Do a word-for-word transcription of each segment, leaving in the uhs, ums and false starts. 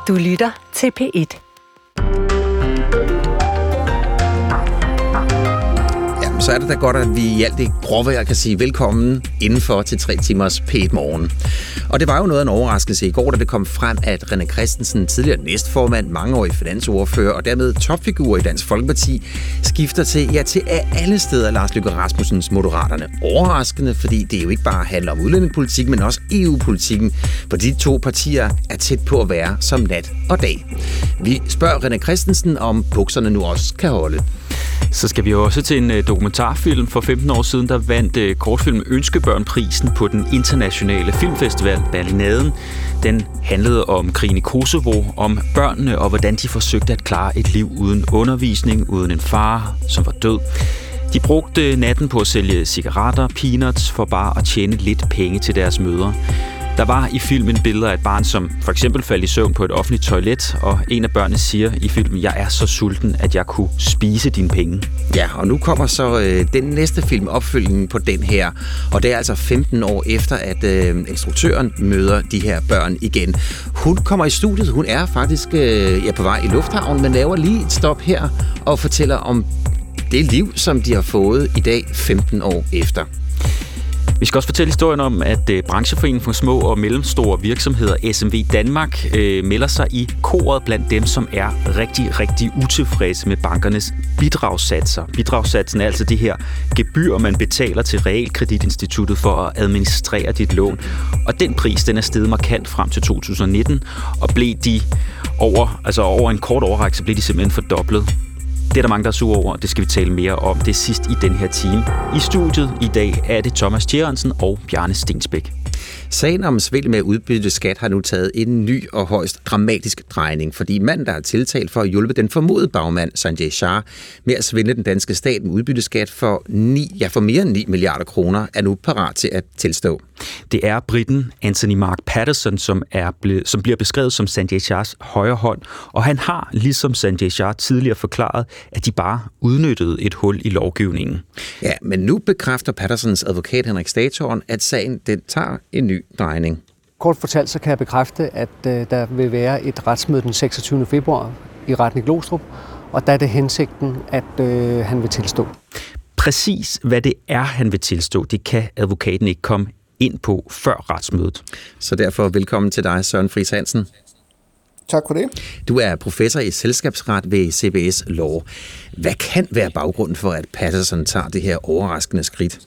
Du lytter til P et. Så er det da godt, at vi i alt det gråvejr kan sige velkommen indenfor til tre timers P et morgen. Og det var jo noget af en overraskelse i går, da det kom frem, at René Christensen, tidligere næstformand, mangeårig finansordfører og dermed topfigur i Dansk Folkeparti, skifter til, ja, til af alle steder Lars Løkke Rasmussens Moderaterne. Overraskende, fordi det jo ikke bare handler om udlændingepolitik, men også E U-politikken, for de to partier er tæt på at være som nat og dag. Vi spørger René Christensen, om bukserne nu også kan holde. Så skal vi også til en dokumentarfilm. For femten år siden, der vandt kortfilm Ønskebørn-prisen på den internationale filmfestival Berlinaden. Den handlede om krigen i Kosovo, om børnene og hvordan de forsøgte at klare et liv uden undervisning, uden en far, som var død. De brugte natten på at sælge cigaretter, peanuts, for bare at tjene lidt penge til deres mødre. Der var i filmen billeder af et barn, som for eksempel faldt i søvn på et offentligt toilet, og en af børnene siger i filmen, jeg er så sulten, at jeg kunne spise dine penge. Ja, og nu kommer så øh, den næste film, opfølgningen på den her, og det er altså femten år efter, at øh, instruktøren møder de her børn igen. Hun kommer i studiet, hun er faktisk øh, ja, på vej i lufthavnen, men laver lige et stop her og fortæller om det liv, som de har fået i dag femten år efter. Vi skal også fortælle historien om, at brancheforeningen for små og mellemstore virksomheder, S M V Danmark, øh, melder sig i koret blandt dem, som er rigtig, rigtig utilfredse med bankernes bidragssatser. Bidragssatsen er altså det her gebyr, man betaler til realkreditinstituttet for at administrere dit lån. Og den pris, den er steget markant frem til to tusind nitten, og blev de over, altså over en kort overrække, så blev de simpelthen fordoblet. Det er der mange, der er sure over, det skal vi tale mere om. Det er sidst i den her time. I studiet i dag er det Thomas Tjærensen og Bjarne Stensbæk. Sagen om svindel med udbytteskat har nu taget en ny og højst dramatisk drejning, fordi manden, der er tiltalt for at hjælpe den formodede bagmand, Sanjay Shah, med at svindle den danske stat med udbytteskat for, ni, ja, for mere end ni milliarder kroner, er nu parat til at tilstå. Det er briten Anthony Mark Patterson, som, er ble, som bliver beskrevet som Sanjay Shahs højre hånd, og han har, ligesom Sanjay Shah tidligere forklaret, at de bare udnyttede et hul i lovgivningen. Ja, men nu bekræfter Pattersons advokat Henrik Statoren, at sagen den tager en ny drejning. Kort fortalt så kan jeg bekræfte, at øh, der vil være et retsmøde den seksogtyvende februar i retten i Glostrup, og der er det hensigten, at øh, han vil tilstå. Præcis hvad det er, han vil tilstå, det kan advokaten ikke komme ind på før retsmødet. Så derfor velkommen til dig, Søren Friis Hansen. Tak for det. Du er professor i selskabsret ved C B S Law. Hvad kan være baggrunden for, at Patterson tager det her overraskende skridt?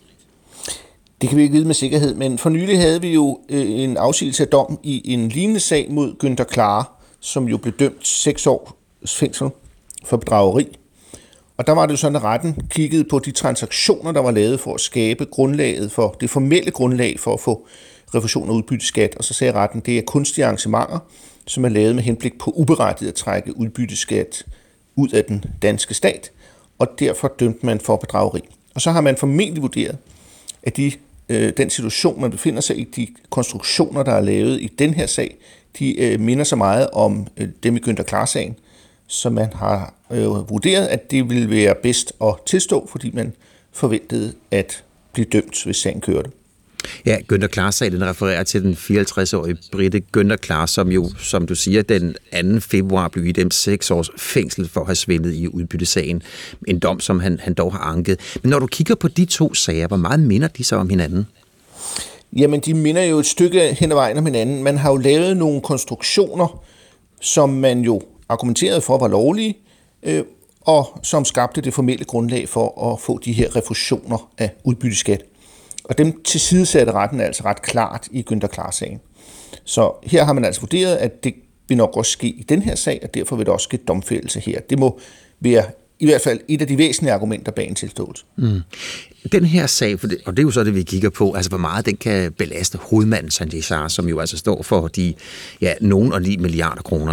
Det kan vi ikke vide med sikkerhed, men for nylig havde vi jo en afsigelse af dom i en lignende sag mod Günther Klare, som jo blev dømt seks års fængsel for bedrageri. Og der var det jo sådan, at retten kiggede på de transaktioner, der var lavet for at skabe grundlaget for det formelle grundlag for at få refusion af udbytteskat. Og så sagde retten, at det er kunstige arrangementer, som er lavet med henblik på uberettiget at trække udbytteskat ud af den danske stat, og derfor dømte man for bedrageri. Og så har man formentlig vurderet, at de, øh, den situation, man befinder sig i, de konstruktioner, der er lavet i den her sag, de øh, minder så meget om øh, dem i Günther Klare-sagen, så man har øh, vurderet, at det ville være bedst at tilstå, fordi man forventede at blive dømt, hvis sagen kørte. Ja, Günther Klare-sagen, den refererer til den fireoghalvtreds-årige brite Günther Klare, som jo, som du siger, den anden februar blev idømt seks års fængsel for at have svindlet i udbyttesagen. En dom, som han, han dog har anket. Men når du kigger på de to sager, hvor meget minder de så om hinanden? Jamen, de minder jo et stykke hen ad vejen om hinanden. Man har jo lavet nogle konstruktioner, som man jo argumenterede for var lovlige, øh, og som skabte det formelle grundlag for at få de her refusioner af udbytteskat. Og dem tilsidesatte retten altså ret klart i Günther Klare-sagen. Så her har man altså vurderet, at det vil nok også ske i den her sag, og derfor vil der også ske domfældelse her. Det må være i hvert fald et af de væsentlige argumenter bag en tilståelse. Mm. Den her sag, og det er jo så det, vi kigger på, altså hvor meget den kan belaste hovedmanden Sanjay Shah, som jo altså står for de ja, nogen og ni milliarder kroner.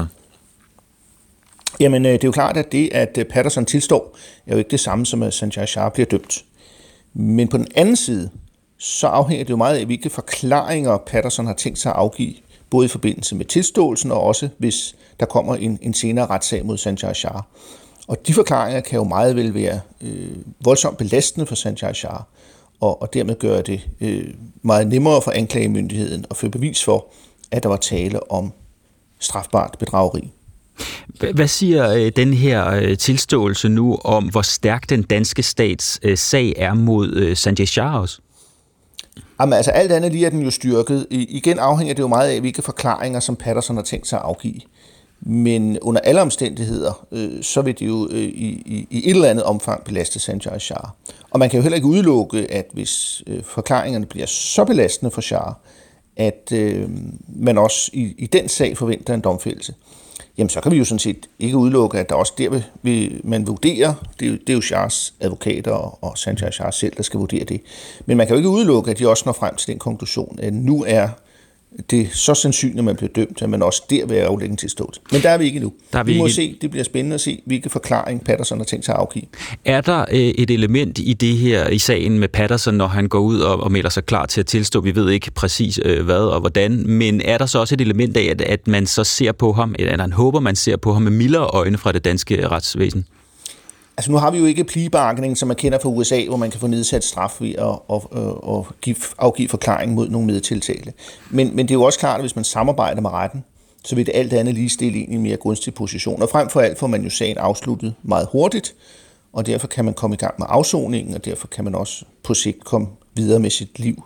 Jamen, det er jo klart, at det, at Patterson tilstår, er jo ikke det samme som, at Sanjay Shah bliver dømt. Men på den anden side, så afhænger det jo meget af, hvilke forklaringer Patterson har tænkt sig at afgive, både i forbindelse med tilståelsen og også hvis der kommer en, en senere retssag mod Sanjay Shah. Og de forklaringer kan jo meget vel være øh, voldsomt belastende for Sanjay Shah, og, og dermed gøre det øh, meget nemmere for anklagemyndigheden at føre bevis for, at der var tale om strafbart bedrageri. Hvad siger den her tilståelse nu om, hvor stærk den danske stats sag er mod Sanjay Shah også? Jamen, altså alt andet lige er den jo styrket. I, igen afhænger det jo meget af, hvilke forklaringer, som Patterson har tænkt sig at afgive. Men under alle omstændigheder, øh, så vil det jo øh, i, i et eller andet omfang belaste Sanjay Shah. Og man kan jo heller ikke udelukke, at hvis øh, forklaringerne bliver så belastende for Shah, at øh, man også i, i den sag forventer en domfældelse, jamen så kan vi jo sådan set ikke udelukke, at der også der vil, vil man vurdere, det er, det er jo Shahs advokater og, og Sanjay Shah selv, der skal vurdere det. Men man kan jo ikke udelukke, at de også når frem til den konklusion, at nu er det er så sandsynligt, at man bliver dømt, at man også der vil aflægge en tilståelse. Men der er vi ikke nu. Der vi, vi må ikke... se, det bliver spændende at se, hvilke forklaring Patterson har tænkt sig at afgive. Er der øh, et element i det her, i sagen med Patterson, når han går ud og, og melder sig klar til at tilstå? Vi ved ikke præcis øh, hvad og hvordan, men er der så også et element af, at, at man så ser på ham, eller han håber, man ser på ham med mildere øjne fra det danske retsvæsen? Altså nu har vi jo ikke plea bargaining, som man kender fra U S A, hvor man kan få nedsat straf ved at, at, at, at give, afgive forklaring mod nogle medtiltalte. Men, men det er jo også klart, at hvis man samarbejder med retten, så vil det alt andet lige stille en i en mere gunstig position. Og frem for alt får man jo sagen afsluttet meget hurtigt, og derfor kan man komme i gang med afsoningen, og derfor kan man også på sigt komme videre med sit liv.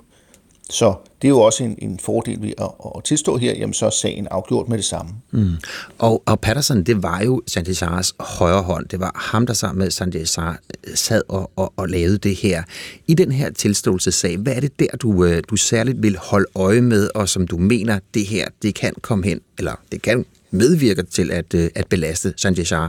Så det er jo også en, en fordel ved at, at tilstå her, jamen så er sagen afgjort med det samme. Mm. Og, og Patterson, det var jo Sanjay Shahs højre hånd. Det var ham, der sammen med Sanjay Shah sad og, og, og lavede det her. I den her tilståelsessag, hvad er det der, du, du særligt vil holde øje med, og som du mener, det her, det kan komme hen, eller det kan medvirke til at, at belaste Sanjay Shah?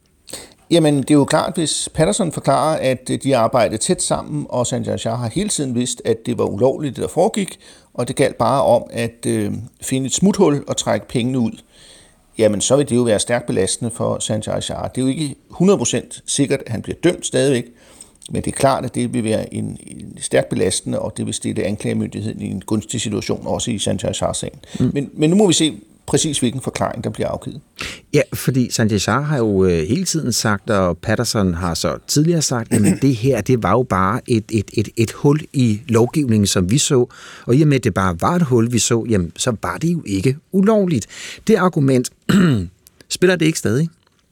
Jamen, det er jo klart, hvis Patterson forklarer, at de arbejdede tæt sammen, og Sanjay Shah har hele tiden vidst, at det var ulovligt, det der foregik, og det galt bare om at øh, finde et smuthul og trække pengene ud, jamen så vil det jo være stærkt belastende for Sanjay Shah. Det er jo ikke hundrede procent sikkert, at han bliver dømt stadigvæk, men det er klart, at det vil være en, en stærkt belastende, og det vil stille anklagemyndigheden i en gunstig situation, også i Sanjay Shah-sagen. Mm. Men, men nu må vi se præcis, hvilken forklaring, der bliver afgivet. Ja, fordi Sanjay Shah har jo øh, hele tiden sagt, og Patterson har så tidligere sagt, at det her, det var jo bare et, et, et, et hul i lovgivningen, som vi så, og i og med, at det bare var et hul, vi så, jamen, så var det jo ikke ulovligt. Det argument, spiller det ikke stadig?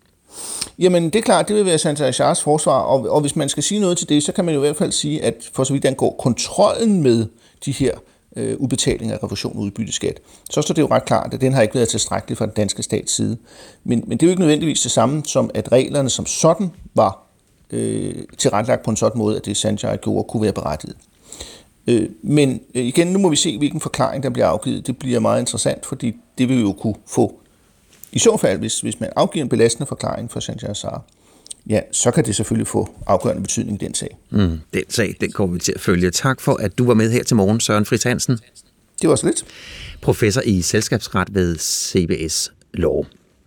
Jamen, det er klart, det vil være Sanjay Shahs forsvar, og, og hvis man skal sige noget til det, så kan man jo i hvert fald sige, at for så vidt angår kontrollen med de her øh, udbetaling af refusion og udbytteskat, så står det jo ret klart, at den har ikke været tilstrækkelig fra den danske stats side. Men, men det er jo ikke nødvendigvis det samme som, at reglerne som sådan var øh, tilrettelagt på en sådan måde, at det Sanjay gjorde kunne være berettiget. Øh, men øh, igen, nu må vi se, hvilken forklaring der bliver afgivet. Det bliver meget interessant, fordi det vil vi jo kunne få. I så fald, hvis, hvis man afgiver en belastende forklaring for Sanjay Shah, ja, så kan det selvfølgelig få afgørende betydning i den sag. Mm, den sag, den kommer vi til at følge. Tak for, at du var med her til morgen, Søren Friis Hansen. Det var så lidt. Professor i selskabsret ved C B S Law.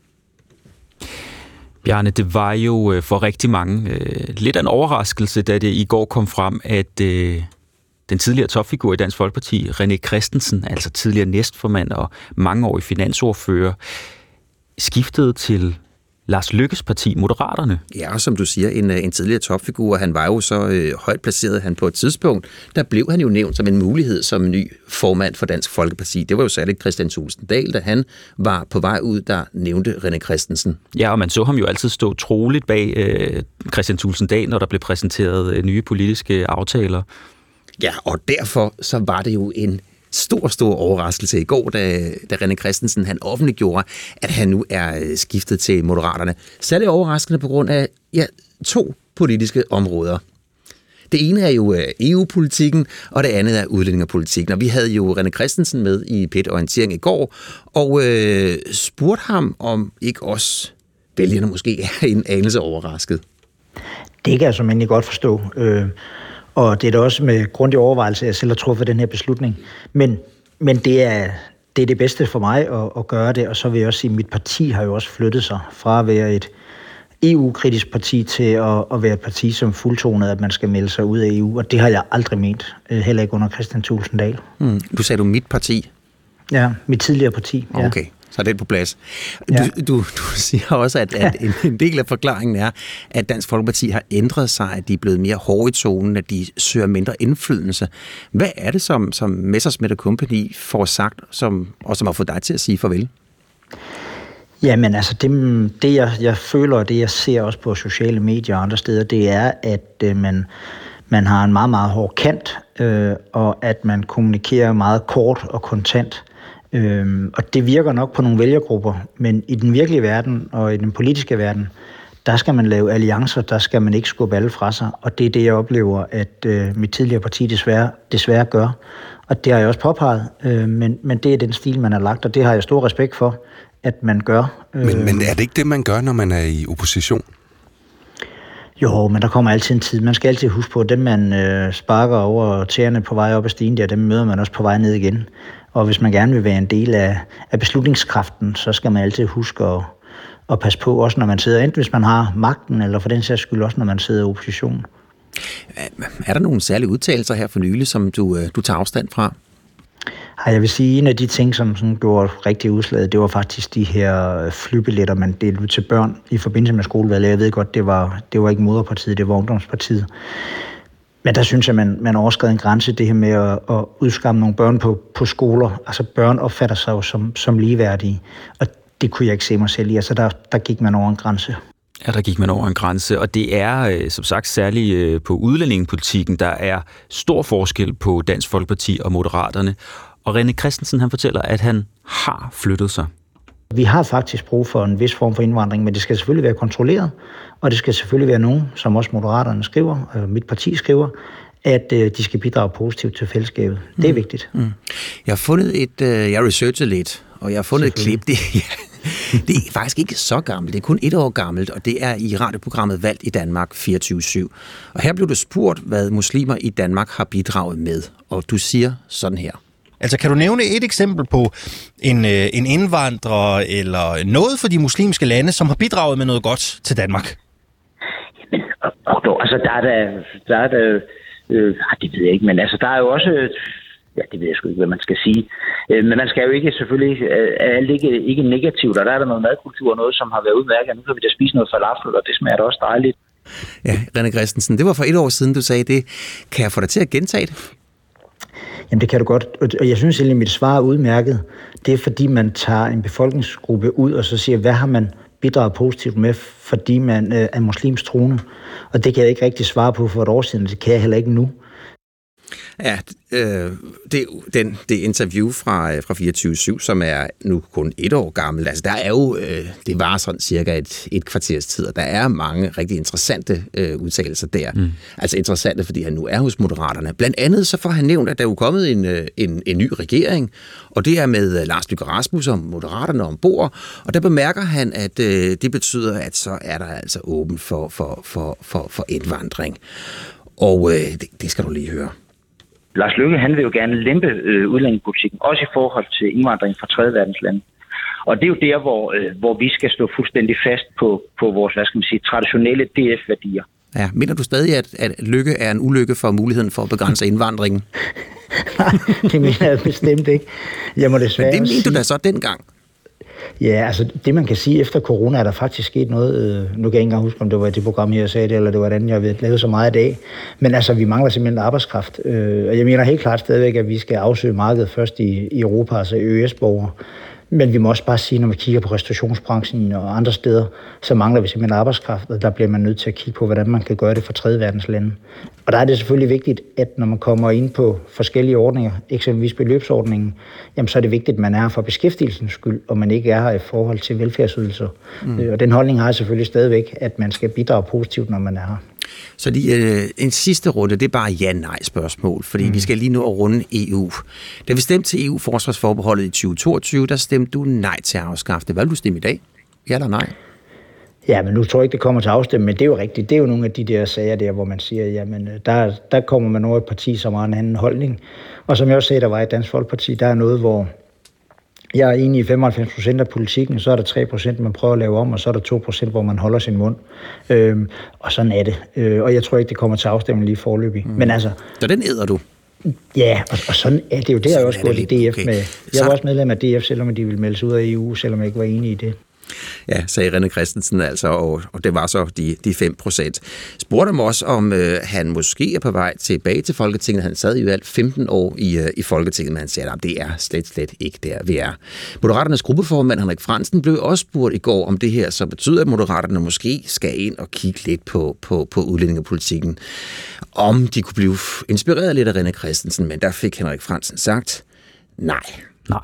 Bjarne, det var jo for rigtig mange øh, lidt af en overraskelse, da det i går kom frem, at øh, den tidligere topfigur i Dansk Folkeparti, René Christensen, altså tidligere næstformand og mangeårig finansordfører, skiftede til Lars Løkkes parti, Moderaterne. Ja, og som du siger, en, en tidligere topfigur. Han var jo så øh, højt placeret, han på et tidspunkt. Der blev han jo nævnt som en mulighed som ny formand for Dansk Folkeparti. Det var jo særligt Kristian Thulesen Dahl, da han var på vej ud, der nævnte René Christensen. Ja, og man så ham jo altid stå troligt bag øh, Kristian Thulesen Dahl, når der blev præsenteret øh, nye politiske aftaler. Ja, og derfor så var det jo en stor, stor overraskelse i går, da, da René Christensen han offentliggjorde, at han nu er skiftet til Moderaterne. Særligt overraskende på grund af ja, to politiske områder. Det ene er jo E U-politikken, og det andet er udlændingepolitikken. Og vi havde jo René Christensen med i P et Orientering i går, og øh, spurgte ham, om ikke også vælgerne måske er en anelse overrasket. Det kan jeg som egentlig godt forstå. Øh... Og det er da også med grundig overvejelse, at jeg selv har truffet den her beslutning. Men, men det, er, det er det bedste for mig at, at gøre det, og så vil jeg også sige, at mit parti har jo også flyttet sig fra at være et E U-kritisk parti til at, at være et parti, som fuldtonet, at man skal melde sig ud af E U, og det har jeg aldrig ment, heller ikke under Kristian Thulesen Dahl. Mm. Du sagde du mit parti? Ja, mit tidligere parti. Ja. Okay. Så er det på plads. Ja. Du, du, du siger også, at, at en, en del af forklaringen er, at Dansk Folkeparti har ændret sig, at de er blevet mere hårde i tonen, at de søger mindre indflydelse. Hvad er det, som, som Messerschmidt og Company får sagt, som, og som har fået dig til at sige farvel? Jamen altså, det, det jeg, jeg føler, og det jeg ser også på sociale medier og andre steder, det er, at øh, man, man har en meget, meget hård kant, øh, og at man kommunikerer meget kort og kontant. Øh, og det virker nok på nogle vælgergrupper, men i den virkelige verden og i den politiske verden, der skal man lave alliancer, der skal man ikke skubbe alle fra sig, og det er det, jeg oplever, at øh, mit tidligere parti desværre, desværre gør. Og det har jeg også påpeget, øh, men, men det er den stil, man har lagt, og det har jeg stor respekt for, at man gør. Øh, men, men er det ikke det, man gør, når man er i opposition? Jo, men der kommer altid en tid. Man skal altid huske på, at dem, man øh, sparker over tæerne på vej op ad stigen der, dem møder man også på vej ned igen. Og hvis man gerne vil være en del af, af beslutningskraften, så skal man altid huske at, at passe på, også når man sidder, enten hvis man har magten, eller for den sags skyld også, når man sidder i opposition. Er der nogle særlige udtalelser her for nylig, som du, du tager afstand fra? Jeg vil sige, en af de ting, som sådan gjorde rigtig udslaget, det var faktisk de her flybilletter, man delte ud til børn i forbindelse med skolevalget. Jeg ved godt, det var, det var ikke moderpartiet, det var ungdomspartiet. Men der synes jeg, man, man overskred en grænse, det her med at, at udskamme nogle børn på, på skoler. Altså børn opfatter sig jo som, som ligeværdige, og det kunne jeg ikke se mig selv i. Altså der, der gik man over en grænse. Ja, der gik man over en grænse, og det er som sagt særligt på udlændingepolitikken, der er stor forskel på Dansk Folkeparti og Moderaterne. Og René Christensen, han fortæller, at han har flyttet sig. Vi har faktisk brug for en vis form for indvandring, men det skal selvfølgelig være kontrolleret, og det skal selvfølgelig være nogen, som også Moderaterne skriver, og mit parti skriver, at de skal bidrage positivt til fællesskabet. Det er mm. vigtigt. Mm. Jeg har fundet et, jeg har researchet lidt, og jeg har fundet et klip, det, ja, det er faktisk ikke så gammelt, det er kun et år gammelt, og det er i radioprogrammet Valgt i Danmark fireogtyve syv. Og her blev du spurgt, hvad muslimer i Danmark har bidraget med, og du siger sådan her. Altså, kan du nævne et eksempel på en, en indvandrer eller noget for de muslimske lande, som har bidraget med noget godt til Danmark? Jamen, altså, der er der, der er der, øh, det ved jeg ikke, men altså, der er jo også, ja, det ved jeg sgu ikke, hvad man skal sige, øh, men man skal jo ikke, selvfølgelig, er alt ikke, ikke negativt, og der er der noget madkultur og noget, som har været udmærket, nu kan vi da spise noget falafel, og det smager da også dejligt. Ja, René Christensen, det var for et år siden, du sagde det. Kan jeg få dig til at gentage det? Jamen det kan du godt, og jeg synes egentlig, at mit svar er udmærket. Det er fordi, man tager en befolkningsgruppe ud, og så siger, hvad har man bidraget positivt med, fordi man øh, er muslimsk troende. Og det kan jeg ikke rigtig svare på for et år siden, det kan jeg heller ikke nu. Ja, øh, det, den, det interview fra, fra fireogtyve syv, som er nu kun et år gammelt, altså der er jo, øh, det var sådan cirka et, et kvarters tid, og der er mange rigtig interessante øh, udtalelser der. Mm. Altså interessante, fordi han nu er hos Moderaterne. Blandt andet så får han nævnt, at der er jo kommet en, en, en ny regering, og det er med Lars Løkke Rasmussen og Moderaterne ombord, og der bemærker han, at øh, det betyder, at så er der altså åben for, for, for, for, for indvandring. Og øh, det, det skal du lige høre. Lars Løkke, han vil jo gerne lempe øh, udlændingepolitikken, også i forhold til indvandring fra tredje verdens lande. Og det er jo der, hvor, øh, hvor vi skal stå fuldstændig fast på, på vores, hvad skal man sige, traditionelle D F-værdier. Ja, mener du stadig, at, at Løkke er en ulykke for muligheden for at begrænse indvandringen? Nej, det mener jeg bestemt ikke. Jeg må desværre Men det mente sige... du da så dengang? Ja, altså det man kan sige, efter corona er der faktisk sket noget, øh, nu kan jeg ikke engang huske, om det var det program her, jeg sagde det, eller det var den, jeg ved lavet så meget i dag, men altså vi mangler simpelthen arbejdskraft, øh, og jeg mener helt klart stadigvæk, at vi skal afsøge markedet først i, i Europa, altså Ø E S-borgere, men vi må også bare sige, når vi kigger på restaurationsbranchen og andre steder, så mangler vi simpelthen arbejdskraft, og der bliver man nødt til at kigge på, hvordan man kan gøre det for tredje verdens lande. Og der er det selvfølgelig vigtigt, at når man kommer ind på forskellige ordninger, eksempelvis beløbsordningen, jamen så er det vigtigt, at man er her for beskæftigelsens skyld, og man ikke er her i forhold til velfærdsydelser. Mm. Og den holdning har jeg selvfølgelig stadigvæk, at man skal bidrage positivt, når man er her. Så lige, øh, en sidste runde, det er bare ja-nej-spørgsmål, fordi mm. vi skal lige nå at runde E U. Da vi stemte til E U-forsvarsforbeholdet i tyve toogtyve, der stemte du nej til at afskaffe det. Hvad vil du stemme i dag? Ja eller nej? Ja, men nu tror jeg ikke, det kommer til afstemning, men det er jo rigtigt. Det er jo nogle af de der sager der, hvor man siger, jamen der, der kommer man over et parti, som har en anden holdning. Og som jeg også sagde, der var i Dansk Folkeparti, der er noget, hvor jeg er enig i femoghalvfems procent af politikken, så er der tre procent, man prøver at lave om, og så er der to procent, hvor man holder sin mund. Øhm, og sådan er det. Øh, og jeg tror ikke, det kommer til afstemning lige forløbig. Mm. Men altså... Så den æder du? Ja, og, og sådan er det jo. Det har jeg også gået i D F okay. med. Jeg var også medlem af D F, selvom de ville melde sig ud af E U, selvom jeg ikke var enig i det. Ja, sagde René Christensen altså, og, og det var så de, de fem procent. Spurgte ham også, om øh, han måske er på vej tilbage til Folketinget. Han sad jo alt femten år i, øh, i Folketinget, men han siger, at det er slet, slet ikke der, vi er. Moderaternes gruppeformand Henrik Frandsen blev også spurgt i går om det her, så betyder, at Moderaterne måske skal ind og kigge lidt på, på, på udlændingepolitikken. Om de kunne blive inspireret lidt af René Christensen, men der fik Henrik Frandsen sagt, nej. Nej.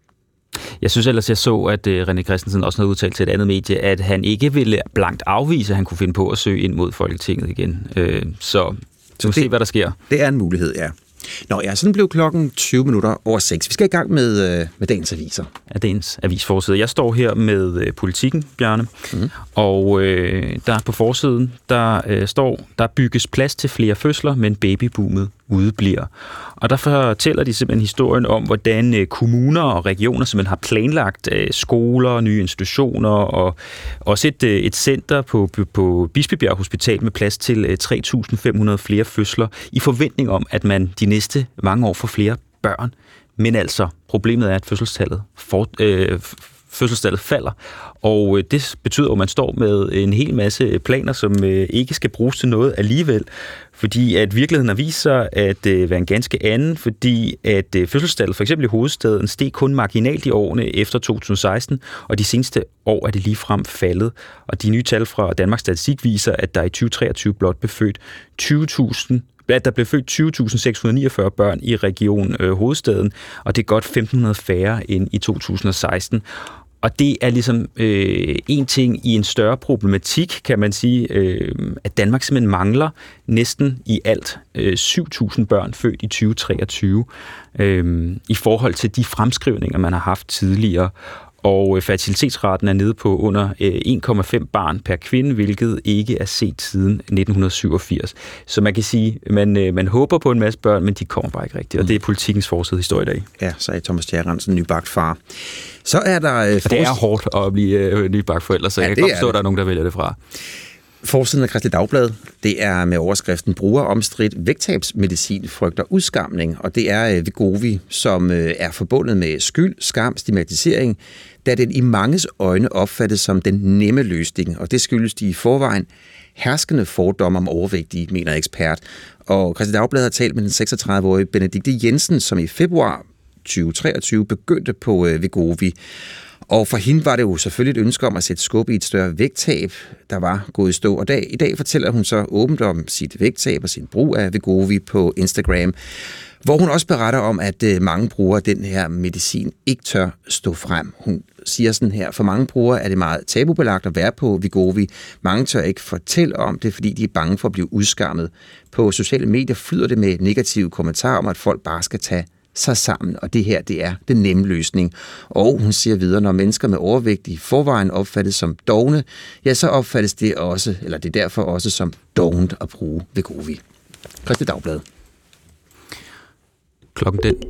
Jeg synes ellers, jeg så, at René Christensen også havde udtalt til et andet medie, at han ikke ville blankt afvise, at han kunne finde på at søge ind mod Folketinget igen. Så vi må se, hvad der sker. Det er en mulighed, ja. Nå ja, sådan blev klokken tyve minutter over seks. Vi skal i gang med, med dagens aviser. Af dagens avisforside. Jeg står her med Politikken, Bjarne, mm. og øh, der på forsiden, der øh, står, der bygges plads til flere fødsler, men babyboomet udebliver. Og der fortæller de simpelthen historien om, hvordan øh, kommuner og regioner simpelthen har planlagt øh, skoler, nye institutioner og også et, øh, et center på, på Bispebjerg Hospital med plads til øh, tre tusind fem hundrede flere fødsler i forventning om, at man de næste mange år får flere børn. Men altså, problemet er, at fødselstallet, for, øh, fødselstallet falder, og øh, det betyder, at man står med en hel masse planer, som øh, ikke skal bruges til noget alligevel, fordi at virkeligheden har vist sig at øh, være en ganske anden, fordi at øh, fødselstallet for eksempel i hovedstaden steg kun marginalt i årene efter to tusind og seksten, og de seneste år er det ligefrem faldet. Og de nye tal fra Danmarks Statistik viser, at der i tyve treogtyve blot blev født tyve tusind at der blev født tyve tusind seks hundrede niogfyrre børn i Region øh, Hovedstaden, og det er godt femten hundrede færre end i to tusind og seksten. Og det er ligesom øh, en ting i en større problematik, kan man sige, øh, at Danmark simpelthen mangler næsten i alt øh, syv tusind børn født i tyve treogtyve øh, i forhold til de fremskrivninger, man har haft tidligere. Og fertilitetsraten er nede på under en komma fem barn per kvinde, hvilket ikke er set siden nitten syvogfirs. Så man kan sige, at man, man håber på en masse børn, men de kommer bare ikke rigtigt. Og det er Politikens forside historie i dag. Ja, sagde Thomas Tjærrensen, nybagt far. Så er der... Øh, forst... Det er hårdt at blive øh, nybagt forældre, så ja, jeg kan godt forstå, at der er nogen, der vælger det fra. Forsiden af Kristeligt Dagblad, det er med overskriften bruger omstridt vægttabsmedicin frygter udskamning, og det er øh, Wegovy, som øh, er forbundet med skyld, skam, stigmatisering, da den i manges øjne opfattes som den nemme løsning, og det skyldes de i forvejen herskende fordomme om overvægtige, mener ekspert. Og Kristeligt Dagblad har talt med den seksogtredive-årige Benedikte Jensen, som i februar tyve treogtyve begyndte på øh, Wegovy. Og for hende var det jo selvfølgelig et ønske om at sætte skub i et større vægttab, der var gået i stå. Og dag, i dag fortæller hun så åbent om sit vægttab og sin brug af Wegovy på Instagram, hvor hun også beretter om, at mange brugere af den her medicin ikke tør stå frem. Hun siger sådan her, for mange brugere er det meget tabubelagt at være på Wegovy. Mange tør ikke fortælle om det, fordi de er bange for at blive udskammet. På sociale medier flyder det med negative kommentarer om, at folk bare skal tage sig sammen, og det her, det er den nemme løsning. Og hun siger videre, når mennesker med overvægt i forvejen opfattes som dogne, ja, så opfattes det også, eller det er derfor også som dovent at bruge Wegovy. Kristeligt Dagblad. Klokken den.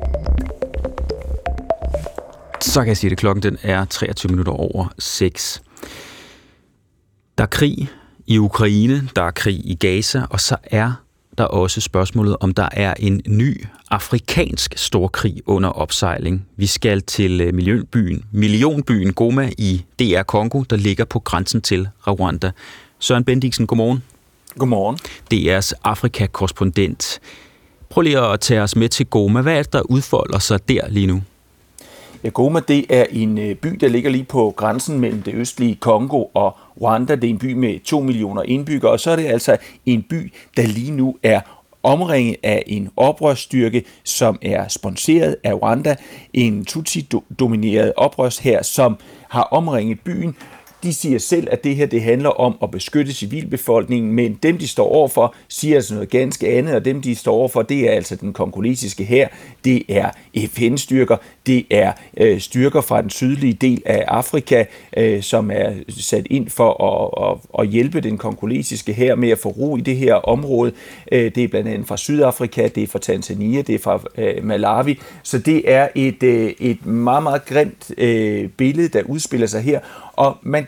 Så kan jeg sige det, klokken den er treogtyve minutter over seks. Der er krig i Ukraine, der er krig i Gaza, og så er der også spørgsmålet, om der er en ny afrikansk storkrig under opsejling. Vi skal til millionbyen, millionbyen Goma i D R Congo, der ligger på grænsen til Rwanda. Søren Bendiksen, godmorgen. Godmorgen. D R's Afrika-korrespondent. Prøv lige at tage os med til Goma. Hvad er det, der udfolder sig der lige nu? Ja, Goma, det er en by, der ligger lige på grænsen mellem det østlige Kongo og Rwanda. Det er en by med to millioner indbyggere, og så er det altså en by, der lige nu er omringet af en oprørsstyrke, som er sponsoreret af Rwanda. En Tutsi-domineret oprørshær, som har omringet byen. De siger selv, at det her det handler om at beskytte civilbefolkningen, men dem, de står overfor, siger altså noget ganske andet, og dem, de står overfor, det er altså den kongolesiske hær, det er F N-styrker, det er øh, styrker fra den sydlige del af Afrika, øh, som er sat ind for at, at, at hjælpe den kongolesiske hær med at få ro i det her område. Øh, det er blandt andet fra Sydafrika, det er fra Tanzania, det er fra øh, Malawi, så det er et, øh, et meget, meget grimt øh, billede, der udspiller sig her, og man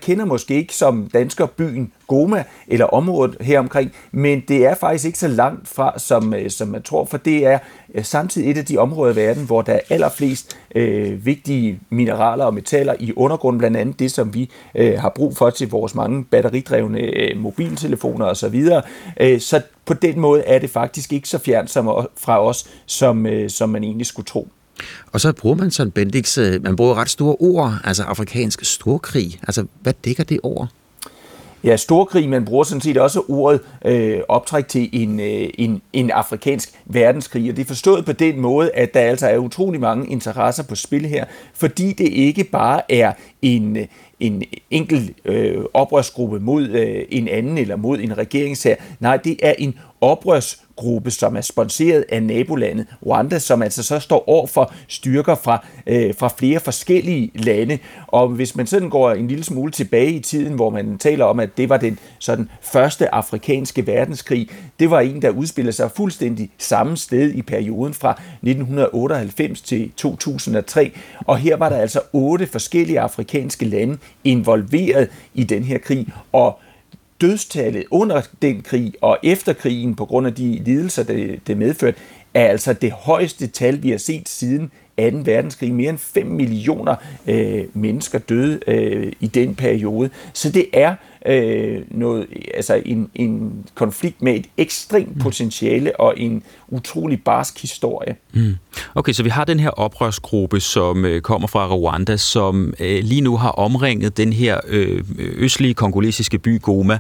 kender måske ikke som dansker byen Goma eller området heromkring, men det er faktisk ikke så langt fra, som, som man tror, for det er samtidig et af de områder i verden, hvor der er allerflest øh, vigtige mineraler og metaller i undergrunden, blandt andet det, som vi øh, har brug for til vores mange batteridrevne øh, mobiltelefoner osv. Øh, så på den måde er det faktisk ikke så fjernt som, fra os, som, øh, som man egentlig skulle tro. Og så bruger man sådan, Bendix, man bruger ret store ord, altså afrikansk storkrig. Altså, hvad dækker det over? Ja, storkrig, man bruger sådan set også ordet øh, optræk til en, øh, en, en afrikansk verdenskrig, og det er forstået på den måde, at der altså er utrolig mange interesser på spil her, fordi det ikke bare er en, en enkelt øh, oprørsgruppe mod øh, en anden eller mod en regeringshær. Nej, det er en oprørsgruppe, som er sponsoreret af nabolandet Rwanda, som altså så står over for styrker fra, øh, fra flere forskellige lande. Og hvis man sådan går en lille smule tilbage i tiden, hvor man taler om, at det var den sådan første afrikanske verdenskrig, det var en, der udspillede sig fuldstændig samme sted i perioden fra nitten otteoghalvfems til to tusind og tre. Og her var der altså otte forskellige afrikanske lande involveret i den her krig, og dødstallet under den krig og efter krigen på grund af de lidelser, det, det medførte, er altså det højeste tal, vi har set siden anden verdenskrig. Mere end fem millioner øh, mennesker døde øh, i den periode. Så det er øh, noget, altså en, en konflikt med et ekstremt potentiale og en utrolig barsk historie. Mm. Okay, så vi har den her oprørsgruppe, som øh, kommer fra Rwanda, som øh, lige nu har omringet den her øh, østlige kongolesiske by Goma.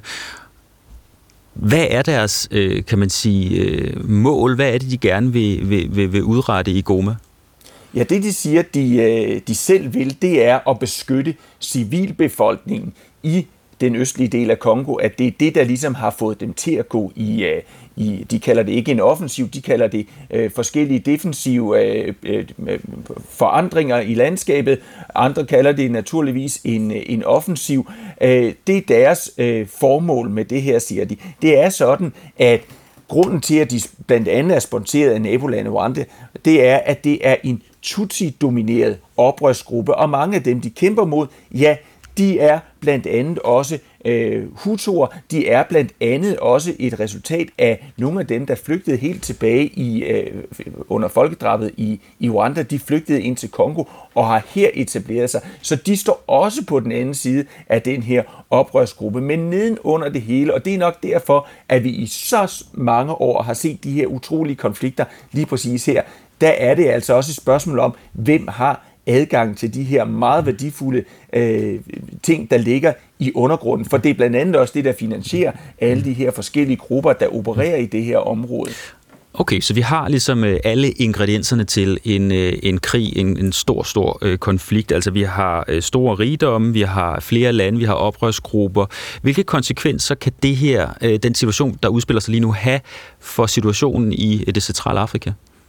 Hvad er deres, øh, kan man sige, øh, mål? Hvad er det, de gerne vil, vil, vil, vil udrette i Goma? Ja, det de siger, de, de selv vil, det er at beskytte civilbefolkningen i den østlige del af Kongo, at det er det, der ligesom har fået dem til at gå i, i de kalder det ikke en offensiv, de kalder det øh, forskellige defensive øh, øh, forandringer i landskabet. Andre kalder det naturligvis en, en offensiv. Øh, det er deres øh, formål med det her, siger de. Det er sådan, at grunden til, at de blandt andet er sponsoreret af nabolandet Rwanda, det er, at det er en Tutsi-domineret oprørsgruppe, og mange af dem, de kæmper mod, ja, de er blandt andet også øh, Hutuer, de er blandt andet også et resultat af nogle af dem, der flygtede helt tilbage i, øh, under folkedrabet i, i Rwanda. De flygtede ind til Kongo og har her etableret sig. Så de står også på den anden side af den her oprørsgruppe, men neden under det hele, og det er nok derfor, at vi i så mange år har set de her utrolige konflikter lige præcis her. Der er det altså også et spørgsmål om, hvem har adgang til de her meget værdifulde øh, ting, der ligger i undergrunden. For det er blandt andet også det, der finansierer alle de her forskellige grupper, der opererer i det her område. Okay, så vi har ligesom alle ingredienserne til en, en krig, en, en stor, stor øh, konflikt. Altså vi har store rigdomme, vi har flere lande, vi har oprørsgrupper. Hvilke konsekvenser kan det her, øh, den situation, der udspiller sig lige nu, have for situationen i det centrale Afrika?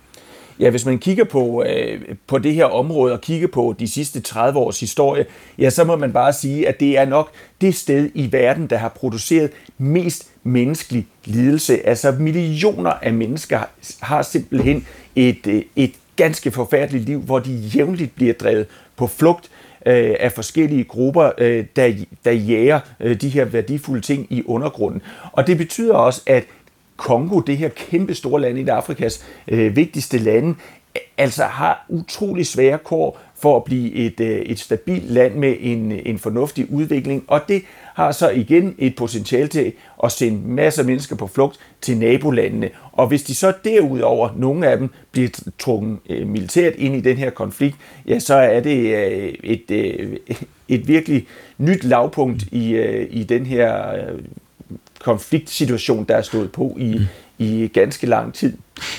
Ja, hvis man kigger på, øh, på det her område og kigger på de sidste tredive års historie, ja, så må man bare sige, at det er nok det sted i verden, der har produceret mest menneskelig lidelse. Altså millioner af mennesker har simpelthen et, et ganske forfærdeligt liv, hvor de jævnligt bliver drevet på flugt øh, af forskellige grupper, øh, der, der jager øh, de her værdifulde ting i undergrunden. Og det betyder også, at Kongo, det her kæmpe store land i det Afrikas øh, vigtigste lande, altså har utrolig svære kår for at blive et, øh, et stabilt land med en, en fornuftig udvikling, og det har så igen et potentiale til at sende masser af mennesker på flugt til nabolandene. Og hvis de så derudover, nogle af dem, bliver trukket øh, militært ind i den her konflikt, ja, så er det øh, et, øh, et virkelig nyt lavpunkt i, øh, i den her øh, konfliktsituation, der er stået på i, mm. i ganske lang tid.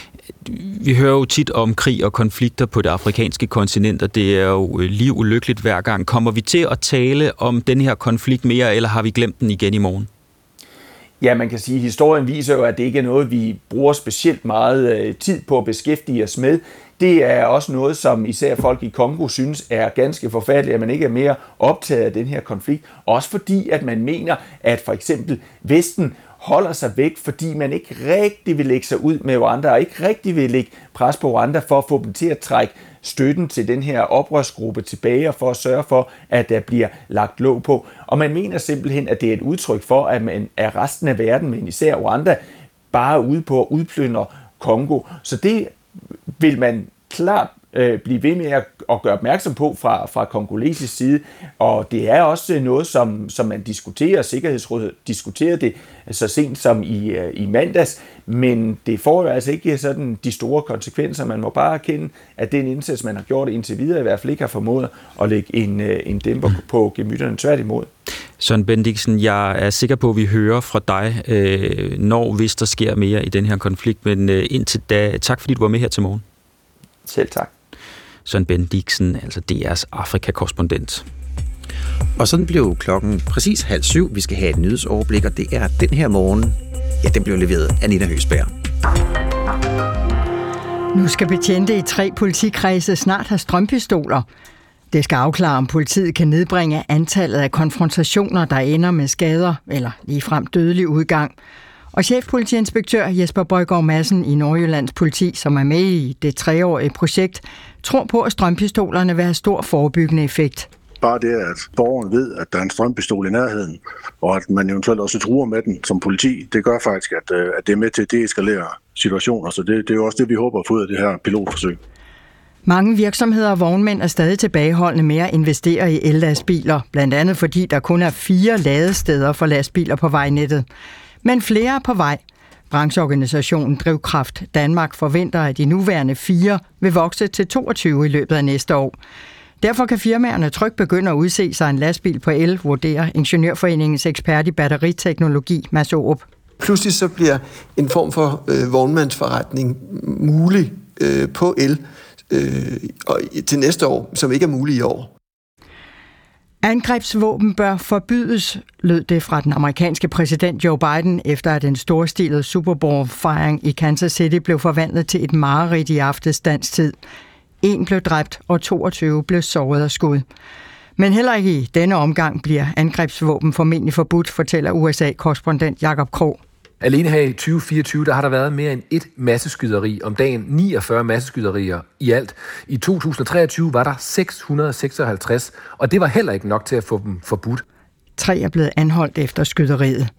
Vi hører jo tit om krig og konflikter på det afrikanske kontinent, og det er jo liv ulykkeligt hver gang. Kommer vi til at tale om den her konflikt mere, eller har vi glemt den igen i morgen? Ja, man kan sige, at historien viser jo, at det ikke er noget, vi bruger specielt meget tid på at beskæftige os med. Det er også noget, som især folk i Kongo synes er ganske forfærdeligt, at man ikke er mere optaget af den her konflikt. Også fordi, at man mener, at for eksempel Vesten holder sig væk, fordi man ikke rigtig vil lægge sig ud med Rwanda, og ikke rigtig vil lægge pres på Rwanda for at få dem til at trække støtten til den her oprørsgruppe tilbage, og for at sørge for, at der bliver lagt låg på. Og man mener simpelthen, at det er et udtryk for, at man er resten af verden, men især Rwanda, bare ude på at udplyndre Kongo. Så det vil man klart øh, blive ved med at, at gøre opmærksom på fra, fra kongolesisk side, og det er også noget, som, som man diskuterer. Sikkerhedsrådet diskuterede det så sent som i, øh, i mandags, men det får jo altså ikke sådan de store konsekvenser. Man må bare erkende, at den indsats, man har gjort indtil videre, i hvert fald ikke har formået at lægge en, øh, en dæmper på gemytterne, tværtimod. Søren Bendixen, jeg er sikker på, at vi hører fra dig, øh, når hvis der sker mere i den her konflikt, men øh, indtil da, tak fordi du var med her til morgen. Selv tak. Søren Bendixen, altså D R's Afrika-korrespondent. Og sådan blev klokken præcis halv syv. Vi skal have et nyhedsoverblik, og det er den her morgen. Ja, den blev leveret af Nina Høsberg. Nu skal betjente i tre politikredse snart have strømpistoler. Det skal afklare, om politiet kan nedbringe antallet af konfrontationer, der ender med skader eller ligefrem dødelig udgang. Og chefpolitiinspektør Jesper Bøjgaard Madsen i Nordjyllands politi, som er med i det treårige projekt, tror på, at strømpistolerne vil have stor forebyggende effekt. Bare det, at borgeren ved, at der er en strømpistol i nærheden, og at man eventuelt også truer med den som politi, det gør faktisk, at, at det er med til at deeskalere situationer. Så det, det er jo også det, vi håber at få ud af det her pilotforsøg. Mange virksomheder og vognmænd er stadig tilbageholdende med at investere i ellastbiler, blandt andet fordi der kun er fire ladesteder for lastbiler på vejnettet. Men flere er på vej. Brancheorganisationen Drivkraft Danmark forventer, at de nuværende fire vil vokse til toogtyve i løbet af næste år. Derfor kan firmaerne trygt begynde at udse sig en lastbil på el, vurderer Ingeniørforeningens ekspert i batteriteknologi, Mads Aarup. Pludselig så bliver en form for øh, vognmandsforretning mulig øh, på el øh, og til næste år, som ikke er mulig i år. Angrebsvåben bør forbydes, lød det fra den amerikanske præsident Joe Biden, efter at en storstilet Super Bowl-fejring i Kansas City blev forvandlet til et mareridt i aftes dansk tid. En blev dræbt, og toogtyve blev såret af skud. Men heller ikke i denne omgang bliver angrebsvåben formentlig forbudt, fortæller U S A-korrespondent Jakob Krog. Alene her i tyve fireogtyve, der har der været mere end et masseskyderi om dagen, niogfyrre masseskyderier i alt. I to tusind og treogtyve var der seks hundrede seksoghalvtreds, og det var heller ikke nok til at få dem forbudt. Tre er blevet anholdt efter skyderiet.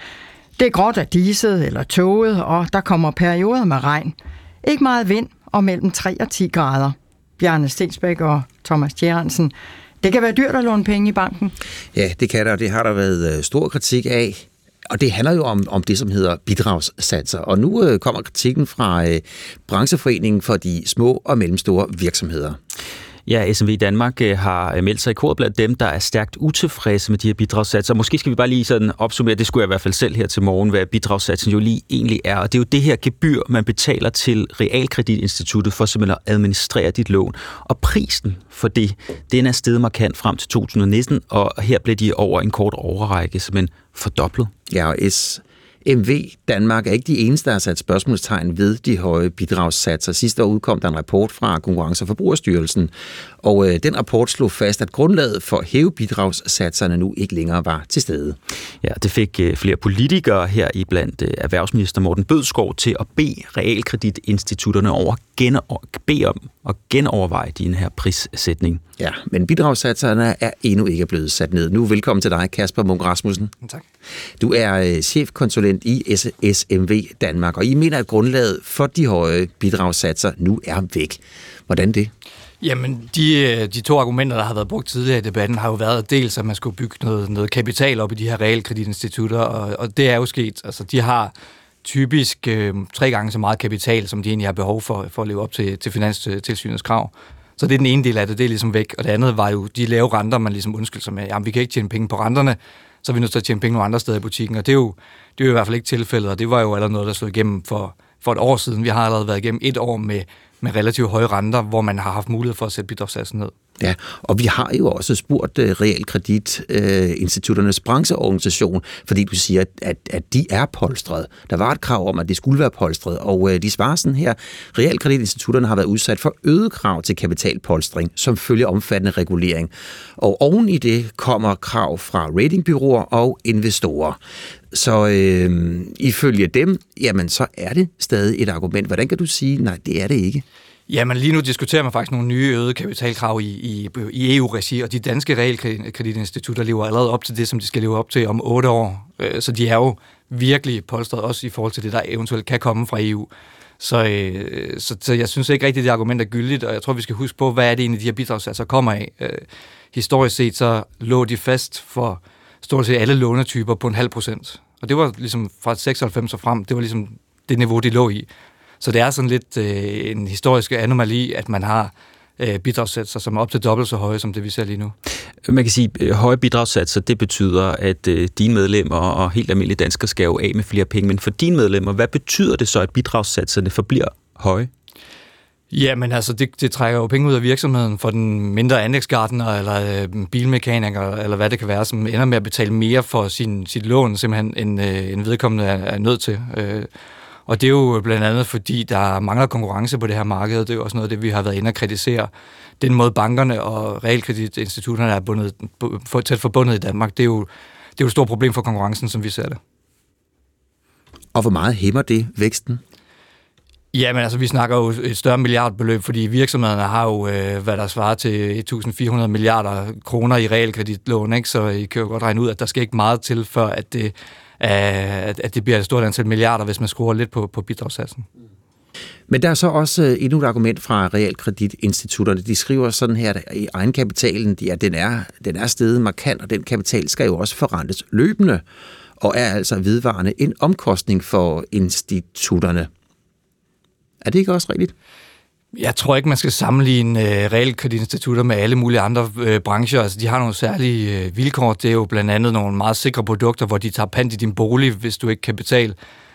Det er gråt af diset eller tåget, og der kommer perioder med regn. Ikke meget vind og mellem tre og ti grader. Bjarne Stensbæk og Thomas Tjernsen. Det kan være dyrt at låne penge i banken. Ja, det kan der, og det har der været stor kritik af. Og det handler jo om, om det, som hedder bidragssatser. Og nu øh, kommer kritikken fra øh, brancheforeningen for de små og mellemstore virksomheder. Ja, S M V Danmark har meldt sig i koret blandt dem, der er stærkt utilfredse med de her bidragssatser. Måske skal vi bare lige sådan opsummere, det skulle jeg i hvert fald selv her til morgen, hvad bidragssatsen jo lige egentlig er. Og det er jo det her gebyr, man betaler til Realkreditinstituttet for simpelthen at administrere dit lån. Og prisen for det, den er steget markant frem til to tusind og nitten, og her blev de over en kort overrække simpelthen fordoblet. Ja, og S M V Danmark er ikke de eneste, der har sat spørgsmålstegn ved de høje bidragssatser. Sidste år udkom der en rapport fra Konkurrence- og Forbrugerstyrelsen, og øh, den rapport slog fast, at grundlaget for at hæve bidragssatserne nu ikke længere var til stede. Ja, det fik øh, flere politikere her i blandt øh, erhvervsminister Morten Bødskov til at bede realkreditinstitutterne over genover, bede om at genoverveje din her prissætning. Ja, men bidragssatserne er endnu ikke blevet sat ned. Nu velkommen til dig, Kasper Munk Rasmussen. Tak. Du er øh, chefkonsulent i S M V Danmark, og I mener, at grundlaget for de høje bidragssatser nu er væk. Hvordan det? Jamen, de, de to argumenter, der har været brugt tidligere i debatten, har jo været dels, at man skulle bygge noget, noget kapital op i de her realkreditinstitutter, og, og det er jo sket. Altså, de har typisk øh, tre gange så meget kapital, som de egentlig har behov for, for at leve op til, til Finanstilsynets krav. Så det er den ene del af det, det er ligesom væk. Og det andet var jo de lave renter, man ligesom undskyldte sig med. Jamen, vi kan ikke tjene penge på renterne, så er vi nødt til at tjene penge nogle andre steder i butikken. Og det er jo, det er jo i hvert fald ikke tilfældet, og det var jo allerede noget, der stod igennem for, for et år siden. Vi har allerede været igennem et år med, med relativt høje renter, hvor man har haft mulighed for at sætte bidragssatsen ned. Ja, og vi har jo også spurgt uh, realkreditinstitutternes uh, brancheorganisation, fordi du siger, at, at de er polstret. Der var et krav om, at det skulle være polstret, og uh, de svarer sådan her. Realkreditinstitutterne har været udsat for øget krav til kapitalpolstring, som følger omfattende regulering. Og oven i det kommer krav fra ratingbureauer og investorer. Så øh, ifølge dem, jamen så er det stadig et argument. Hvordan kan du sige, nej, det er det ikke? Jamen lige nu diskuterer man faktisk nogle nye øgede kapitalkrav i, i, i E U-regi, og de danske realkreditinstitutter lever allerede op til det, som de skal leve op til om otte år. Så de er jo virkelig polstret også i forhold til det, der eventuelt kan komme fra E U. Så, øh, så, så jeg synes ikke rigtigt, at det argument er gyldigt, og jeg tror, vi skal huske på, hvad er det egentlig, de her bidragssatser kommer af. Øh, historisk set så lå de fast for stort set alle lånetyper på en halv procent. Og det var ligesom fra seksoghalvfems og frem, det var ligesom det niveau, de lå i. Så det er sådan lidt øh, en historisk anomali, at man har øh, bidragssatser, som er op til dobbelt så høje, som det vi ser lige nu. Man kan sige, at høje bidragssatser, det betyder, at øh, dine medlemmer og helt almindelige danskere skal jo af med flere penge. Men for dine medlemmer, hvad betyder det så, at bidragssatserne forbliver høje? Jamen altså, det, det trækker jo penge ud af virksomheden for den mindre anlægsgartner eller øh, bilmekaniker, eller hvad det kan være, som ender med at betale mere for sin, sit lån, simpelthen, end øh, en vedkommende er, er nødt til. Øh, og det er jo blandt andet, fordi der mangler konkurrence på det her marked. Det er jo også noget af det, vi har været inde og kritisere. Den måde bankerne og realkreditinstitutterne er bundet, for, tæt forbundet i Danmark, det er, jo, det er jo et stort problem for konkurrencen, som vi ser det. Og hvor meget hæmmer det væksten? Ja, men altså, vi snakker jo et større milliardbeløb, fordi virksomhederne har jo, øh, hvad der svarer til et tusind fire hundrede milliarder kroner i realkreditlån, ikke? Så I kan jo godt regne ud, at der skal ikke meget til, før at det, øh, at det bliver et stort antal milliarder, hvis man skruer lidt på, på bidragssatsen. Men der er så også endnu et argument fra realkreditinstitutterne. De skriver sådan her, at i egenkapitalen, ja, den er, den er steget markant, og den kapital skal jo også forrentes løbende, og er altså vedvarende en omkostning for institutterne. Er det ikke også rigtigt? Jeg tror ikke, man skal sammenligne øh, realkreditinstitutter med alle mulige andre øh, brancher. Altså, de har nogle særlige øh, vilkår. Det er jo blandt andet nogle meget sikre produkter, hvor de tager pant i din bolig, hvis du ikke kan betale.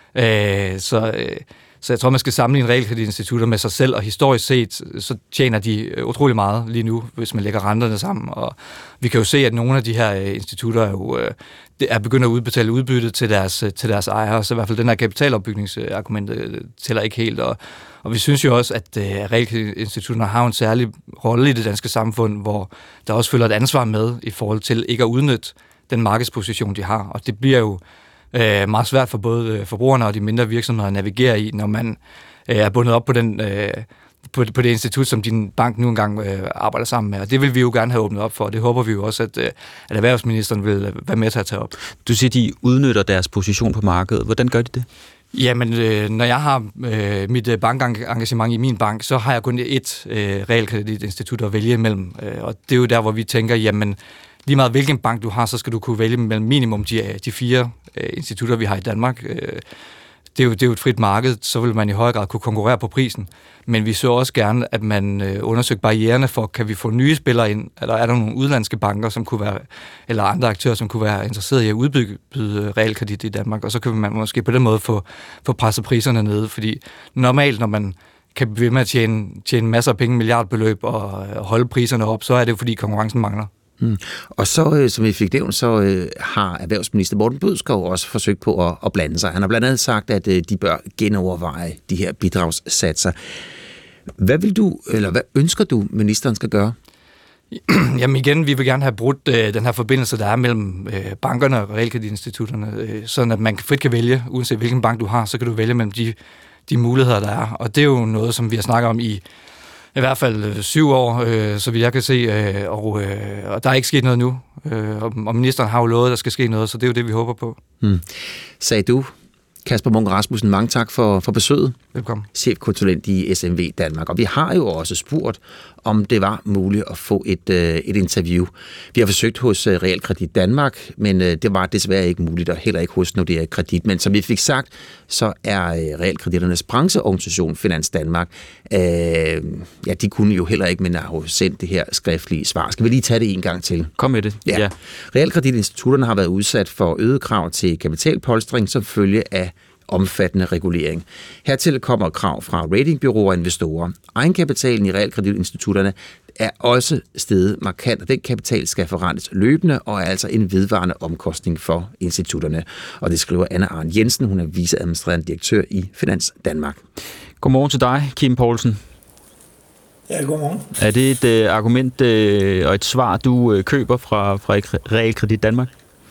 Øh, så, øh, så jeg tror, man skal sammenligne realkreditinstitutter med sig selv, og historisk set, så tjener de utrolig meget lige nu, hvis man lægger renterne sammen. Og vi kan jo se, at nogle af de her øh, institutter er jo øh, er begyndt at udbetale udbytte til deres, til deres ejere, så i hvert fald den her kapitalopbygningsargument tæller ikke helt. Og, og vi synes jo også, at øh, realkreditinstitutterne har en særlig rolle i det danske samfund, hvor der også følger et ansvar med i forhold til ikke at udnytte den markedsposition, de har. Og det bliver jo øh, meget svært for både forbrugerne og de mindre virksomheder at navigere i, når man øh, er bundet op på den øh, På, på det institut, som din bank nu engang øh, arbejder sammen med. Og det vil vi jo gerne have åbnet op for, og det håber vi jo også, at, øh, at erhvervsministeren vil øh, være med til at tage op. Du siger, de udnytter deres position på markedet. Hvordan gør de det? Jamen, øh, når jeg har øh, mit øh, bankengagement i min bank, så har jeg kun et øh, realkreditinstitut at vælge imellem. Øh, og det er jo der, hvor vi tænker, jamen, lige meget hvilken bank du har, så skal du kunne vælge mellem minimum de, de fire øh, institutter, vi har i Danmark. Øh, Det er, jo, det er jo et frit marked, så vil man i højere grad kunne konkurrere på prisen. Men vi så også gerne, at man øh, undersøger barriererne for, kan vi få nye spillere ind, eller er der nogle udlandske banker, som kunne være, eller andre aktører, som kunne være interesseret i at udbygge realkredit i Danmark, og så kan man måske på den måde få, få presset priserne ned, fordi normalt, når man kan blive ved med at tjene, tjene masser af penge, milliardbeløb, og, og holde priserne op, så er det jo, fordi konkurrencen mangler. Mm. Og så, øh, som vi fik nævnt, så øh, har erhvervsminister Morten Bødskov også forsøgt på at, at blande sig. Han har blandt andet sagt, at øh, de bør genoverveje de her bidragssatser. Hvad vil du, eller hvad ønsker du, ministeren skal gøre? Jamen igen, vi vil gerne have brudt øh, den her forbindelse, der er mellem øh, bankerne og realkreditinstitutterne, øh, sådan at man frit kan vælge, uanset hvilken bank du har, så kan du vælge mellem de, de muligheder, der er. Og det er jo noget, som vi har snakket om i i hvert fald øh, syv år, øh, så vidt jeg kan se, øh, og, øh, og der er ikke sket noget nu. Øh, og, og ministeren har jo lovet, at der skal ske noget, så det er jo det, vi håber på. Hmm. Sagde du, Kasper Munk Rasmussen, mange tak for, for besøget. Velkommen. Chefkonsulent i S M V Danmark. Og vi har jo også spurgt, om det var muligt at få et, øh, et interview. Vi har forsøgt hos øh, Realkredit Danmark, men øh, det var desværre ikke muligt, og heller ikke hos Nordea Kredit. Men som vi fik sagt, så er øh, realkreditternes brancheorganisation Finans Danmark, øh, ja, de kunne jo heller ikke, men har jo sendt det her skriftlige svar. Skal vi lige tage det en gang til? Kom med det. Ja. ja. Realkreditinstitutterne har været udsat for øget krav til kapitalpolstring som følge af omfattende regulering. Hertil kommer krav fra ratingbureauer og investorer. Egenkapitalen i realkreditinstitutterne er også steget markant, og den kapital skal forrentes løbende og er altså en vedvarende omkostning for institutterne. Og det skriver Anna Arne Jensen, hun er viceadministrerende direktør i Finans Danmark. Godmorgen til dig, Kim Poulsen. Ja, godmorgen. Er det et øh, argument øh, og et svar, du øh, køber fra, fra Realkredit Danmark?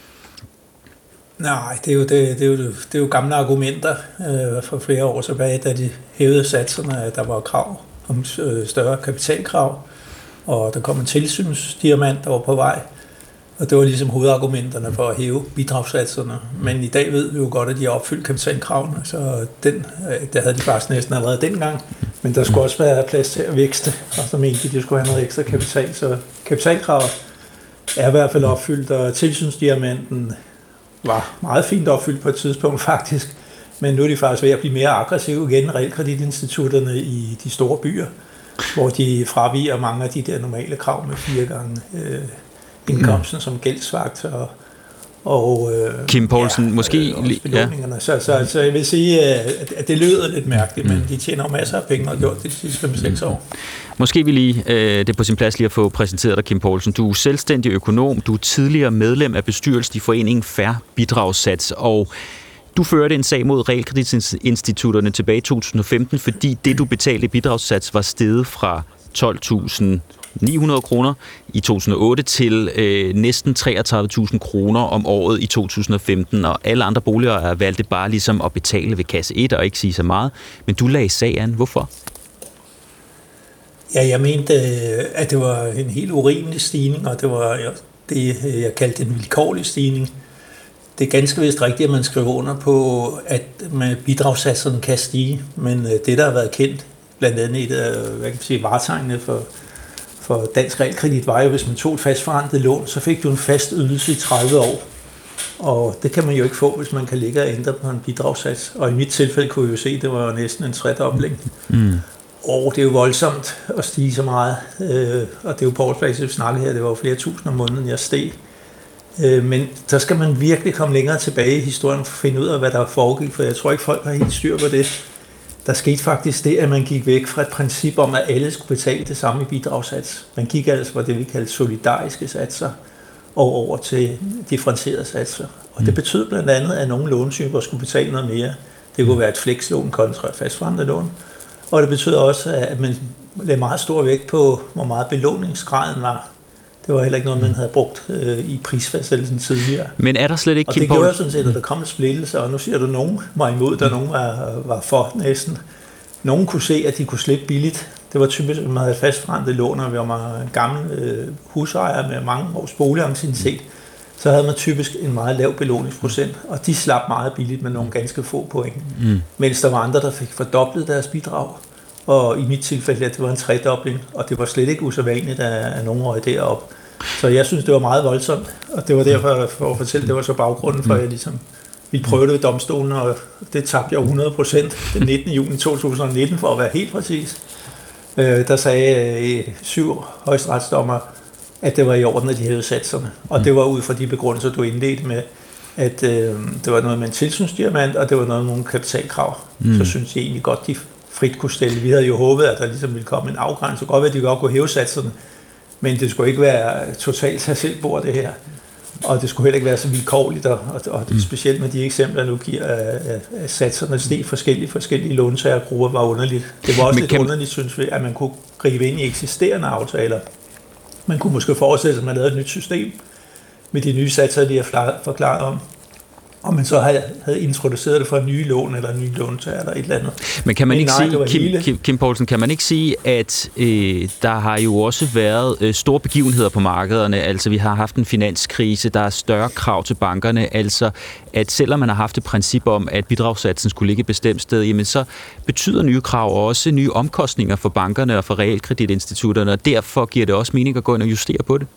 Nej, det er jo, det, det er jo, det er jo gamle argumenter øh, for flere år tilbage, da de hævede satserne, at der var krav om større kapitalkrav, og der kom en tilsynsdiamant, der var på vej, og det var ligesom hovedargumenterne for at hæve bidragssatserne. Men i dag ved vi jo godt, at de har opfyldt kapitalkravene, så den, der havde de faktisk næsten allerede dengang, men der skulle også være plads til at vækste, og så mente de, at de skulle have noget ekstra kapital, så kapitalkravet er i hvert fald opfyldt, og tilsynsdiamanten var meget fint opfyldt på et tidspunkt faktisk, men nu er de faktisk ved at blive mere aggressive igen, realkreditinstitutterne i de store byer, hvor de fraviger mange af de der normale krav med fire gange øh, indkomsten som gældsfaktor. Og, øh, Kim Poulsen, ja, måske... Øh, ja. så, så, så jeg vil sige, at, at det lyder lidt mærkeligt, men de tjener jo masser af penge og har gjort det de sidste fem seks år. Måske vi lige, øh, det er på sin plads lige at få præsenteret dig, Kim Poulsen. Du er selvstændig økonom, du er tidligere medlem af bestyrelsen i foreningen Fair Bidragssats, og du førte en sag mod realkreditinstitutterne tilbage i to tusind og femten, fordi det, du betalte i bidragssats, var steget fra tolv tusind ni hundrede kroner i to tusind og otte til øh, næsten treogtredive tusind kroner om året i to tusind og femten, og alle andre boligejere valgte bare ligesom at betale ved kasse et og ikke sige så meget. Men du lagde sag an. Hvorfor? Ja, jeg mente, at det var en helt urimelig stigning, og det var det, jeg kaldte en vilkårlig stigning. Det er ganske vist rigtigt, at man skriver under på, at bidragssatserne kan stige, men det, der har været kendt, blandt andet et af, hvad kan man sige, vartegnene for, for dansk realkredit, var jo, hvis man tog et fastforrentet lån, så fik du en fast ydelse i tredive år. Og det kan man jo ikke få, hvis man kan ligge og ændre på en bidragssats. Og i mit tilfælde kunne jeg jo se, at det var næsten en tredobling. Mm. Og det er jo voldsomt at stige så meget. Øh, og det er jo på årsbasis, vi snakker her, det var jo flere tusind om måneden, jeg steg. Øh, men der skal man virkelig komme længere tilbage i historien for at finde ud af, hvad der foregik, for jeg tror ikke, folk har helt styr på det. Der skete faktisk det, at man gik væk fra et princip om, at alle skulle betale det samme i bidragssats. Man gik altså fra det, vi kalder solidariske satser, og over til differentierede satser. Og det betød blandt andet, at nogle låntyper skulle betale noget mere. Det kunne være et flekslån kontra et fastforrentet lån. Og det betød også, at man lagde meget stor vægt på, hvor meget belåningsgraden var. Det var heller ikke noget, man havde brugt øh, i prisfastsættelsen tidligere. Men er der slet ikke... Og det gjorde sådan set, at der kom en splittelse, og nu siger du, at nogen var imod, der nogen var, var for næsten. Nogen kunne se, at de kunne slippe billigt. Det var typisk, at man havde fastforrentet lån, og vi var gamle øh, husejere med mange års boliganciennitet. Så havde man typisk en meget lav belåningsprocent, og de slap meget billigt med nogle ganske få point. Mm. Mens der var andre, der fik fordoblet deres bidrag. Og i mit tilfælde, at det var en tredobling, og det var slet ikke usædvanligt, at nogen røg derop. Så jeg synes, det var meget voldsomt, og det var derfor, for at fortælle, det var så baggrunden for, at jeg ligesom ville prøve det ved domstolen, og det tabte jeg hundrede procent den nittende juni to tusind og nitten, for at være helt præcis. Øh, der sagde øh, syv højesteretsdommer, at det var i orden, at de hævede satserne. Og det var ud fra de begrundelser, du indledte med, at øh, det var noget med en tilsynsdiamant, og det var noget med nogle kapitalkrav. Mm. Så synes jeg egentlig godt, de frit kunne stille. Vi havde jo håbet, at der ligesom ville komme en afgrænsning. Så godt ved, at de godt kunne hæve satserne, men det skulle ikke være totalt sig selv bord, det her. Og det skulle heller ikke være så vilkårligt, og, og det, specielt med de eksempler, nu giver, at satserne steg forskellige, forskellige låntagergrupper, var underligt. Det var også men lidt kan... underligt, synes vi, at man kunne gribe ind i eksisterende aftaler. Man kunne måske forestille sig, at man lavede et nyt system med de nye satser, de har forklaret om. Og man så havde, havde introduceret det for en ny lån eller en ny låntager eller et eller andet. Men kan man Men ikke nej, sige, Kim, Kim, Kim Poulsen, kan man ikke sige, at øh, der har jo også været øh, store begivenheder på markederne, altså vi har haft en finanskrise, der er større krav til bankerne, altså at selvom man har haft et princip om, at bidragssatsen skulle ligge et bestemt sted, jamen så betyder nye krav også nye omkostninger for bankerne og for realkreditinstitutterne, og derfor giver det også mening at gå ind og justere på det?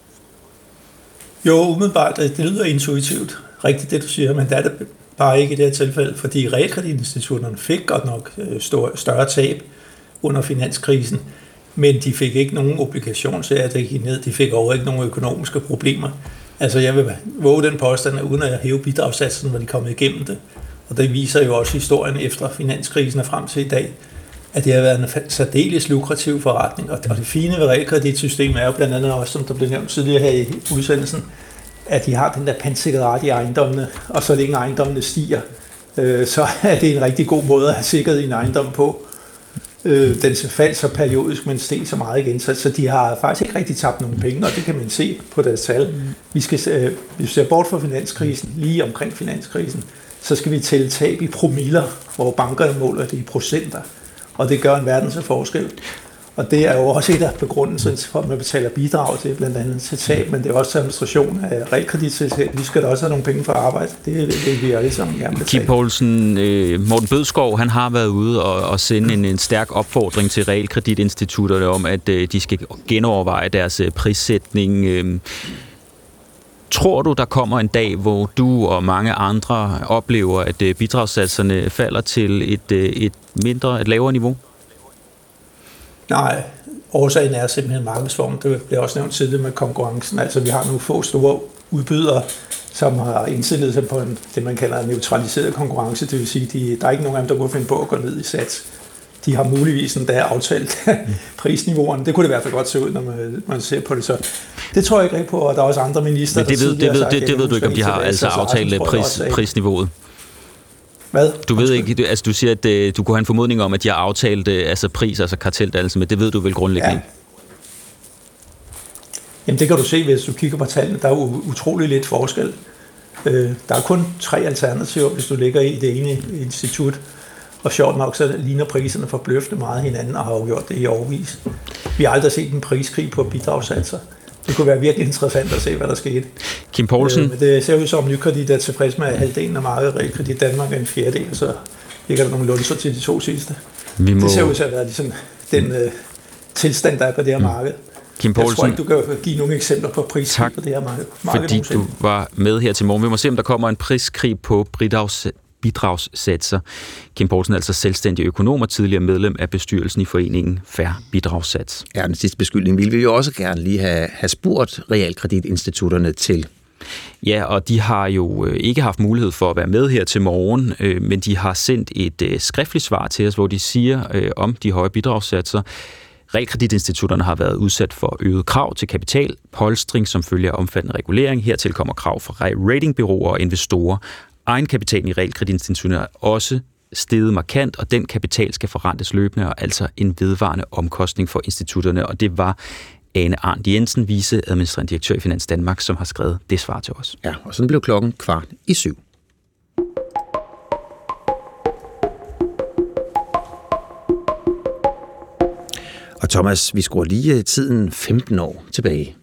Jo, umiddelbart, det lyder intuitivt. Rigtigt det, du siger, men det er det bare ikke i det her tilfælde, fordi realkreditinstitutterne fik godt nok større tab under finanskrisen, men de fik ikke nogen obligationsager, der gik ned. De fik overhovedet ikke nogen økonomiske problemer. Altså jeg vil våge den påstand, at uden at hæve bidragssatsen, var de kommet igennem det. Og det viser jo også historien efter finanskrisen og frem til i dag, at det har været en særdeles lukrativ forretning. Og det fine ved realkreditsystemet er jo blandt andet også, som der blev nævnt tidligere her i udsendelsen, at de har den der pantsikkerhed ret i ejendommene, og så længe ejendommene stiger, øh, så er det en rigtig god måde at have sikkerhed i en ejendom på. Øh, den faldt så periodisk, men steg så meget igen, så, så de har faktisk ikke rigtig tabt nogen penge, og det kan man se på deres tal. Vi skal øh, vi ser bort fra finanskrisen, lige omkring finanskrisen, så skal vi tælle tab i promiller, hvor bankerne måler det i procenter, og det gør en verdens forskel. Og det er jo også et af begrundelsen for, at man betaler bidrag til, blandt andet til tab, men det er også administration af realkreditselskab. Vi skal da også have nogle penge for arbejde. Det er det, vi alle sammen gerne betale. Kim Poulsen, øh, Morten Bødskov, han har været ude og, og sende en, en stærk opfordring til realkreditinstitutterne om, at øh, de skal genoverveje deres øh, prissætning. Øh, Tror du, der kommer en dag, hvor du og mange andre oplever, at øh, bidragssatserne falder til et, øh, et mindre, et lavere niveau? Nej, årsagen er simpelthen markedsform. Det bliver også nævnt tidligere med konkurrencen. Altså, vi har nogle få store udbydere, som har indstillet sig på en, det, man kalder en neutraliseret konkurrence. Det vil sige, at der er ikke nogen af dem, der kunne finde på at gå ned i sats. De har muligvis endda aftalt prisniveauerne. Det kunne det i hvert fald godt se ud, når man, man ser på det. Så det tror jeg ikke rigtig på, og der er også andre minister, men det ved, det ved, det, det, det ved du ikke, om de har altså aftalt pris, prisniveauet? Hvad? Du ved ikke, du, altså du siger, at du kunne have en formodning om, at de har aftalt altså pris, altså karteldannelse, men det ved du vel grundlæggende ja. ikke? Jamen det kan du se, hvis du kigger på tallene. Der er jo utrolig lidt forskel. Der er kun tre alternativer, hvis du ligger i det ene institut. Og sjovt nok, så ligner priserne forbløffende meget hinanden, og har jo gjort det i årevis. Vi har aldrig set en priskrig på bidragssatser. Det kunne være virkelig interessant at se, hvad der skete. Kim Poulsen? Øh, men det ser ud som, at Nykredit er tilfreds med halvdelen af markedet. Realkredit Danmark er en fjerdedel, så ligger der nogle lunser til de to sidste. Vi må... Det ser ud til at være ligesom den øh, tilstand, der er på det her marked. Kim Poulsen, jeg tror ikke, du kan give nogle eksempler på priskrig på det her marked. Fordi du var med her til morgen. Vi må se, om der kommer en priskrig på bidrags bidragssatser. Kim Poulsen er altså selvstændig økonom og tidligere medlem af bestyrelsen i foreningen Fair Bidragssats. Ja, den sidste beskyldning ville vi jo også gerne lige have, have spurgt realkreditinstitutterne til. Ja, og de har jo ikke haft mulighed for at være med her til morgen, men de har sendt et skriftligt svar til os, hvor de siger om de høje bidragssatser. Realkreditinstitutterne har været udsat for øget krav til kapitalpolstring, som følger af omfattende regulering. Hertil kommer krav fra ratingbureauer og investorer. Egenkapitalen i realkreditinstitutterne er også steget markant, og den kapital skal forrentes løbende, og altså en vedvarende omkostning for institutterne. Og det var Ane Arndt Jensen, viceadministrerende direktør i Finans Danmark, som har skrevet det svar til os. Ja, og sådan blev klokken kvart i syv. Og Thomas, vi skruer lige tiden femten år tilbage.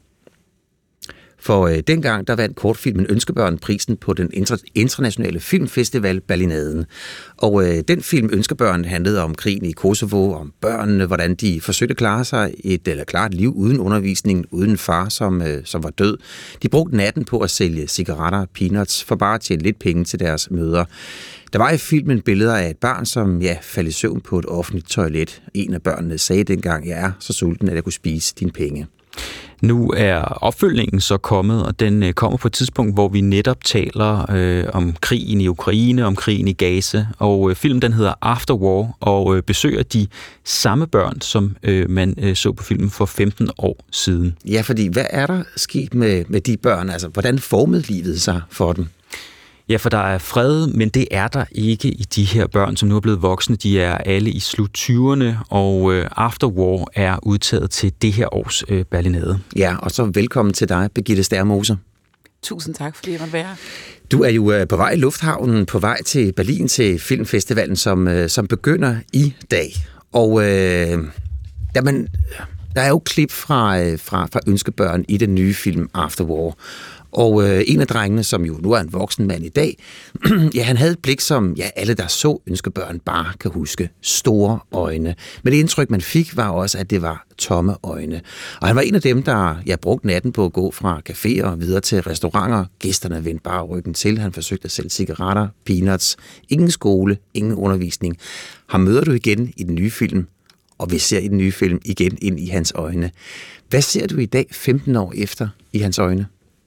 For øh, dengang, der vandt kortfilmen Ønskebørn prisen på den inter- internationale filmfestival Berlinaden. Og øh, den film Ønskebørn handlede om krigen i Kosovo, om børnene, hvordan de forsøgte at klare sig et, eller klare et liv uden undervisning, uden far, som, øh, som var død. De brugte natten på at sælge cigaretter, peanuts, for bare at tjene lidt penge til deres mødre. Der var i filmen billeder af et barn, som ja, faldt i søvn på et offentligt toilet. En af børnene sagde dengang, jeg er så sulten, at jeg kunne spise dine penge. Nu er opfølgningen så kommet, og den kommer på et tidspunkt, hvor vi netop taler øh, om krigen i Ukraine, om krigen i Gaza, og øh, filmen den hedder After War, og øh, besøger de samme børn, som øh, man øh, så på filmen for femten år siden. Ja, fordi hvad er der sket med, med de børn? Altså, hvordan formede livet sig for dem? Ja, for der er fred, men det er der ikke i de her børn, som nu er blevet voksne. De er alle i slut tyverne, og øh, After War er udtaget til det her års øh, Berlinade. Ja, og så velkommen til dig, Birgitte Stærmose. Tusind tak, fordi jeg måtte være. Du er jo øh, på vej i lufthavnen, på vej til Berlin til filmfestivalen, som, øh, som begynder i dag. Og øh, jamen, der er jo klip fra, øh, fra, fra Ønskebørn i den nye film After War. Og øh, en af drengene, som jo nu er en voksen mand i dag, ja, han havde et blik, som ja, alle, der så Ønskebørn, bare kan huske. Store øjne. Men det indtryk, man fik, var også, at det var tomme øjne. Og han var en af dem, der ja, brugte natten på at gå fra caféer og videre til restauranter. Gæsterne vendte bare ryggen til. Han forsøgte at sælge cigaretter, peanuts. Ingen skole, ingen undervisning. Ham møder du igen i den nye film, og vi ser i den nye film igen ind i hans øjne. Hvad ser du i dag, femten år efter, i hans øjne?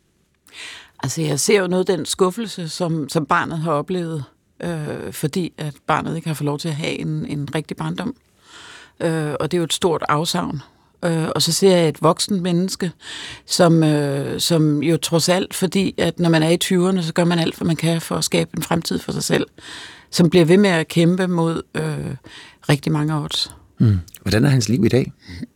Altså, jeg ser jo noget af den skuffelse, som, som barnet har oplevet, øh, fordi at barnet ikke har fået lov til at have en, en rigtig barndom. Øh, og det er jo et stort afsavn. Øh, og så ser jeg et voksen menneske, som, øh, som jo trods alt, fordi at når man er i tyverne, så gør man alt, hvad man kan for at skabe en fremtid for sig selv, som bliver ved med at kæmpe mod øh, rigtig mange odds. Mm. Hvordan er hans liv i dag?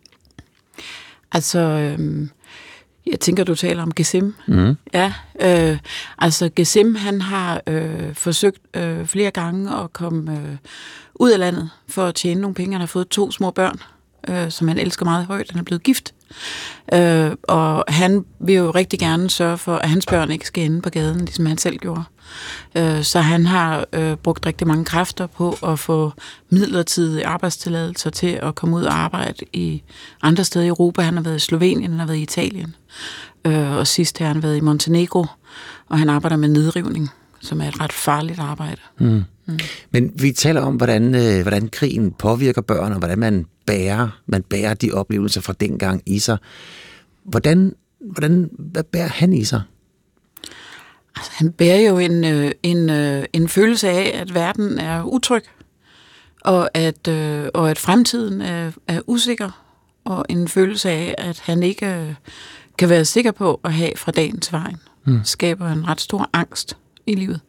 Altså... Øh, Jeg tænker, du taler om Gesim. Mm. Ja, øh, altså Gesim, han har øh, forsøgt øh, flere gange at komme øh, ud af landet for at tjene nogle penge. Han har fået to små børn, øh, som han elsker meget højt. Han er blevet gift. Øh, og han vil jo rigtig gerne sørge for, at hans børn ikke skal ende på gaden, ligesom han selv gjorde. Øh, så han har øh, brugt rigtig mange kræfter på at få midlertidige arbejdstilladelser til at komme ud og arbejde i andre steder i Europa. Han har været i Slovenien, han har været i Italien. Øh, og sidst har han været i Montenegro, og han arbejder med nedrivning, som er et ret farligt arbejde. Mm. Mm. Men vi taler om, hvordan, øh, hvordan krigen påvirker børn, og hvordan man bærer, man bærer de oplevelser fra dengang i sig. Hvordan, hvordan hvad bærer han i sig? Altså, han bærer jo en, øh, en, øh, en følelse af, at verden er utryg, og at, øh, og at fremtiden er, er usikker, og en følelse af, at han ikke øh, kan være sikker på at have fra dagen til vejen. Mm. Skaber en ret stor angst i livet.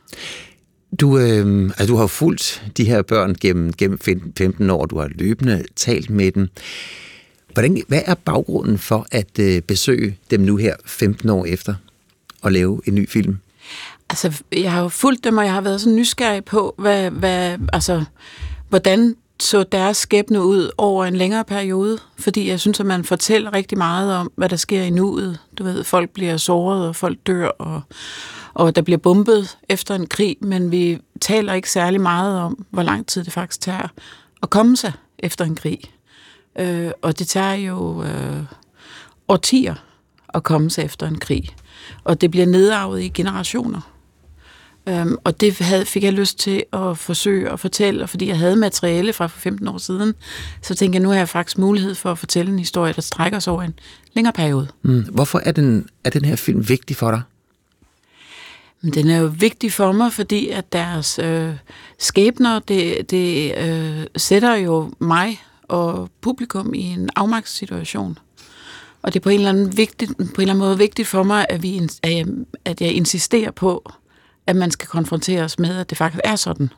Du, øh, altså, du har fulgt de her børn gennem, gennem femten år, du har løbende talt med dem. Hvordan, hvad er baggrunden for at øh, besøge dem nu her femten år efter og lave en ny film? Altså, jeg har jo fulgt dem, og jeg har været så nysgerrig på, hvad, hvad, altså, hvordan så deres skæbne ud over en længere periode, fordi jeg synes, at man fortæller rigtig meget om, hvad der sker i nuet. Du ved, folk bliver såret, og folk dør, og, og der bliver bombet efter en krig, men vi taler ikke særlig meget om, hvor lang tid det faktisk tager at komme sig efter en krig. Øh, og det tager jo øh, årtier at komme sig efter en krig, og det bliver nedarvet i generationer. Um, og det havde, fik jeg lyst til at forsøge at fortælle, og fordi jeg havde materiale fra for femten år siden, så tænkte jeg, nu har jeg faktisk mulighed for at fortælle en historie, der strækker sig over en længere periode. Mm. Hvorfor er den, er den her film vigtig for dig? Men den er jo vigtig for mig, fordi at deres øh, skæbner, det, det øh, sætter jo mig og publikum i en afmagtssituation. Og det er på en eller anden, vigtigt, på en eller anden måde vigtigt for mig, at, vi, at, jeg, at jeg insisterer på, at man skal konfronteres med, at det faktisk er sådan.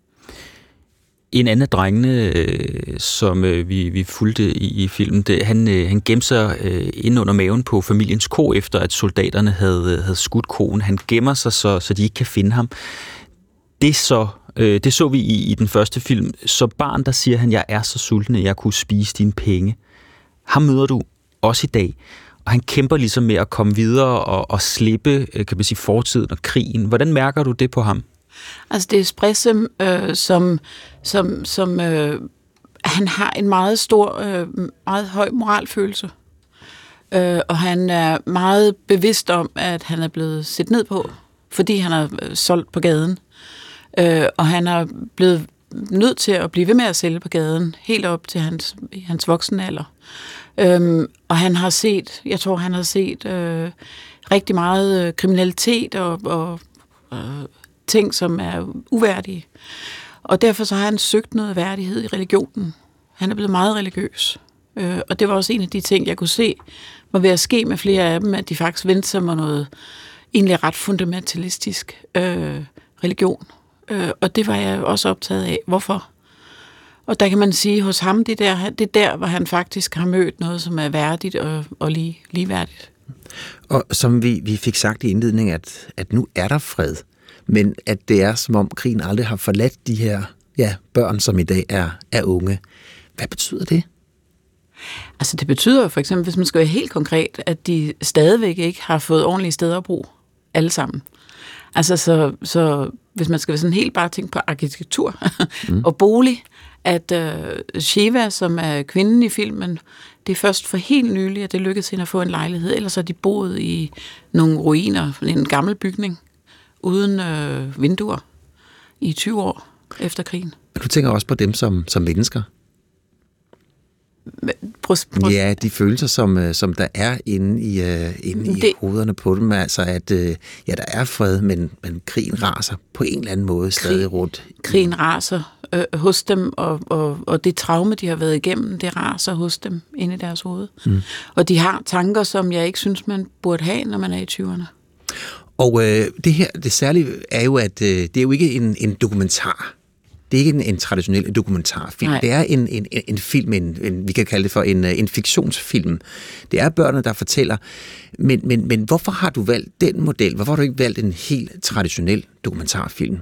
En anden af drengene, øh, som øh, vi, vi fulgte i, i filmen, det, han, øh, han gemte sig øh, inde under maven på familiens ko, efter at soldaterne havde, havde skudt koen. Han gemmer sig, så, så de ikke kan finde ham. Det så, øh, det så vi i, i den første film. Så barn, der siger han, jeg er så sulten, at jeg kunne spise dine penge. Ham møder du også i dag. Og han kæmper ligesom med at komme videre og, og slippe, kan man sige, fortiden og krigen. Hvordan mærker du det på ham? Altså det er Espressem, øh, som, som, som øh, han har en meget stor, øh, meget høj moralfølelse. Øh, og han er meget bevidst om, at han er blevet set ned på, fordi han er solgt på gaden. Øh, og han er blevet nødt til at blive ved med at sælge på gaden, helt op til hans, hans voksne alder. Øhm, og han har set, jeg tror, han har set øh, rigtig meget øh, kriminalitet og, og øh, ting, som er uværdige. Og derfor så har han søgt noget værdighed i religionen. Han er blevet meget religiøs. Øh, og det var også en af de ting, jeg kunne se, var ved at ske med flere af dem, at de faktisk vendte sig med noget egentlig ret fundamentalistisk øh, religion. Øh, og det var jeg også optaget af. Hvorfor? Og der kan man sige, hos ham, det der, det der, hvor han faktisk har mødt noget, som er værdigt og, og lige, ligeværdigt. Og som vi, vi fik sagt i indledningen, at, at nu er der fred, men at det er, som om krigen aldrig har forladt de her ja, børn, som i dag er, er unge. Hvad betyder det? Altså det betyder for eksempel, hvis man skal være helt konkret, at de stadigvæk ikke har fået ordentlige steder at bruge, alle sammen. Altså så, så hvis man skal være sådan helt bare tænke på arkitektur mm. og bolig, at uh, Sheva, som er kvinden i filmen, det er først for helt nylig, at det lykkedes hende at få en lejlighed. Ellers har de boet i nogle ruiner, en gammel bygning, uden uh, vinduer, i tyve år efter krigen. Men du tænker også på dem som, som mennesker? Prøv, prøv. Ja, de følelser, som, som der er inde i, uh, inde i det, hovederne på dem, altså at uh, ja, der er fred, men, men krigen raser på en eller anden måde stadig krig, rundt. Krigen raser øh, hos dem, og, og, og det traume, de har været igennem, det raser hos dem inde i deres hoved. Mm. Og de har tanker, som jeg ikke synes, man burde have, når man er i tyverne. Og øh, det her, det særlige er jo, at øh, det er jo ikke en, en dokumentar. Det er ikke en, en traditionel dokumentarfilm. Nej. Det er en, en, en film, en, en, vi kan kalde det for en, en fiktionsfilm. Det er børnene, der fortæller. Men, men, men hvorfor har du valgt den model? Hvorfor har du ikke valgt en helt traditionel dokumentarfilm?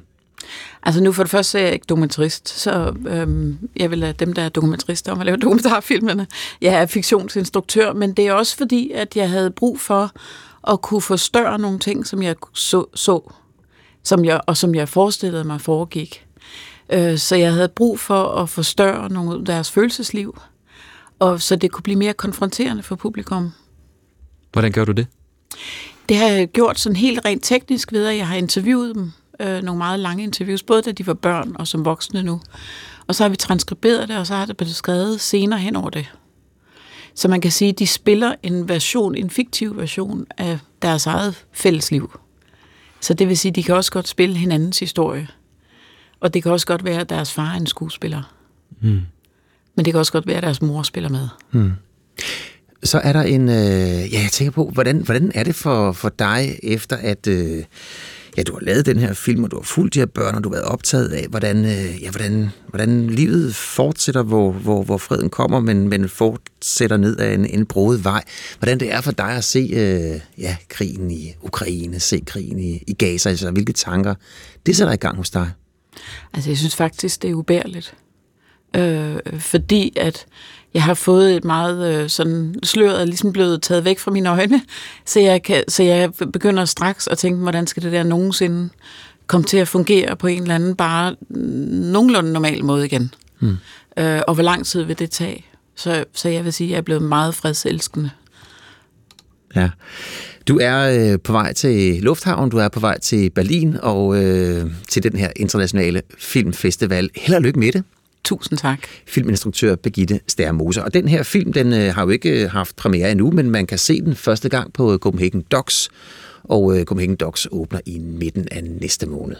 Altså nu for det første er jeg ikke dokumentarist, så øhm, jeg vil lade dem, der er dokumentarister om at lave dokumentarfilmene. Jeg er fiktionsinstruktør, men det er også fordi, at jeg havde brug for at kunne forstørre nogle ting, som jeg så, så som jeg, og som jeg forestillede mig foregik. Øh, så jeg havde brug for at forstørre nogle af deres følelsesliv, og så det kunne blive mere konfronterende for publikum. Hvordan gør du det? Det har jeg gjort sådan helt rent teknisk ved, at jeg har interviewet dem. Øh, nogle meget lange interviews, både da de var børn og som voksne nu. Og så har vi transkriberet det, og så har det blevet skrevet senere hen over det. Så man kan sige, at de spiller en version, en fiktiv version af deres eget fællesliv. Så det vil sige, at de kan også godt spille hinandens historie. Og det kan også godt være, at deres far er en skuespiller. Mm. Men det kan også godt være, at deres mor spiller med. Mm. Så er der en... Øh, ja, jeg tænker på, hvordan, hvordan er det for, for dig, efter at... Øh, ja, du har lavet den her film, og du har fulgt de her børn, og du har været optaget af, hvordan, øh, ja, hvordan, hvordan livet fortsætter, hvor, hvor, hvor freden kommer, men, men fortsætter ned ad en, en broget vej. Hvordan det er for dig at se øh, ja, krigen i Ukraine, se krigen i, i Gaza, altså hvilke tanker det sætter i gang hos dig? Altså, jeg synes faktisk, det er ubærligt. Øh, fordi at jeg har fået et meget øh, sådan sløret er ligesom blevet taget væk fra mine øjne, så jeg, kan, så jeg begynder straks at tænke, hvordan skal det der nogensinde komme til at fungere på en eller anden bare nogenlunde normal måde igen. Hmm. Øh, og hvor lang tid vil det tage? Så, så jeg vil sige, at jeg er blevet meget fredselskende. Ja. Du er øh, på vej til Lufthavn, du er på vej til Berlin og øh, til den her internationale filmfestival. Held og lykke med det. Tusind tak. Filminstruktør Birgitte Stæhr-Mose. Og den her film, den øh, har jo ikke haft premiere endnu, men man kan se den første gang på Copenhagen Docs, og øh, Copenhagen Docs åbner i midten af næste måned.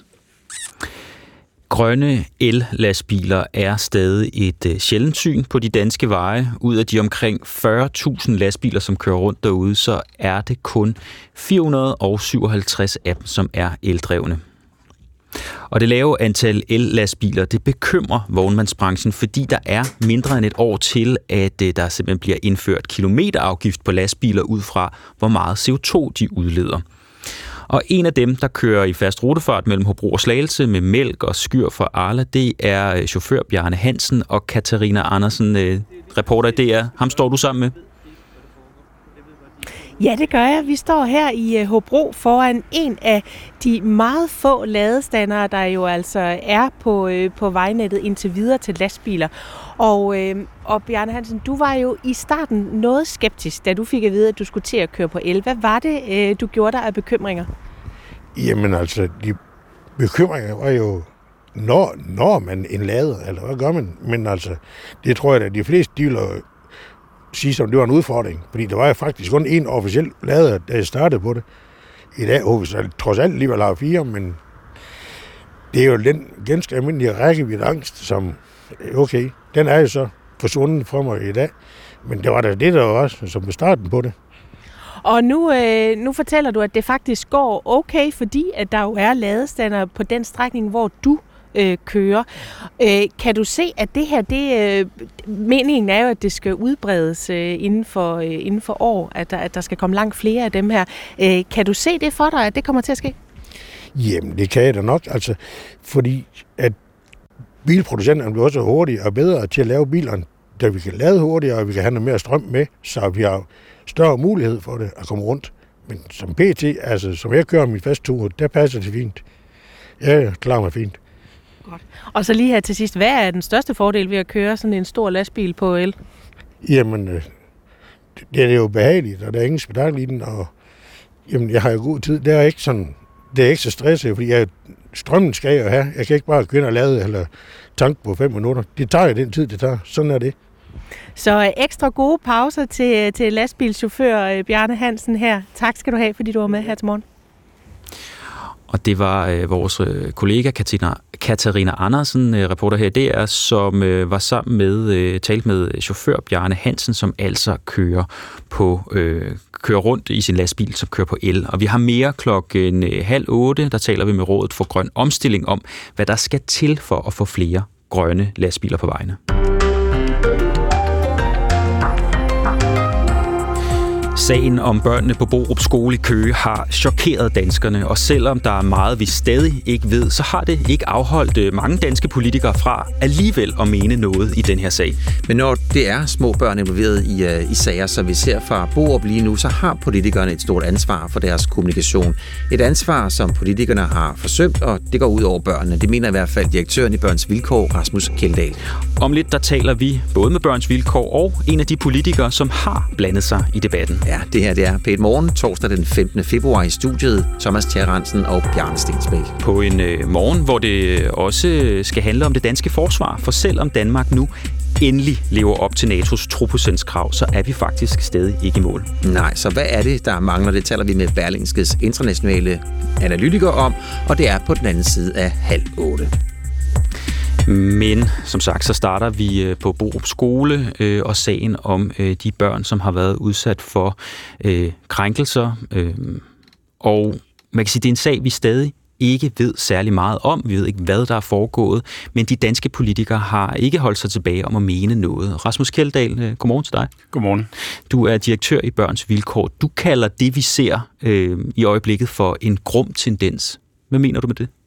Grønne el-lastbiler er stadig et øh, sjældent syn på de danske veje. Ud af de omkring fyrre tusind lastbiler, som kører rundt derude, så er det kun fire hundrede syvoghalvtreds af dem, som er eldrevne. Og det lave antal el-lastbiler, det bekymrer vognmandsbranchen, fordi der er mindre end et år til, at der simpelthen bliver indført kilometerafgift på lastbiler ud fra, hvor meget C O to de udleder. Og en af dem, der kører i fast rutefart mellem Hobro og Slagelse med mælk og skyr for Arla, det er chauffør Bjarne Hansen og Katarina Andersen, reporter i D R. Ham står du sammen med. Ja, det gør jeg. Vi står her i Hobro foran en af de meget få ladestandere, der jo altså er på, på vejnettet indtil videre til lastbiler. Og, øh, og Bjarne Hansen, du var jo i starten noget skeptisk, da du fik at vide, at du skulle til at køre på el. Hvad var det, øh, du gjorde dig af bekymringer? Jamen altså, de bekymringer var jo, når, når man en lader, eller hvad gør man? Men altså, det tror jeg, at de fleste de vil sige, som det var en udfordring. Fordi der var jo faktisk kun én officiel lader, da jeg startede på det. I dag håber jeg trods alt alligevel har fire, men det er jo den ganske almindelige rækkevidde angst, som, okay, den er jo så forsvundet fra mig i dag. Men det var da det, der var også, som var starten på det. Og nu, øh, nu fortæller du, at det faktisk går okay, fordi at der jo er ladestander på den strækning, hvor du øh, kører. Øh, kan du se, at det her, det, øh, meningen er jo, at det skal udbredes øh, inden, for, øh, inden for år, at der, at der skal komme langt flere af dem her. Øh, kan du se det for dig, at det kommer til at ske? Jamen, det kan jeg da nok, altså, fordi at bilproducenterne bliver også hurtigere og bedre til at lave bilerne, da vi kan lade hurtigere, og vi kan have noget mere strøm med, så vi har større mulighed for det at komme rundt. Men som P T, altså som jeg kører min fasttur, der passer det fint. Jeg klarer mig fint. Godt. Og så lige her til sidst, hvad er den største fordel ved at køre sådan en stor lastbil på el? Jamen, det er jo behageligt, og der er ingen spektakel i den, og jamen, jeg har jo god tid. Det er ikke sådan, det er ikke så stresset, fordi jeg, strømmen skal jeg jo have. Jeg kan ikke bare gå ind og lade eller tanke på fem minutter. Det tager jo den tid, det tager. Sådan er det. Så ekstra gode pauser til, til lastbilschauffør Bjarne Hansen her. Tak skal du have, fordi du var med her til morgen. Og det var øh, vores øh, kollega Katarina, Katarina Andersen, øh, reporter her i D R, som øh, var sammen med, øh, talt med chauffør Bjarne Hansen, som altså kører, på, øh, kører rundt i sin lastbil, som kører på el. Og vi har mere klokken øh, halv otte, der taler vi med Rådet for Grøn Omstilling om, hvad der skal til for at få flere grønne lastbiler på vejene. Sagen om børnene på Borup Skole i Køge har chokeret danskerne, og selvom der er meget, vi stadig ikke ved, så har det ikke afholdt mange danske politikere fra alligevel at mene noget i den her sag. Men når det er små børn involveret i, uh, i sager, som vi ser fra Borup lige nu, så har politikerne et stort ansvar for deres kommunikation. Et ansvar, som politikerne har forsømt, og det går ud over børnene. Det mener i hvert fald direktøren i Børns Vilkår, Rasmus Kjeldahl. Om lidt, der taler vi både med Børns Vilkår og en af de politikere, som har blandet sig i debatten. Ja, det her det er P et Morgen, torsdag den femtende februar i studiet. Thomas Tjæransen og Bjarne Stensbæk. På en øh, morgen, hvor det også skal handle om det danske forsvar, for selvom Danmark nu endelig lever op til NATO's to procent-krav, så er vi faktisk stadig ikke i mål. Nej, så hvad er det, der mangler? Det taler vi med Berlingskes internationale analytikere om, og det er på den anden side af halv otte. Men som sagt, så starter vi på Borup Skole øh, og sagen om øh, de børn, som har været udsat for øh, krænkelser. Øh, og man kan sige, det er en sag, vi stadig ikke ved særlig meget om. Vi ved ikke, hvad der er foregået, men de danske politikere har ikke holdt sig tilbage om at mene noget. Rasmus Kjeldahl, godmorgen til dig. Godmorgen. Du er direktør i Børns Vilkår. Du kalder det, vi ser øh, i øjeblikket, for en grum tendens. Hvad mener du med det?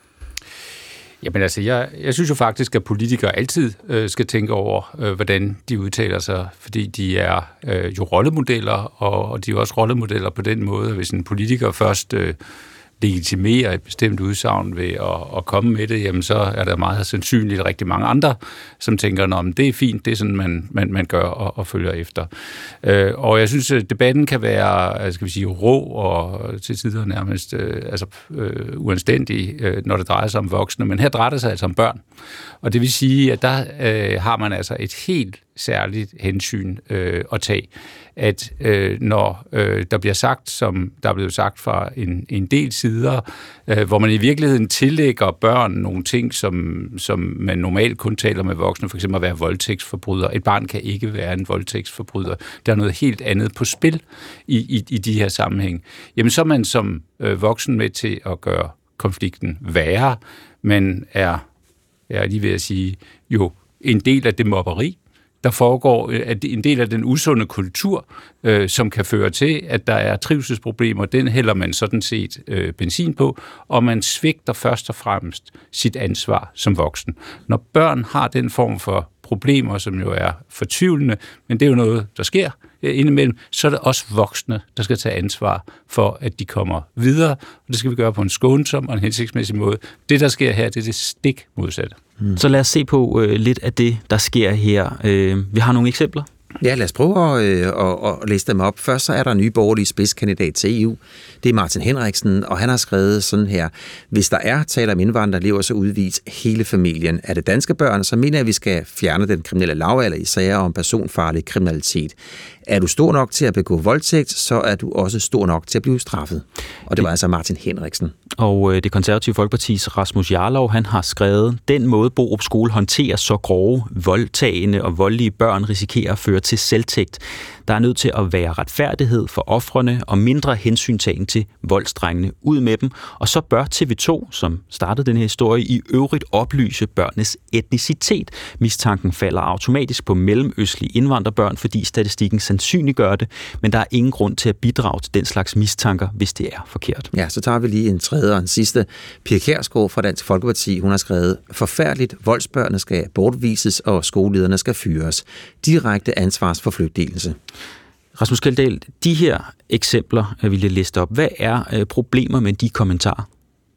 Jamen altså, jeg, jeg synes jo faktisk, at politikere altid øh, skal tænke over, øh, hvordan de udtaler sig, fordi de er øh, jo rollemodeller, og, og de er også rollemodeller på den måde, at hvis en politiker først øh, legitimerer et bestemt udsagn ved at, at komme med det, jamen så er der meget sandsynligt rigtig mange andre, som tænker, at det er fint, det er sådan, man, man, man gør og, og følger efter. Øh, og jeg synes, at debatten kan være, skal vi sige, rå og til tider nærmest øh, altså, øh, uanstændig, øh, når det drejer sig om voksne, men her drejer det sig altså om børn. Og det vil sige, at der øh, har man altså et helt særligt hensyn øh, at tage, at øh, når øh, der bliver sagt, som der er blevet sagt fra en, en del sider, øh, hvor man i virkeligheden tillægger børn nogle ting, som, som man normalt kun taler med voksne, for eksempel at være voldtægtsforbryder. Et barn kan ikke være en voldtægtsforbryder. Der er noget helt andet på spil i, i, i de her sammenhæng. Jamen så er man som øh, voksen med til at gøre konflikten værre, men er, jeg er lige ved at sige, jo en del af det mobberi, der foregår en del af den usunde kultur, øh, som kan føre til, at der er trivselsproblemer. Den hælder man sådan set øh, benzin på, og man svigter først og fremmest sit ansvar som voksen. Når børn har den form for problemer, som jo er fortvivlende, men det er jo noget, der sker indimellem, så er det også voksne, der skal tage ansvar for, at de kommer videre, og det skal vi gøre på en skånsom og en hensigtsmæssig måde. Det, der sker her, det er det stik modsatte. Hmm. Så lad os se på øh, lidt af det, der sker her. Øh, vi har nogle eksempler. Ja, lad os prøve at, øh, at, at læse dem op. Først så er der en ny borgerlig spidskandidat til E U. Det er Martin Henriksen, og han har skrevet sådan her: hvis der er tale om indvandrerelever, så udvis hele familien. Er det danske børn, så mener jeg, at vi skal fjerne den kriminelle lavalder i sager om personfarlig kriminalitet. Er du stor nok til at begå voldtægt, så er du også stor nok til at blive straffet. Og det var altså Martin Henriksen. Og øh, det konservative Folkepartis Rasmus Jarlov, han har skrevet: den måde Borup Skole håndterer så grove, voldtagende og voldelige børn risikerer at føre til selvtægt. Der er nødt til at være retfærdighed for ofrene og mindre hensyntagen til voldsdrengene. Ud med dem. Og så bør T V to, som startede den her historie, i øvrigt oplyse børnenes etnicitet. Mistanken falder automatisk på mellemøstlige indvandrerbørn, fordi statistikken sandsynliggør det, men der er ingen grund til at bidrage til den slags mistanker, hvis det er forkert. Ja, så tager vi lige en tredje og en sidste. Pia Kjærsgaard fra Dansk Folkeparti, hun har skrevet: forfærdeligt, voldsbørnene skal bortvises, og skolelederne skal fyres. Direkte ansvarsforflygtigelse. Rasmus Kjeldahl, de her eksempler, jeg ville liste op, hvad er problemer med de kommentarer?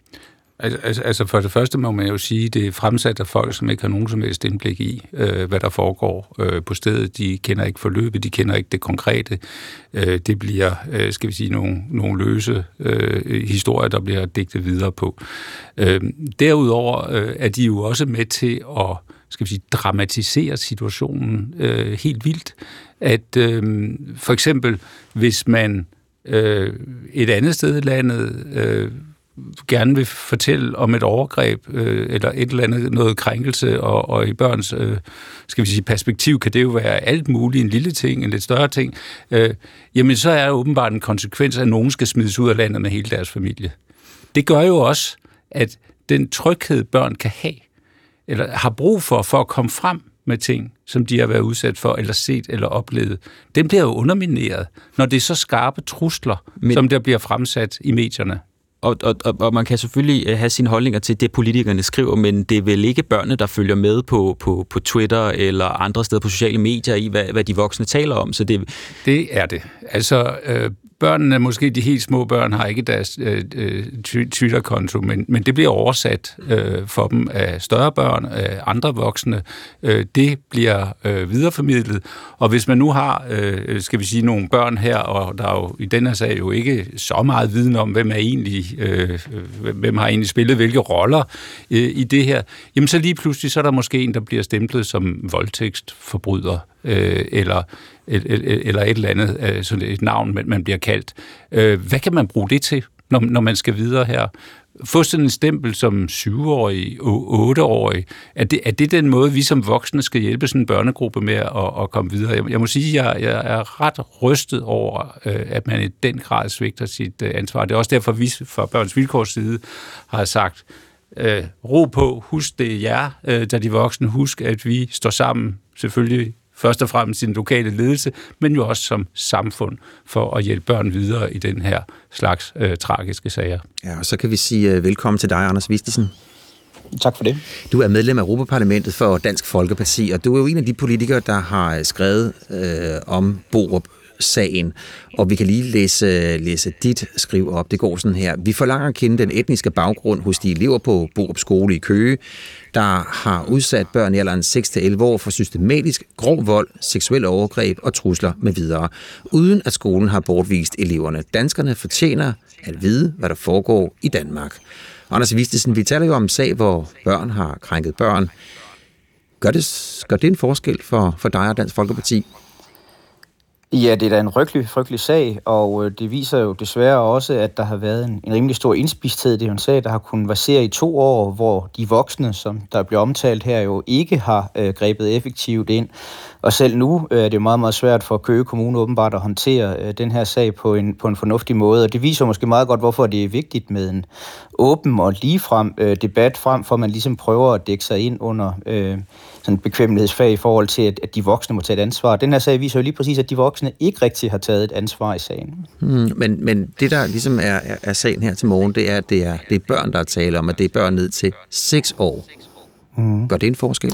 Altså, altså for det første må man jo sige, at det er fremsat af folk, som ikke har nogen som helst indblik i, øh, hvad der foregår øh, på stedet. De kender ikke forløbet, de kender ikke det konkrete. Øh, det bliver, øh, skal vi sige, nogle, nogle løse øh, historier, der bliver digtet videre på. Øh, derudover øh, er de jo også med til at, skal vi sige, dramatisere situationen øh, helt vildt. At øh, for eksempel, hvis man øh, et andet sted i landet øh, gerne vil fortælle om et overgreb øh, eller et eller andet noget krænkelse, og, og i børns øh, skal vi sige, perspektiv kan det jo være alt muligt, en lille ting, en lidt større ting, øh, jamen så er det åbenbart en konsekvens, at nogen skal smides ud af landet med hele deres familie. Det gør jo også, at den tryghed, børn kan have, eller har brug for, for at komme frem med ting, som de har været udsat for, eller set, eller oplevet, den bliver jo undermineret, når det er så skarpe trusler, Men... som der bliver fremsat i medierne. Og, og, og man kan selvfølgelig have sine holdninger til det, politikerne skriver, men det er vel ikke børnene, der følger med på, på, på Twitter eller andre steder på sociale medier i, hvad, hvad de voksne taler om. Så det... det er det. Altså, øh, børnene, måske de helt små børn, har ikke deres øh, Twitter-konto, men, men det bliver oversat øh, for dem af større børn, af andre voksne. Øh, det bliver øh, videreformidlet. Og hvis man nu har, øh, skal vi sige, nogle børn her, og der er jo i denne sag jo ikke så meget viden om, hvem er egentlig, øh, hvem har egentlig spillet hvilke roller øh, i det her, jamen så lige pludselig så er der måske en, der bliver stemplet som voldtægtsforbryder, øh, eller eller et eller andet, sådan et navn, man bliver kaldt. Hvad kan man bruge det til, når, når man skal videre her? Få sådan en stempel som syvårig, otteårig. Er det, er det den måde, vi som voksne skal hjælpe sådan en børnegruppe med at, at komme videre? Jeg, jeg må sige, at jeg, jeg er ret rystet over, at man i den grad svigter sit ansvar. Det er også derfor, vi fra Børns Vilkårs side har sagt, øh, ro på, husk det er jer, øh, da de voksne, husk, at vi står sammen, selvfølgelig først og fremmest sin lokale ledelse, men jo også som samfund for at hjælpe børn videre i den her slags øh, tragiske sager. Ja, og så kan vi sige uh, velkommen til dig, Anders Vistisen. Tak for det. Du er medlem af Europaparlamentet for Dansk Folkeparti, og du er jo en af de politikere, der har skrevet øh, om Borup-sagen. Og vi kan lige læse, læse dit skriv op. Det går sådan her. Vi forlanger at kende den etniske baggrund hos de elever på Borup Skole i Køge, der har udsat børn i alderen seks til elleve år for systematisk grov vold, seksuel overgreb og trusler med videre, uden at skolen har bortvist eleverne. Danskerne fortjener at vide, hvad der foregår i Danmark. Anders Vistisen, vi taler jo om en sag, hvor børn har krænket børn. Gør det, gør det en forskel for, for dig og Dansk Folkeparti? Ja, det er da en frygtelig, frygtelig sag, og det viser jo desværre også, at der har været en, en rimelig stor indspisthed. Det er jo en sag, der har kunnet versere i to år, hvor de voksne, som der bliver omtalt her, jo ikke har øh, grebet effektivt ind. Og selv nu øh, er det jo meget, meget svært for Køge Kommune åbenbart at håndtere øh, den her sag på en, på en fornuftig måde. Og det viser måske meget godt, hvorfor det er vigtigt med en åben og ligefrem øh, debat, frem for at man ligesom prøver at dække sig ind under øh, sådan et bekvemmelighedsfag i forhold til, at, at de voksne må tage et ansvar. Den her sag viser jo lige præcis, at de voksne ikke rigtig har taget et ansvar i sagen. Hmm, men, men det, der ligesom er, er, er sagen her til morgen, det er, at det er, det er børn, der er tale om, at det er børn ned til seks år. Hmm. Gør det en forskel?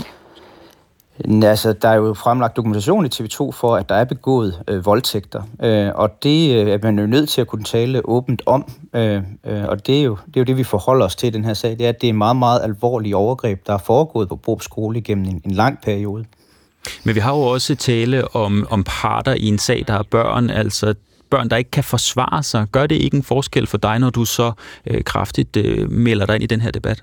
Altså, der er jo fremlagt dokumentation i T V to for, at der er begået øh, voldtægter, øh, og det øh, er man jo nødt til at kunne tale åbent om, øh, øh, og det er, jo, det er jo det, vi forholder os til i den her sag, det er, at det er meget, meget alvorlige overgreb, der er foregået på Borup Skole gennem en, en lang periode. Men vi har jo også tale om, om parter i en sag, der er børn, altså børn, der ikke kan forsvare sig. Gør det ikke en forskel for dig, når du så øh, kraftigt øh, melder dig ind i den her debat?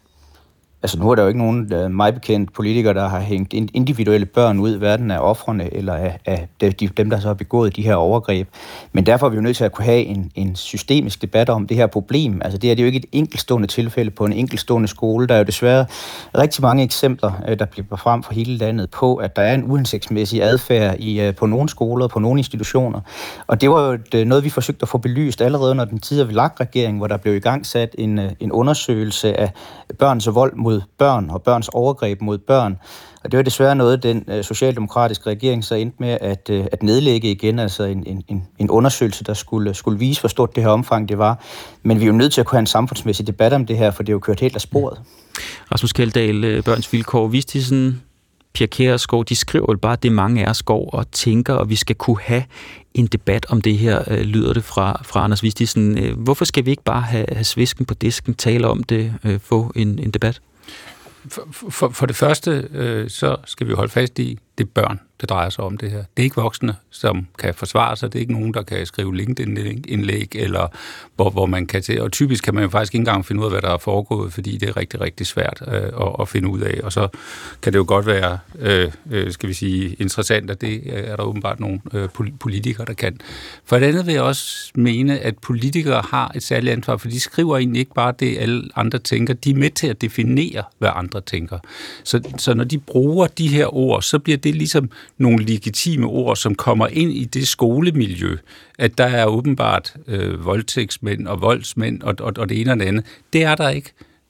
Altså nu er der jo ikke nogen uh, mig bekendt politikere, der har hængt individuelle børn ud, hverken af ofrene eller af, af de, dem, der så har begået de her overgreb. Men derfor er vi jo nødt til at kunne have en, en systemisk debat om det her problem. Altså det her det er jo ikke et enkeltstående tilfælde på en enkeltstående skole. Der er jo desværre rigtig mange eksempler, der bliver frem fra hele landet på, at der er en uhensigtsmæssig adfærd i, på nogle skoler og på nogle institutioner. Og det var jo et, noget, vi forsøgte at få belyst allerede under den tidligere V L A K-regering, hvor der blev igangsat en, en undersøgelse af børns vold mod børn og børns overgreb mod børn. Og det var desværre noget, den øh, socialdemokratiske regering så endte med at, øh, at nedlægge igen, altså en, en, en undersøgelse, der skulle, skulle vise, hvor stort det her omfang det var. Men vi er jo nødt til at kunne have en samfundsmæssig debat om det her, for det er jo kørt helt af sporet. Rasmus Kjeldahl, Børns Vilkår, Vistisen, Pia Kjærsgaard, de skriver jo bare, at det mange af os går og tænker, og vi skal kunne have en debat om det her, øh, lyder det fra, fra Anders Vistisen. Hvorfor skal vi ikke bare have, have svisken på disken, tale om det, øh, få en, en debat? For, for, for det første, øh, så skal vi holde fast i, det er børn, det drejer sig om det her. Det er ikke voksne, som kan forsvare sig. Det er ikke nogen, der kan skrive LinkedIn-indlæg, eller hvor, hvor man kan til. Og typisk kan man jo faktisk ikke engang finde ud af, hvad der er foregået, fordi det er rigtig, rigtig svært øh, at, at finde ud af. Og så kan det jo godt være, øh, øh, skal vi sige, interessant, at det er der åbenbart nogle øh, politikere, der kan. For det andet vil jeg også mene, at politikere har et særligt ansvar, for de skriver egentlig ikke bare det, alle andre tænker. De er med til at definere, hvad andre tænker. Så, så når de bruger de her ord, så bliver det ligesom nogle legitime ord, som kommer ind i det skolemiljø, at der er åbenbart øh, voldtægtsmænd og voldsmænd og, og, og det ene og det andet. Det er der ikke.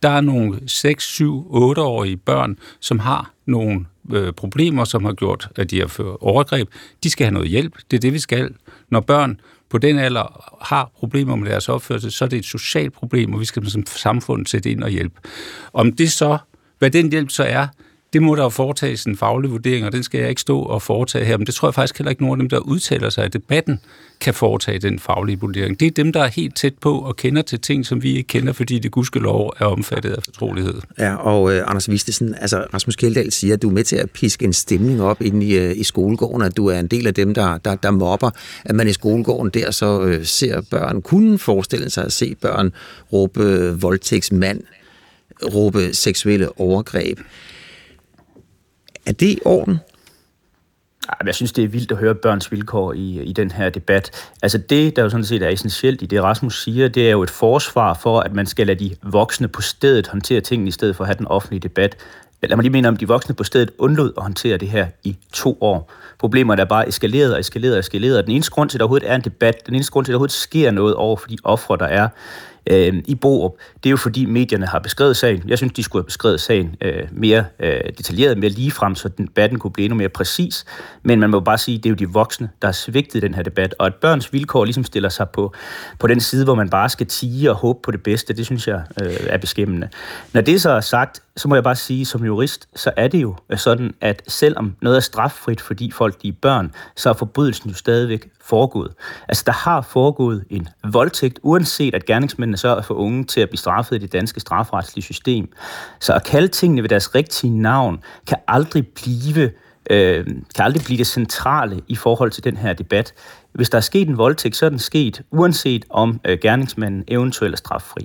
Der er nogle seks, syv, otte-årige børn, som har nogle øh, problemer, som har gjort, at de har ført overgreb. De skal have noget hjælp. Det er det, vi skal. Når børn på den alder har problemer med deres opførsel, så er det et socialt problem, og vi skal som samfund sætte ind og hjælpe. Om det så, hvad den hjælp så er, det må der jo foretages en faglig vurdering, og den skal jeg ikke stå og foretage her. Men det tror jeg faktisk heller ikke nogen af dem, der udtaler sig i debatten, kan foretage den faglige vurdering. Det er dem, der er helt tæt på og kender til ting, som vi ikke kender, fordi det gudskelov er omfattet af fortrolighed. Ja, og øh, Anders Vistisen, altså Rasmus Kjeldahl siger, at du er med til at piske en stemning op inde i, øh, i skolegården, at du er en del af dem, der, der, der mobber, at man i skolegården der så øh, ser børn, kunne forestille sig at se børn råbe øh, voldtægtsmand, råbe seksuelle overgreb. Er det i orden? Jeg synes, det er vildt at høre børns vilkår i, i den her debat. Altså det, der jo sådan set er essentielt i det, Rasmus siger, det er jo et forsvar for, at man skal lade de voksne på stedet håndtere tingene, i stedet for at have den offentlige debat. Lad mig lige mene om, de voksne på stedet undlod at håndtere det her i to år. Problemerne er bare eskaleret og eskaleret og eskaleret. Den eneste grund til, at der overhovedet er en debat, den eneste grund til, at der overhovedet sker noget over for de ofre, der er øh, i Borup, det er jo fordi medierne har beskrevet sagen. Jeg synes, de skulle have beskrevet sagen øh, mere øh, detaljeret, mere ligefrem, så debatten kunne blive endnu mere præcis. Men man må bare sige, at det er jo de voksne, der har svigtet den her debat. Og at børns vilkår ligesom stiller sig på, på den side, hvor man bare skal tige og håbe på det bedste, det synes jeg øh, er beskæmmende. Når det så er sagt, så må jeg bare sige, som jurist, så er det jo sådan, at selvom noget er straffrit, fordi folk de er børn, så er forbrydelsen jo stadigvæk foregået. Altså, der har foregået en voldtægt, uanset at gerningsmændene så er for unge til at blive straffet i det danske strafretslige system. Så at kalde tingene ved deres rigtige navn, kan aldrig blive, øh, kan aldrig blive det centrale i forhold til den her debat. Hvis der er sket en voldtægt, så er den sket, uanset om øh, gerningsmanden eventuelt er straffri.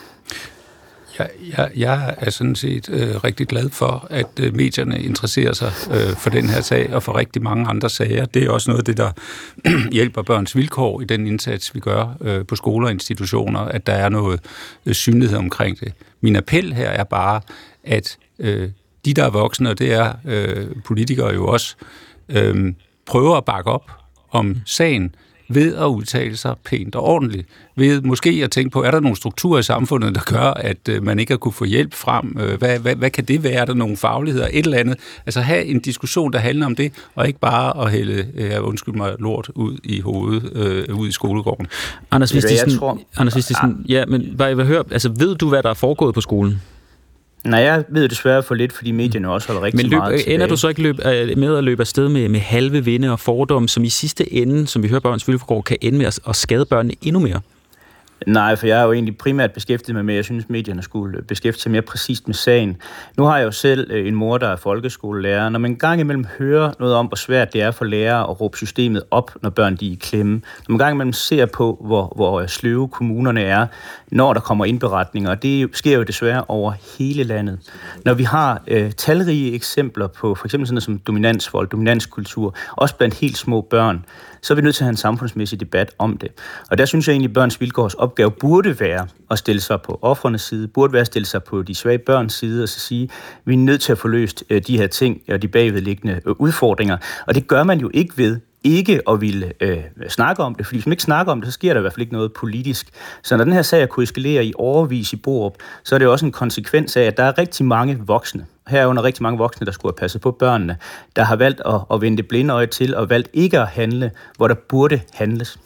Jeg, jeg, jeg er sådan set øh, rigtig glad for, at øh, medierne interesserer sig øh, for den her sag og for rigtig mange andre sager. Det er også noget af det, der hjælper børns vilkår i den indsats, vi gør øh, på skoler og institutioner, at der er noget øh, synlighed omkring det. Min appel her er bare, at øh, de, der er voksne, og det er øh, politikere jo også, øh, prøver at bakke op om sagen, ved at udtale sig pænt og ordentligt. Ved måske at tænke på, er der nogle strukturer i samfundet, der gør, at man ikke har kunne få hjælp frem? Hvad, hvad, hvad kan det være? Er der nogle fagligheder? Et eller andet. Altså have en diskussion, der handler om det, og ikke bare at hælde, øh, undskyld mig, lort ud i hovedet, øh, ud i skolegården. Anders Vistisen, tror... Anders Vistisen, ja, men hvad jeg vil høre, altså ved du, hvad der er foregået på skolen? Nej, jeg ved desværre for lidt, fordi medierne også holder rigtig Men løb, meget tilbage. Ender du så ikke løb, med at løbe afsted med, med halve vinde og fordomme, som i sidste ende, som vi hører børns vilkår, kan ende med at, at skade børnene endnu mere? Nej, for jeg er jo egentlig primært beskæftiget med, med, jeg synes, medierne skulle beskæftige sig mere præcist med sagen. Nu har jeg jo selv en mor, der er folkeskolelærer. Når man en gang imellem hører noget om, hvor svært det er for lærere at råbe systemet op, når børn de er i klemme. Når man en gang imellem ser på, hvor, hvor sløve kommunerne er, når der kommer indberetninger. Og det sker jo desværre over hele landet. Når vi har øh, talrige eksempler på for eksempel sådan noget som dominansvold, dominanskultur, også blandt helt små børn, så er vi nødt til at have en samfundsmæssig debat om det. Og der synes jeg egentlig, at børns vilkårs opgave burde være at stille sig på ofrenes side, burde være at stille sig på de svage børns side, og så sige, at vi er nødt til at få løst de her ting og de bagvedliggende udfordringer. Og det gør man jo ikke ved ikke at ville øh, snakke om det, fordi hvis man ikke snakker om det, så sker der i hvert fald ikke noget politisk. Så når den her sag kunne eskalere i overvis i Borup, så er det også en konsekvens af, at der er rigtig mange voksne, herunder rigtig mange voksne, der skulle have passet på børnene, der har valgt at, at vende det blinde øje til, og valgt ikke at handle, hvor der burde handles.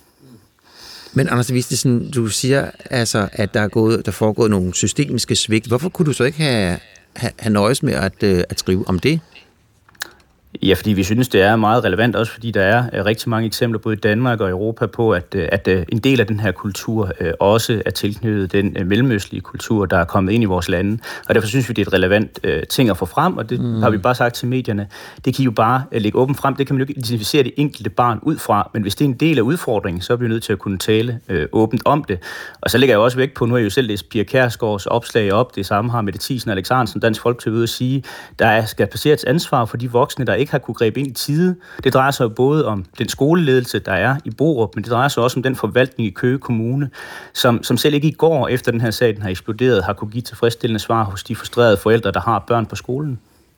Men Anders Vistisen, du siger altså, at der er gået, der foregået nogle systemiske svigt. Hvorfor kunne du så ikke have, have, have nøjes med at, at skrive om det? Ja, fordi vi synes, det er meget relevant, også fordi der er rigtig mange eksempler både i Danmark og Europa på, at, at en del af den her kultur også er tilknyttet den mellemøstlige kultur, der er kommet ind i vores lande. Og derfor synes vi, det er et relevant ting at få frem, og det mm. har vi bare sagt til medierne. Det kan jo bare lægge åbent frem. Det kan man jo ikke identificere det enkelte barn ud fra, men hvis det er en del af udfordringen, så er vi nødt til at kunne tale øh, åbent om det. Og så lægger jeg også vægt på, nu har jeg jo selv læst Pia Kjærsgaards opslag op, det samme har Mette Thiesen og Alexandersen, Dansk Folkeparti ude at sige, der skal placeres ansvar for de voksne, der ikke har kunne gribe ind i tide. Det drejer sig jo både om den skoleledelse, der er i Borup, men det drejer sig også om den forvaltning i Køge Kommune, som, som selv ikke i går, efter den her sag den har eksploderet, har kunne give tilfredsstillende svar hos de frustrerede forældre, der har børn på skolen.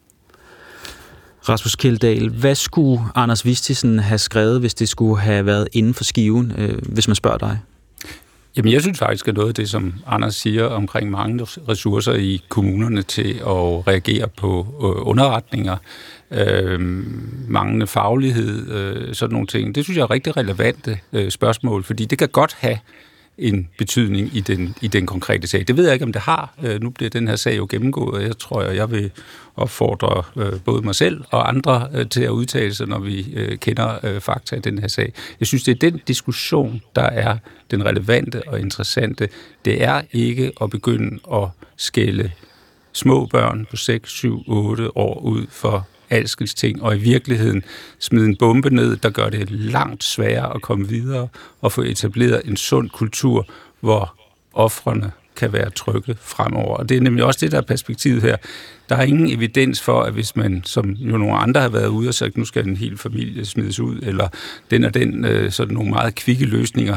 Rasmus Kjeldahl, hvad skulle Anders Vistisen have skrevet, hvis det skulle have været inden for skiven, øh, hvis man spørger dig? Jamen, jeg synes faktisk, at noget af det, som Anders siger omkring mange ressourcer i kommunerne til at reagere på underretninger, øh, manglende faglighed, øh, sådan nogle ting, det synes jeg er rigtig relevante øh, spørgsmål, fordi det kan godt have en betydning i den, i den konkrete sag. Det ved jeg ikke, om det har. Øh, nu bliver den her sag jo gennemgået, og jeg tror, jeg, jeg vil opfordre øh, både mig selv og andre øh, til at udtale sig, når vi øh, kender øh, fakta i den her sag. Jeg synes, det er den diskussion, der er den relevante og interessante. Det er ikke at begynde at skælde små børn på seks, syv, otte år ud for alskens ting, og i virkeligheden smide en bombe ned, der gør det langt sværere at komme videre og få etableret en sund kultur, hvor ofrene kan være trygge fremover. Og det er nemlig også det, der er perspektivet her. Der er ingen evidens for, at hvis man, som jo nogle andre har været ude og sagt, nu skal en hel familie smides ud, eller den og den, øh, sådan nogle meget kvikke løsninger.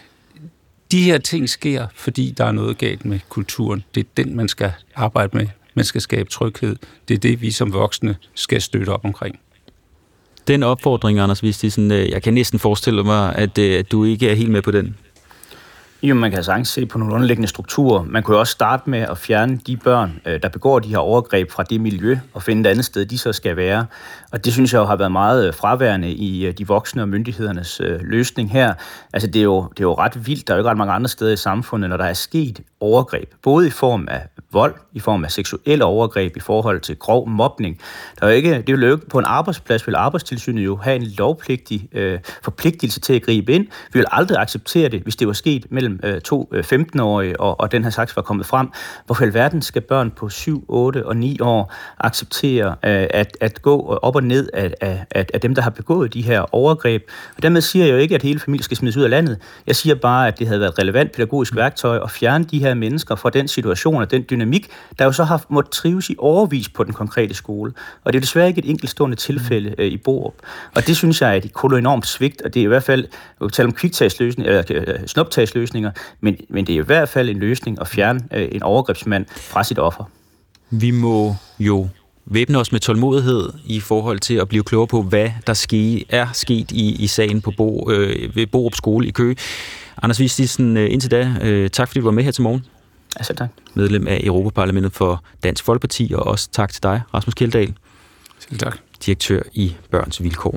De her ting sker, fordi der er noget galt med kulturen. Det er den, man skal arbejde med. Man skal skabe tryghed. Det er det, vi som voksne skal støtte op omkring. Den opfordring, Anders Vistisen, jeg kan næsten forestille mig, at, at du ikke er helt med på den. Jo, man kan sagtens se på nogle underliggende strukturer. Man kunne også starte med at fjerne de børn, der begår de her overgreb fra det miljø, og finde et andet sted, de så skal være. Og det synes jeg jo har været meget fraværende i de voksne og myndighedernes løsning her. Altså det er jo, det er jo ret vildt. Der er jo ikke ret mange andre steder i samfundet, når der er sket overgreb. Både i form af vold, i form af seksuelle overgreb, i forhold til grov mobning. Der er jo ikke, det er jo ikke på en arbejdsplads, vil Arbejdstilsynet jo have en lovpligtig øh, forpligtelse til at gribe ind. Vi vil aldrig acceptere det, hvis det var sket mellem øh, to øh, femten-årige, og, og den her slags var kommet frem. Hvorfor i alverden skal børn på syv, otte og ni år acceptere øh, at, at gå op og ned af, af, af, af dem, der har begået de her overgreb? Og dermed siger jeg jo ikke, at hele familien skal smides ud af landet. Jeg siger bare, at det havde været et relevant pædagogisk værktøj at fjerne de her mennesker fra den situation og den dynamik, der jo så har måttet trives i overvis på den konkrete skole. Og det er desværre ikke et enkeltstående tilfælde øh, i Borup. Og det synes jeg er et koloenormt svigt, og det er i hvert fald, vi kan tale om kviktagsløsninger, eller øh, snuptagsløsninger, men, men det er i hvert fald en løsning at fjerne øh, en overgrebsmand fra sit offer. Vi må jo væbne os med tålmodighed i forhold til at blive klogere på, hvad der ske, er sket i, i sagen på Bo, øh, ved Borup Skole i Køge. Anders Vistisen, indtil da, øh, tak fordi du var med her til morgen. Ja, selv tak. Medlem af Europaparlamentet for Dansk Folkeparti, og også tak til dig, Rasmus Kjeldahl. Selv tak. Direktør i Børns Vilkår.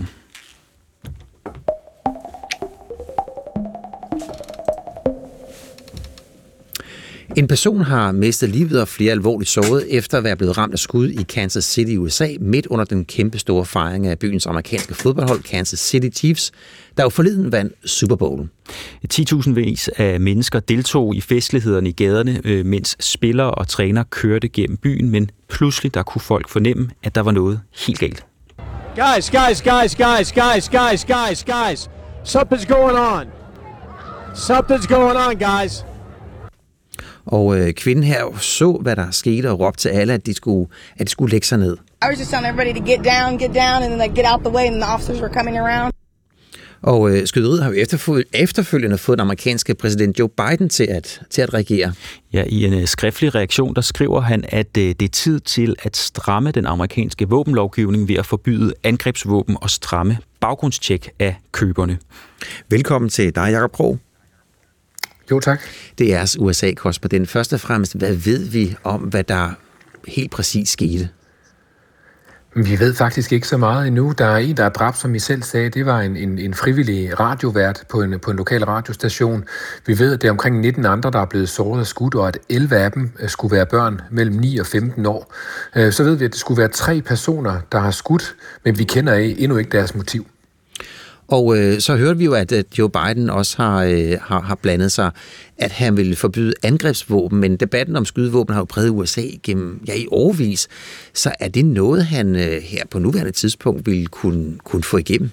En person har mistet livet og flere alvorligt såret efter at være blevet ramt af skud i Kansas City i U S A midt under den kæmpestore fejring af byens amerikanske fodboldhold Kansas City Chiefs, der jo forleden vandt Super Bowl. ti tusindvis af mennesker deltog i festlighederne i gaderne, mens spillere og træner kørte gennem byen, men pludselig der kunne folk fornemme, at der var noget helt galt. Guys, guys, guys, guys, guys, guys, guys, guys. Something's going on. Something's going on, guys. Og øh, kvinden her så, hvad der skete, og råbte til alle, at de skulle, at de skulle lægge sig ned. I was just telling everybody to get down, get down, and then like get out the way, and the officers were coming around. Og øh, skyderiet har jo efterfølgende, efterfølgende fået den amerikanske præsident Joe Biden til at, til at reagere. Ja, i en øh, skriftlig reaktion, der skriver han, at øh, det er tid til at stramme den amerikanske våbenlovgivning ved at forbyde angrebsvåben og stramme baggrundstjek af køberne. Velkommen til dig, Jacob Krog. Jo, tak. Det er jeres U S A-korrespondent. Først og fremmest, hvad ved vi om, hvad der helt præcis skete? Vi ved faktisk ikke så meget endnu. Der er en, der er dræbt, som I selv sagde. Det var en, en, en frivillig radiovært på en, på en lokal radiostation. Vi ved, at det er omkring nitten andre, der er blevet såret og skudt, og at elleve af dem skulle være børn mellem ni og femten år. Så ved vi, at det skulle være tre personer, der har skudt, men vi kender endnu ikke deres motiv. Og øh, så hørte vi jo, at, at Joe Biden også har, øh, har, har blandet sig, at han ville forbyde angrebsvåben, men debatten om skydevåben har jo præget U S A gennem, ja, i årevis. Så er det noget, han øh, her på nuværende tidspunkt ville kunne, kunne få igennem?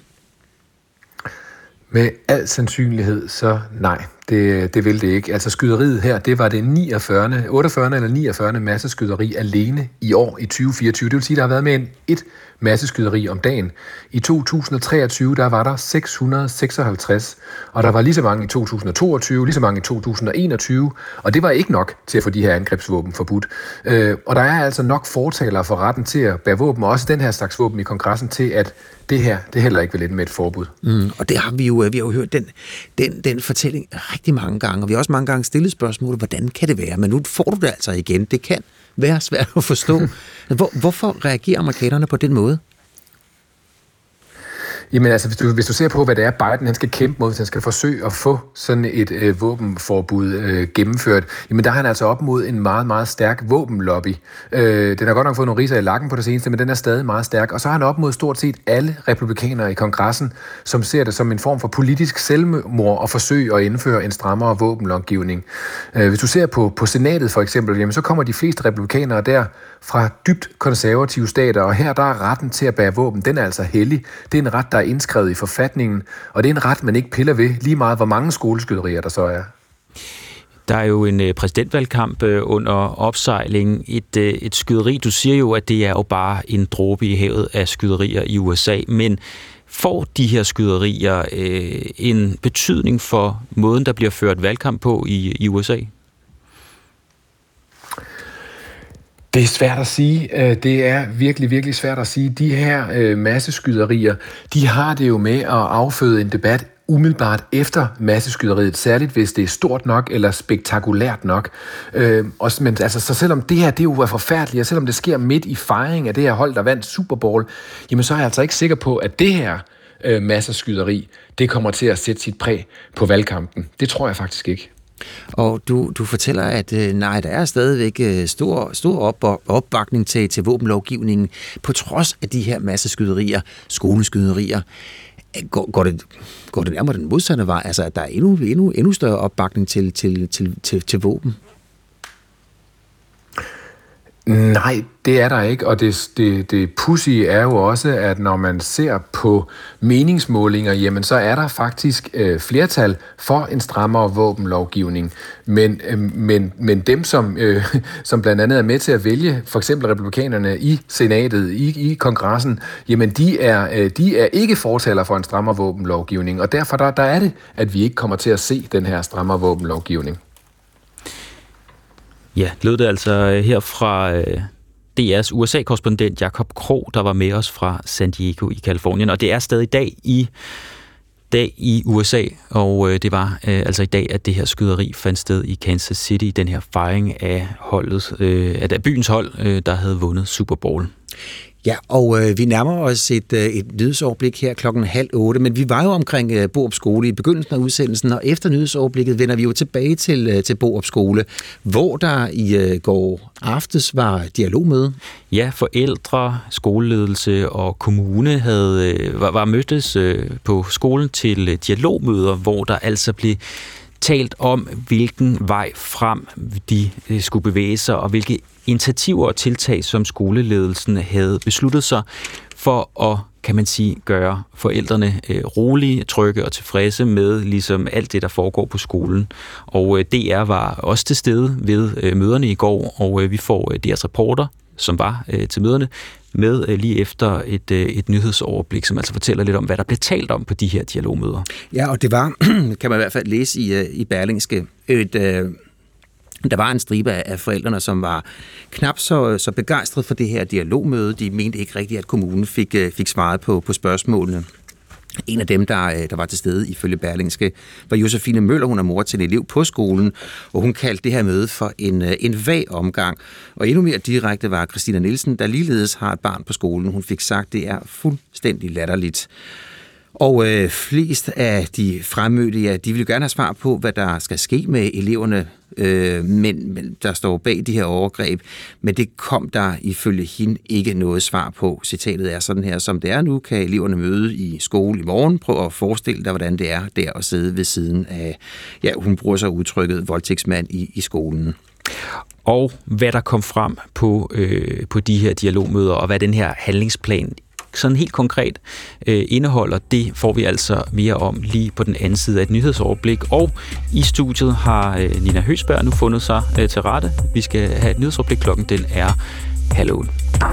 Med al sandsynlighed, så nej, det, det vil det ikke. Altså skyderiet her, det var det niogfyrre, otteogfyrre eller niogfyrre masseskyderi alene i år i tyve fireogtyve. Det vil sige, der har været mere end et masseskyderi om dagen. I to tusind treogtyve, der var der seks hundrede seksoghalvtreds, og der var lige så mange i to tusind toogtyve, lige så mange i to tusind enogtyve, og det var ikke nok til at få de her angrebsvåben forbudt. Øh, og der er altså nok fortalere for retten til at bære våben, og også den her slags våben i kongressen, til at det her, det heller ikke vil ende med et forbud. Mm, og det har vi jo, vi har jo hørt den, den, den fortælling rigtig mange gange, og vi har også mange gange stillet spørgsmålet, hvordan kan det være? Men nu får du det altså igen. Det kan være svært at forstå. Hvor, hvorfor reagerer amerikanerne på den måde? Jamen altså, hvis du, hvis du ser på, hvad det er, Biden han skal kæmpe mod, hvis han skal forsøge at få sådan et øh, våbenforbud øh, gennemført, jamen der har han altså op mod en meget, meget stærk våbenlobby. Øh, den har godt nok fået nogle riser i lakken på det seneste, men den er stadig meget stærk. Og så har han op mod stort set alle republikanere i kongressen, som ser det som en form for politisk selvmord at forsøge at indføre en strammere våbenlovgivning. Øh, hvis du ser på, på senatet for eksempel, jamen så kommer de fleste republikanere der fra dybt konservative stater, og her der er retten til at bære våben, den er altså hellig. Det er en ret, der er indskrevet i forfatningen, og det er en ret, man ikke piller ved, lige meget hvor mange skoleskyderier der så er. Der er jo en præsidentvalgkamp under opsejling. Et, et skyderi, du siger jo, at det er jo bare en dråbe i havet af skyderier i U S A, men får de her skyderier øh, en betydning for måden, der bliver ført valgkamp på i, i U S A? Det er svært at sige. Det er virkelig, virkelig svært at sige. De her masseskyderier, de har det jo med at afføde en debat umiddelbart efter masseskyderiet, særligt hvis det er stort nok eller spektakulært nok. Øh, også, men altså, så selvom det her det er jo forfærdeligt, og selvom det sker midt i fejring af det her hold, der vandt Super Bowl, jamen så er jeg altså ikke sikker på, at det her øh, masseskyderi, det kommer til at sætte sit præg på valgkampen. Det tror jeg faktisk ikke. Og du, du fortæller, at øh, nej, der er stadigvæk øh, stor, stor op, opbakning til, til våbenlovgivningen, på trods af de her masseskyderier, skoleskyderier. Går, går, det, går det nærmere den modsatte vej? Altså, at der er endnu, endnu, endnu større opbakning til, til, til, til, til våben? Nej, det er der ikke, og det, det, det pudsige er jo også, at når man ser på meningsmålinger, jamen så er der faktisk øh, flertal for en strammere våbenlovgivning, men, øh, men, men dem, som, øh, som blandt andet er med til at vælge, for eksempel republikanerne i senatet, i, i kongressen, jamen de er, øh, de er ikke fortaler for en strammere våbenlovgivning, og derfor der, der er det, at vi ikke kommer til at se den her strammere våbenlovgivning. Ja, lød det altså her fra øh, D R's U S A-korrespondent Jakob Krog, der var med os fra San Diego i Kalifornien. Og det er stadig i dag i, dag i U S A, og øh, det var øh, altså i dag, at det her skyderi fandt sted i Kansas City, den her fejring af, holdet, øh, af byens hold, øh, der havde vundet Super Bowl. Ja, og øh, vi nærmer os et, øh, et nyhedsoverblik her klokken halv otte, men vi var jo omkring øh, Borup Skole i begyndelsen af udsendelsen, og efter nyhedsoverblikket vender vi jo tilbage til, øh, til Borup Skole, hvor der i øh, går aftes var dialogmøde. Ja, forældre, skoleledelse og kommune havde, øh, var, var mødtes øh, på skolen til øh, dialogmøder, hvor der altså blev talt om, hvilken vej frem de øh, skulle bevæge sig, og hvilke initiativer og tiltag, som skoleledelsen havde besluttet sig for at, kan man sige, gøre forældrene øh, rolige, trygge og tilfredse med ligesom alt det, der foregår på skolen. Og øh, D R var også til stede ved øh, møderne i går, og øh, vi får øh, D R's reporter, som var øh, til møderne, med øh, lige efter et, øh, et nyhedsoverblik, som altså fortæller lidt om, hvad der blev talt om på de her dialogmøder. Ja, og det var, kan man i hvert fald læse i, øh, i Berlingske, et... Øh Der var en stribe af forældrene, som var knap så, så begejstrede for det her dialogmøde. De mente ikke rigtigt, at kommunen fik, fik svaret på, på spørgsmålene. En af dem, der, der var til stede ifølge Berlingske, var Josefine Møller. Hun er mor til en elev på skolen, og hun kaldte det her møde for en, en vag omgang. Og endnu mere direkte var Christina Nielsen, der ligeledes har et barn på skolen. Hun fik sagt, at det er fuldstændig latterligt. Og øh, flest af de fremmødte, ja, de vil jo gerne have svar på, hvad der skal ske med eleverne, øh, men, men der står bag de her overgreb. Men det kom der ifølge hende ikke noget svar på. Citatet er sådan her: som det er nu, kan eleverne møde i skole i morgen. Prøv at forestille dig, hvordan det er der at sidde ved siden af, ja, hun bruger så udtrykket voldtægtsmand i, i skolen. Og hvad der kom frem på, øh, på de her dialogmøder, og hvad den her handlingsplan sådan helt konkret øh, indeholder, det får vi altså mere om lige på den anden side af et nyhedsoverblik. Og i studiet har øh, Nina Høsberg nu fundet sig øh, til rette. Vi skal have et nyhedsoverblik. Klokken den er halv otte.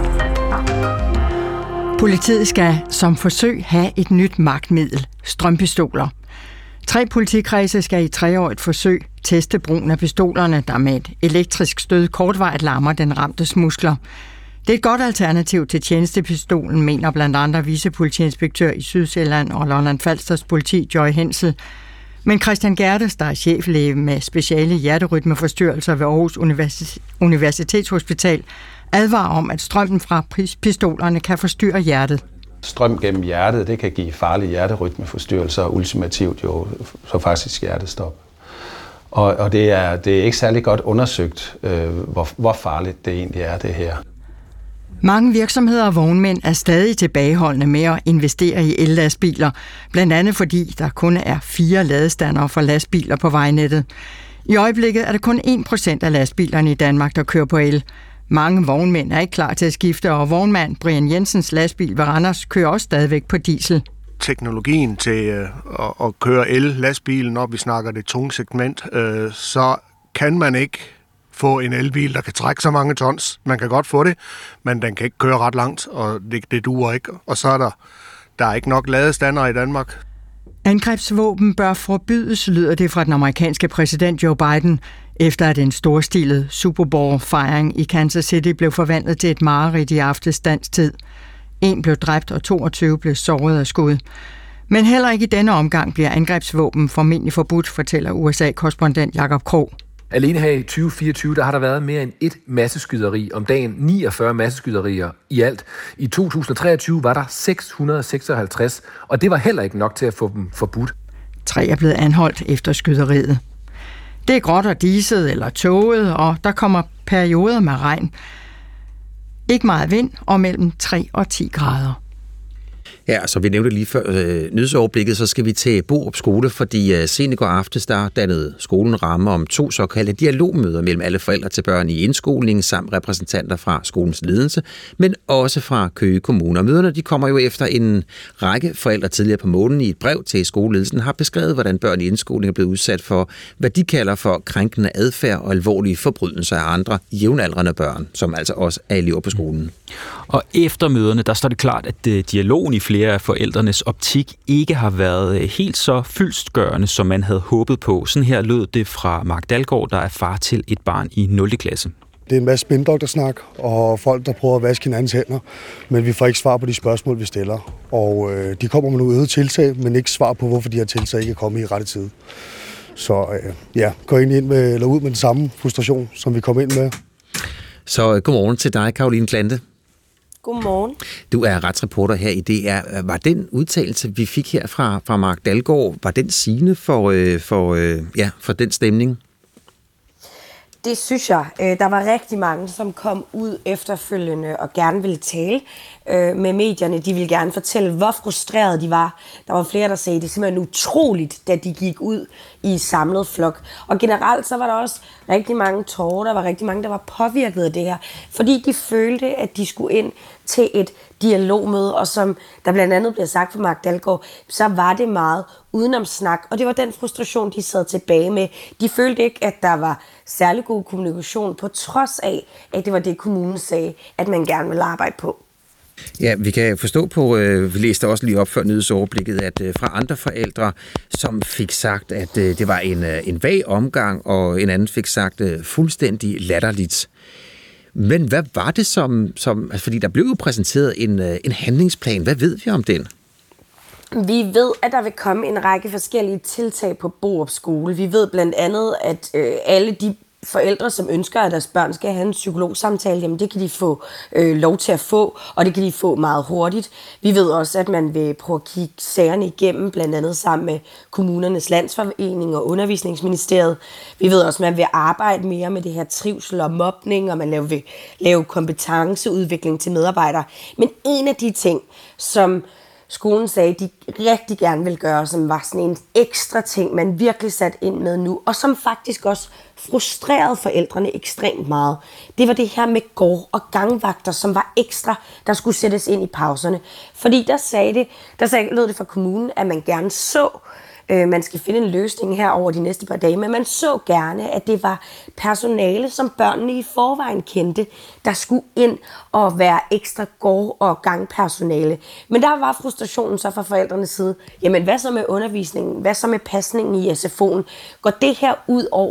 Politiet skal som forsøg have et nyt magtmiddel, strømpistoler. Tre politikredse skal i treårigt forsøg teste brugen af pistolerne, der med et elektrisk stød kortvarigt lammer den ramtes muskler. Det er et godt alternativ til tjenestepistolen, mener blandt andre vicepolitiinspektør i Sydsjælland og Lolland Falsters politi, Joy Hensel. Men Christian Gerdes, der er cheflæge med speciale hjerterytmeforstyrrelser ved Aarhus Universi- Universitetshospital, advarer om, at strømmen fra pistolerne kan forstyrre hjertet. Strøm gennem hjertet, det kan give farlige hjerterytmeforstyrrelser og ultimativt jo så faktisk hjertestop. Og, og det, er, det er ikke særlig godt undersøgt, øh, hvor, hvor farligt det egentlig er, det her. Mange virksomheder og vognmænd er stadig tilbageholdende med at investere i ellastbiler, blandt andet fordi der kun er fire ladestandere for lastbiler på vejnettet. I øjeblikket er det kun en procent af lastbilerne i Danmark, der kører på el. Mange vognmænd er ikke klar til at skifte, og vognmand Brian Jensens lastbil ved Randers kører også stadigvæk på diesel. Teknologien til øh, at, at køre el-lastbilen, når vi snakker det tunge segment, øh, så kan man ikke få en elbil, der kan trække så mange tons. Man kan godt få det, men den kan ikke køre ret langt, og det, det duer ikke. Og så er der, der er ikke nok ladestander i Danmark. Angrebsvåben bør forbydes, lyder det fra den amerikanske præsident Joe Biden, efter at en storstilet Super Bowl-fejring i Kansas City blev forvandlet til et mareridt i aftes dansk tid. En blev dræbt, og toogtyve blev såret af skud. Men heller ikke i denne omgang bliver angrebsvåben formentlig forbudt, fortæller U S A-korrespondent Jakob Krog. Alene her i tyve fireogtyve, der har der været mere end et masseskyderi om dagen, niogfyrre masseskyderier i alt. I to tusind treogtyve var der seks hundrede og seksoghalvtreds, og det var heller ikke nok til at få dem forbudt. Tre er blevet anholdt efter skyderiet. Det er gråt og diset eller tåget, og der kommer perioder med regn. Ikke meget vind og mellem tre og ti grader. Ja, så vi nævnte lige før øh, nyhedsoverblikket, så skal vi til Borup Skole, fordi øh, sent i går aftes, der dannede skolen ramme om to såkaldte dialogmøder mellem alle forældre til børn i indskolingen, samt repræsentanter fra skolens ledelse, men også fra Køge Kommune. Og møderne, de kommer jo efter en række forældre tidligere på måneden i et brev til skoleledelsen, har beskrevet, hvordan børn i indskolingen er blevet udsat for, hvad de kalder for krænkende adfærd og alvorlige forbrydelser af andre jævnaldrende børn, som altså også er elever på skolen. Og efter møderne, der står det klart, at dialogen i flere af forældrenes optik ikke har været helt så fyldestgørende, som man havde håbet på. Sådan her lød det fra Mark Dalgaard, der er far til et barn i nul klasse. Det er en masse spindoktersnak og folk, der prøver at vaske hinandens hænder, men vi får ikke svar på de spørgsmål, vi stiller. Og øh, de kommer med nogle øget tiltag, men ikke svar på, hvorfor de her tiltag ikke er kommet i rette tid. Så øh, ja, gå ind med, eller ud med den samme frustration, som vi kom ind med. Så øh, godmorgen til dig, Caroline Klante. Godmorgen. Du er retsreporter her i D R. Var den udtalelse, vi fik her fra, fra Mark Dalgaard, var den sigende for, øh, for, øh, ja, for den stemning? Det synes jeg. Der var rigtig mange, som kom ud efterfølgende og gerne ville tale med medierne. De ville gerne fortælle, hvor frustrerede de var. Der var flere, der sagde, at det er simpelthen utroligt, da de gik ud i samlet flok. Og generelt så var der også rigtig mange tårer. Der var rigtig mange, der var påvirket af det her. Fordi de følte, at de skulle ind til et dialogmøde, og som der blandt andet bliver sagt fra Mark Dalgaard, så var det meget udenomsnak, og det var den frustration, de sad tilbage med. De følte ikke, at der var særlig god kommunikation, på trods af, at det var det, kommunen sagde, at man gerne ville arbejde på. Ja, vi kan forstå på, øh, vi læste også lige op før nyhedsoverblikket, at øh, fra andre forældre, som fik sagt, at øh, det var en, øh, en vag omgang, og en anden fik sagt øh, fuldstændig latterligt. Men hvad var det som, som altså, fordi der blev jo præsenteret en, en handlingsplan. Hvad ved vi om den? Vi ved, at der vil komme en række forskellige tiltag på Borup Skole. Vi ved blandt andet, at øh, alle de forældre, som ønsker, at deres børn skal have en psykologsamtale, jamen det kan de få øh, lov til at få, og det kan de få meget hurtigt. Vi ved også, at man vil prøve at kigge sagerne igennem, blandt andet sammen med Kommunernes Landsforening og Undervisningsministeriet. Vi ved også, at man vil arbejde mere med det her trivsel og mobning, og man vil lave kompetenceudvikling til medarbejdere. Men en af de ting, som skolen sagde, de rigtig gerne vil gøre, som var sådan en ekstra ting, man virkelig sat ind med nu, og som faktisk også frustrerede forældrene ekstremt meget. Det var det her med gård- og gangvagter, som var ekstra, der skulle sættes ind i pauserne. Fordi der sagde det, der sagde, lød det fra kommunen, at man gerne så, øh, man skal finde en løsning her over de næste par dage, men man så gerne, at det var personale, som børnene i forvejen kendte, der skulle ind og være ekstra gård- og gangpersonale. Men der var frustrationen så fra forældrenes side. Jamen hvad så med undervisningen? Hvad så med pasningen i S F O'en? Går det her ud over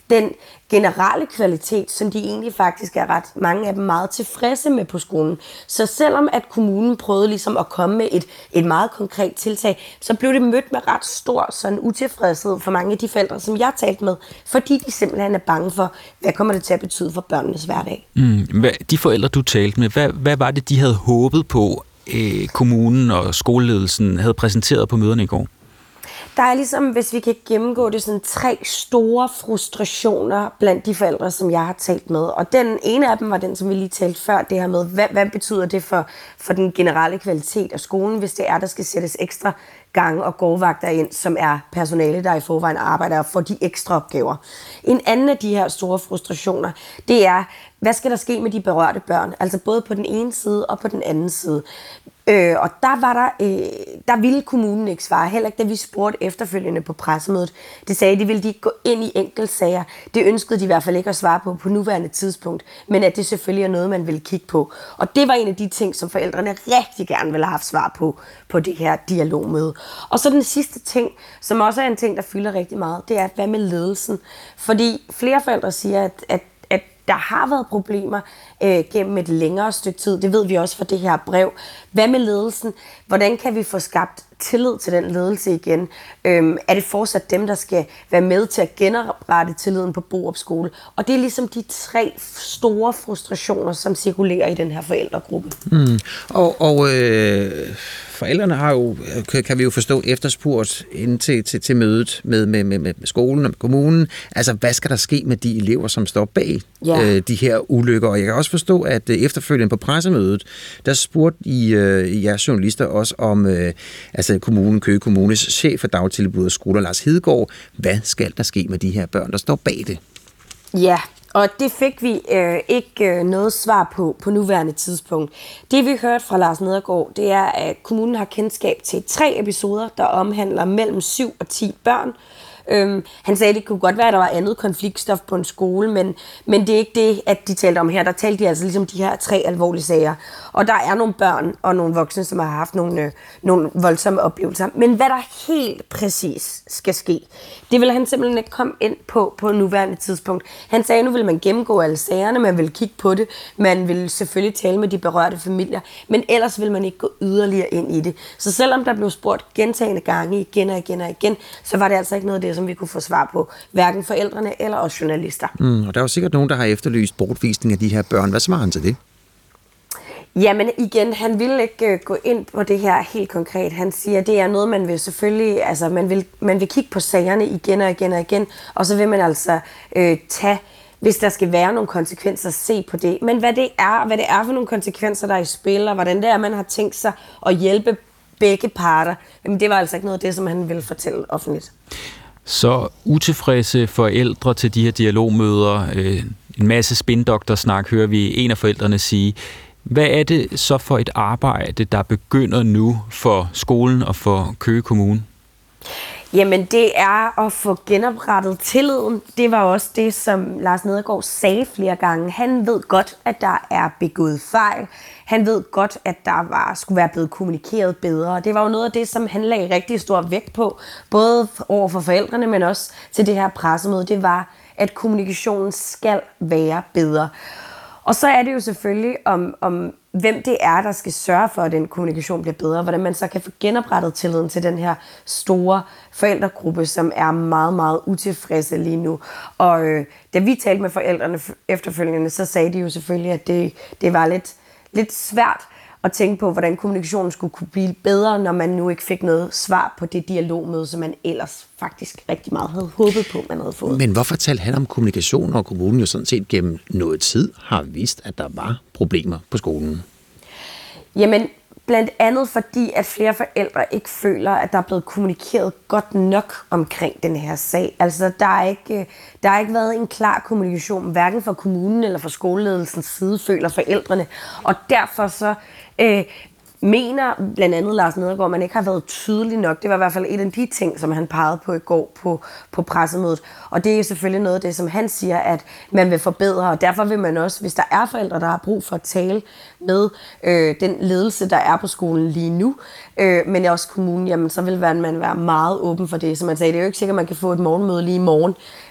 den generelle kvalitet, som de egentlig faktisk er ret mange af dem meget tilfredse med på skolen. Så selvom at kommunen prøvede ligesom at komme med et, et meget konkret tiltag, så blev det mødt med ret stor sådan utilfredshed for mange af de forældre, som jeg talte med, fordi de simpelthen er bange for, hvad kommer det til at betyde for børnenes hverdag. Mm, hvad, de forældre, du talte med, hvad, hvad var det, de havde håbet på, øh, kommunen og skoleledelsen havde præsenteret på møderne i går? Der er ligesom, hvis vi kan gennemgå det, sådan tre store frustrationer blandt de forældre, som jeg har talt med. Og den ene af dem var den, som vi lige talte før, det her med, hvad, hvad betyder det for, for den generelle kvalitet af skolen, hvis det er, der skal sættes ekstra gange og gårdvagter ind, som er personale, der i forvejen arbejder og får de ekstra opgaver. En anden af de her store frustrationer, det er, hvad skal der ske med de berørte børn? Altså både på den ene side og på den anden side. Øh, og der var der, øh, der ville kommunen ikke svare, heller ikke da vi spurgte efterfølgende på pressemødet. Det sagde, at de ville de ikke gå ind i enkeltsager. Det ønskede de i hvert fald ikke at svare på på nuværende tidspunkt, men at det selvfølgelig er noget, man ville kigge på. Og det var en af de ting, som forældrene rigtig gerne ville have haft svar på, på det her dialogmøde. Og så den sidste ting, som også er en ting, der fylder rigtig meget, det er, hvad med ledelsen? Fordi flere forældre siger, at, at der har været problemer øh, gennem et længere stykke tid. Det ved vi også fra det her brev. Hvad med ledelsen? Hvordan kan vi få skabt tillid til den ledelse igen? Øhm, er det fortsat dem, der skal være med til at genoprette tilliden på Borup Skole? Og det er ligesom de tre store frustrationer, som cirkulerer i den her forældregruppe. Mm. Og, og øh, forældrene har jo, kan vi jo forstå, efterspurgt ind til, til, til mødet med, med, med, med skolen og med kommunen. Altså, hvad skal der ske med de elever, som står bag ja. øh, de her ulykker? Og jeg kan også forstå, at øh, efterfølgende på pressemødet, der spurgte I, øh, jeres journalister også om øh, altså kommunen, Køge Kommunes chef for dagtilbud og skoler, Lars Hedegaard. Hvad skal der ske med de her børn, der står bag det? Ja, og det fik vi øh, ikke øh, noget svar på på nuværende tidspunkt. Det vi hørte fra Lars Nedergaard, det er, at kommunen har kendskab til tre episoder, der omhandler mellem syv og ti børn. Øhm, han sagde, at det kunne godt være, at der var andet konfliktstof på en skole, men, men det er ikke det, at de talte om her. Der talte de altså ligesom de her tre alvorlige sager. Og der er nogle børn og nogle voksne, som har haft nogle, øh, nogle voldsomme oplevelser. Men hvad der helt præcis skal ske, det vil han simpelthen ikke komme ind på på nuværende tidspunkt. Han sagde, at nu vil man gennemgå alle sagerne, man vil kigge på det, man vil selvfølgelig tale med de berørte familier, men ellers vil man ikke gå yderligere ind i det. Så selvom der blev spurgt gentagne gange igen og igen og igen, så var det altså ikke noget af det, som vi kunne få svar på, hverken forældrene eller os journalister. Mm, og der er jo sikkert nogen, der har efterlyst bortvisning af de her børn. Hvad svarer han til det? Jamen igen, han vil ikke øh, gå ind på det her helt konkret. Han siger, at det er noget, man vil selvfølgelig, altså man vil, man vil kigge på sagerne igen og igen og igen, og så vil man altså øh, tage, hvis der skal være nogle konsekvenser, se på det. Men hvad det er, hvad det er for nogle konsekvenser, der er i spil, og hvordan det er, man har tænkt sig at hjælpe begge parter, jamen det var altså ikke noget af det, som han ville fortælle offentligt. Så utilfredse forældre til de her dialogmøder, øh, en masse spindoktorsnak, hører vi en af forældrene sige. Hvad er det så for et arbejde, der begynder nu for skolen og for Køge Kommune? Jamen, det er at få genoprettet tilliden. Det var også det, som Lars Nedergaard sagde flere gange. Han ved godt, at der er begået fejl. Han ved godt, at der var, skulle være blevet kommunikeret bedre. Det var jo noget af det, som han lagde rigtig stor vægt på, både over for forældrene, men også til det her pressemøde. Det var, at kommunikationen skal være bedre. Og så er det jo selvfølgelig om, om, hvem det er, der skal sørge for, at den kommunikation bliver bedre, hvordan man så kan få genoprettet tilliden til den her store forældregruppe, som er meget, meget utilfredse lige nu. Og øh, da vi talte med forældrene efterfølgende, så sagde de jo selvfølgelig, at det, det var lidt, lidt svært at tænke på, hvordan kommunikationen skulle kunne blive bedre, når man nu ikke fik noget svar på det dialogmøde, som man ellers faktisk rigtig meget havde håbet på, man havde fået. Men hvorfor talte han om kommunikation, og kommunen jo sådan set gennem noget tid har vist, at der var problemer på skolen? Jamen, blandt andet fordi, at flere forældre ikke føler, at der er blevet kommunikeret godt nok omkring den her sag. Altså, der er ikke, der har ikke været en klar kommunikation, hverken fra kommunen eller fra skoleledelsens side, føler forældrene. Og derfor så øh, mener blandt andet Lars Nedergaard, at man ikke har været tydelig nok. Det var i hvert fald et af de ting, som han pegede på i går på, på pressemødet. Og det er selvfølgelig noget af det, som han siger, at man vil forbedre. Og derfor vil man også, hvis der er forældre, der har brug for at tale med øh, den ledelse, der er på skolen lige nu, øh, men også kommunen, jamen så vil man være meget åben for det. Som man sagde, det er jo ikke sikkert, at man kan få et morgenmøde lige i morgen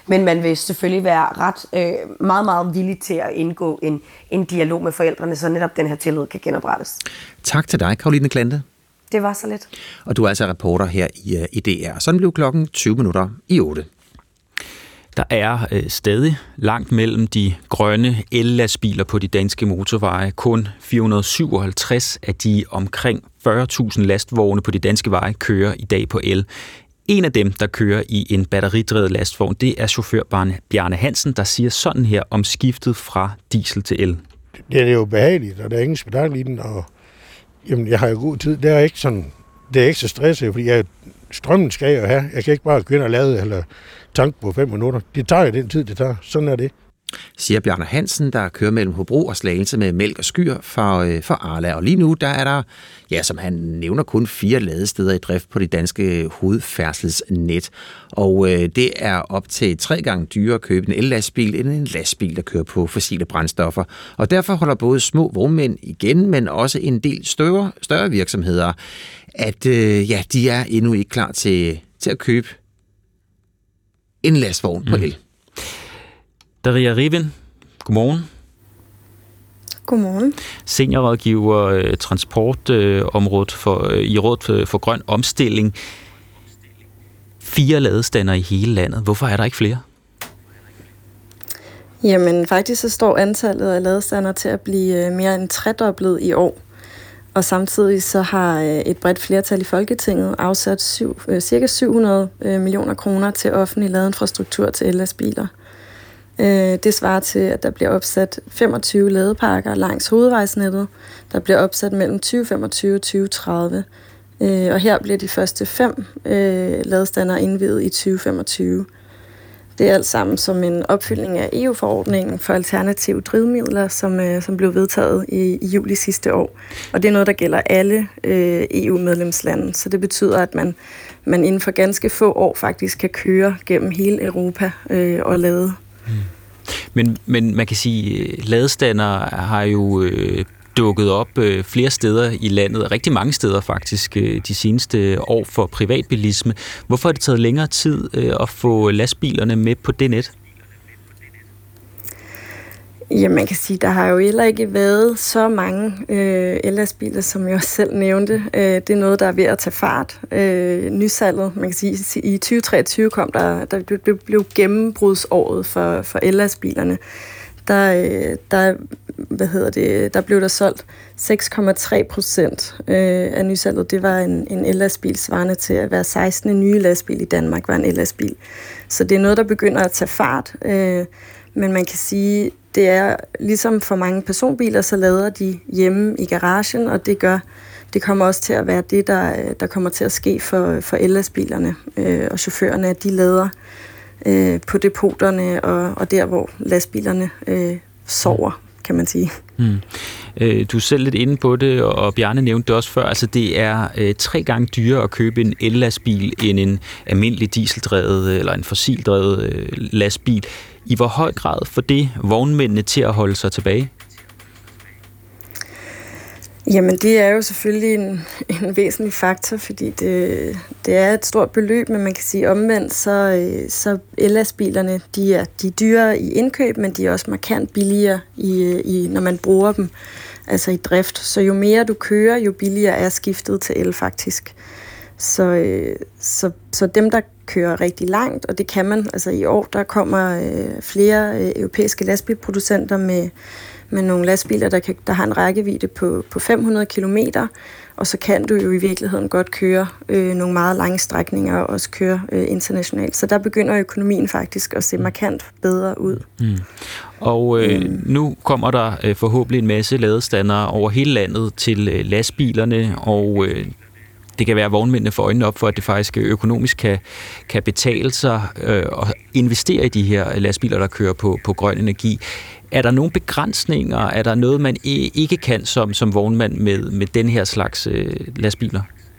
Men man vil selvfølgelig være ret øh, meget, meget villig til at indgå en, en dialog med forældrene, så netop den her tillid kan genoprettes. Tak til dig, Caroline Klante. Det var så lidt. Og du er altså reporter her i, i D R. Sådan blev klokken tyve minutter i otte. Der er øh, stadig langt mellem de grønne el-lastbiler på de danske motorveje. Kun fire hundrede syvoghalvtreds af de omkring fyrre tusind lastvogne på de danske veje kører i dag på el. En af dem, der kører i en batteridrevet lastvogn, det er chauffør Bjarne Hansen, der siger sådan her om skiftet fra diesel til el. Det er jo behageligt, og der er ingen spektakel i den, og jamen, jeg har jo god tid. Det er ikke sådan, det er ikke så stresset, fordi jeg, strømmen skal jeg jo have. Jeg kan ikke bare gå ind og lade eller tank på fem minutter. Det tager jo den tid, det tager. Sådan er det. Siger Bjarne Hansen, der kører mellem Hobro og Slagelse med mælk og skyr for, øh, for Arla. Og lige nu, der er der, ja, som han nævner, kun fire ladesteder i drift på det danske hovedfærdselsnet. Og øh, det er op til tre gange dyrere at købe en el-lastbil end en lastbil, der kører på fossile brændstoffer. Og derfor holder både små vognmænd igen, men også en del større, større virksomheder, at øh, ja, de er endnu ikke klar til, til at købe en lastvogn på el. Mm. Daria Rivin, godmorgen. Godmorgen. Seniorrådgiver øh, transportområdet øh, for, øh, i Rådet for Grøn Omstilling. Fire ladestander i hele landet. Hvorfor er der ikke flere? Jamen faktisk så står antallet af ladestander til at blive mere end tredoblet i år. Og samtidig så har et bredt flertal i Folketinget afsat syv, cirka syv hundrede millioner kroner til offentlig ladeinfrastruktur til el-lastbiler. Det svarer til, at der bliver opsat femogtyve ladeparker langs hovedvejsnettet. Der bliver opsat mellem tyve femogtyve og tyve tredive. Og her bliver de første fem ladestander indviet i tyve femogtyve. Det er alt sammen som en opfyldning af E U-forordningen for alternative drivmidler, som, som blev vedtaget i, i juli sidste år. Og det er noget, der gælder alle øh, E U-medlemslande. Så det betyder, at man, man inden for ganske få år faktisk kan køre gennem hele Europa øh, og lade. Mm. Men, men man kan sige, at ladestander har jo øh, dukket op øh, flere steder i landet, rigtig mange steder faktisk, øh, de seneste år for privatbilisme. Hvorfor har det taget længere tid øh, at få lastbilerne med på det net? Ja, man kan sige, der har jo heller ikke været så mange øh, el-lastbiler, som jeg også selv nævnte. Øh, det er noget, der er ved at tage fart. Øh, nysalget, man kan sige, i tyve treogtyve kom der, der blev, blev gennembrudsåret for, for el-lastbilerne. Der, der, hvad hedder det, der blev der solgt seks komma tre procent af nysalget. Det var en, en el-lastbil svarende til at være sekstende nye lastbil i Danmark var en el-lastbil. Så det er noget, der begynder at tage fart. Men man kan sige, det er ligesom for mange personbiler, så lader de hjemme i garagen, og det gør, det kommer også til at være det, der, der kommer til at ske for, for el-lastbilerne og chaufførerne, at de lader øh, på depoterne og, og der, hvor lastbilerne øh, sover, kan man sige. Mm. Øh, du er selv lidt inde på det, og Bjarne nævnte det også før. Altså, det er øh, tre gange dyrere at købe en el-lastbil end en almindelig dieseldrevet eller en fossildrevet øh, lastbil. I hvor høj grad får det vognmændene til at holde sig tilbage? Jamen, det er jo selvfølgelig en, en væsentlig faktor, fordi det, det er et stort beløb, men man kan sige omvendt, så, så el-lastbilerne, de er, de er dyrere i indkøb, men de er også markant billigere, i, i, når man bruger dem, altså i drift. Så jo mere du kører, jo billigere er skiftet til el faktisk. Så, så, så dem, der kører rigtig langt, og det kan man, altså i år, der kommer øh, flere øh, europæiske lastbilproducenter med med nogle lastbiler, der, kan, der har en rækkevidde på, på fem hundrede kilometer, og så kan du jo i virkeligheden godt køre øh, nogle meget lange strækninger og også køre øh, internationalt. Så der begynder økonomien faktisk at se markant bedre ud. Mm. Og øh, mm. nu kommer der øh, forhåbentlig en masse ladestandere over hele landet til øh, lastbilerne, og øh, det kan være, at vognmændene får øjnene op for, at det faktisk økonomisk kan, kan betale sig øh, at investere i de her lastbiler, der kører på, på grøn energi. Er der nogle begrænsninger? Er der noget, man ikke kan som, som vognmand med, med den her slags øh, lastbiler?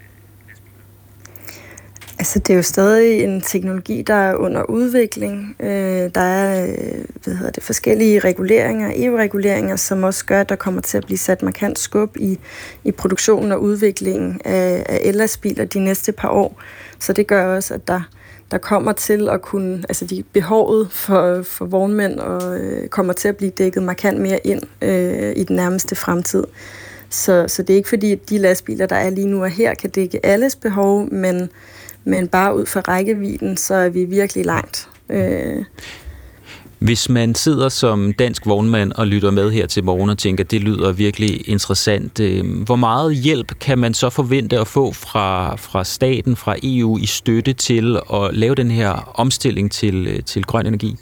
Altså, det er jo stadig en teknologi, der er under udvikling. Øh, der er hvad hedder det, forskellige reguleringer, E U-reguleringer, som også gør, at der kommer til at blive sat markant skub i, i produktionen og udviklingen af, af el-lastbiler de næste par år. Så det gør også, at der, der kommer til at kunne, altså de behovet for, for vognmænd og øh, kommer til at blive dækket markant mere ind øh, i den nærmeste fremtid. Så, så det er ikke fordi, at de lastbiler, der er lige nu og her, kan dække alles behov, men, men bare ud fra rækkevidden, så er vi virkelig langt. Øh, Hvis man sidder som dansk vognmand og lytter med her til morgen og tænker, at det lyder virkelig interessant, hvor meget hjælp kan man så forvente at få fra, fra staten, fra E U i støtte til at lave den her omstilling til, til grøn energi?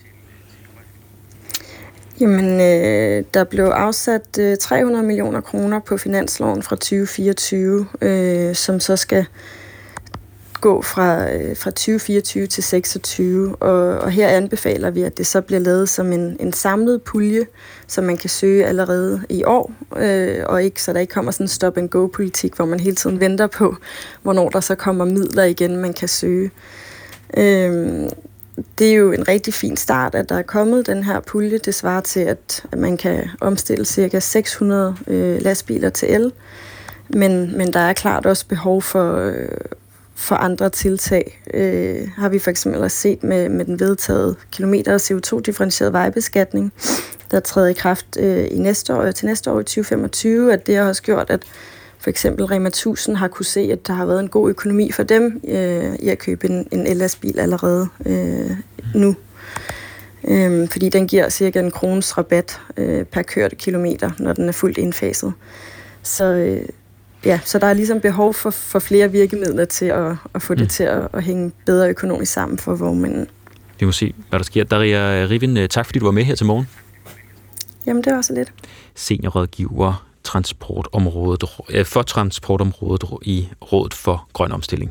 Jamen, øh, der blev afsat øh, tre hundrede millioner kroner på finansloven fra tyve fireogtyve, øh, som så skal gå fra, øh, fra tyve fireogtyve til seksogtyve, og, og her anbefaler vi, at det så bliver lavet som en, en samlet pulje, som man kan søge allerede i år, øh, og ikke, så der ikke kommer sådan en stop-and-go-politik, hvor man hele tiden venter på, hvornår der så kommer midler igen, man kan søge. Øh, det er jo en rigtig fin start, at der er kommet den her pulje. Det svarer til, at, at man kan omstille ca. seks hundrede øh, lastbiler til el, men, men der er klart også behov for... Øh, For andre tiltag øh, har vi for eksempel også set med, med den vedtaget kilometer- og C O to-differentieret vejbeskatning, der træder i kraft øh, i næste år, til næste år i tyve femogtyve, at det har også gjort, at for eksempel Rema tusind har kunne se, at der har været en god økonomi for dem øh, i at købe en, en el-lastbil allerede øh, nu. Øh, fordi den giver cirka en krones rabat øh, per kørte kilometer, når den er fuldt indfaset. Så øh, Ja, så der er ligesom behov for, for flere virkemidler til at, at få det mm. til at, at hænge bedre økonomisk sammen for vognmændene. Vi må se, hvad der sker. Daria Rivin, tak fordi du var med her til morgen. Jamen, det var så lidt. Seniorrådgiver transportområdet, for transportområdet i Rådet for Grøn Omstilling.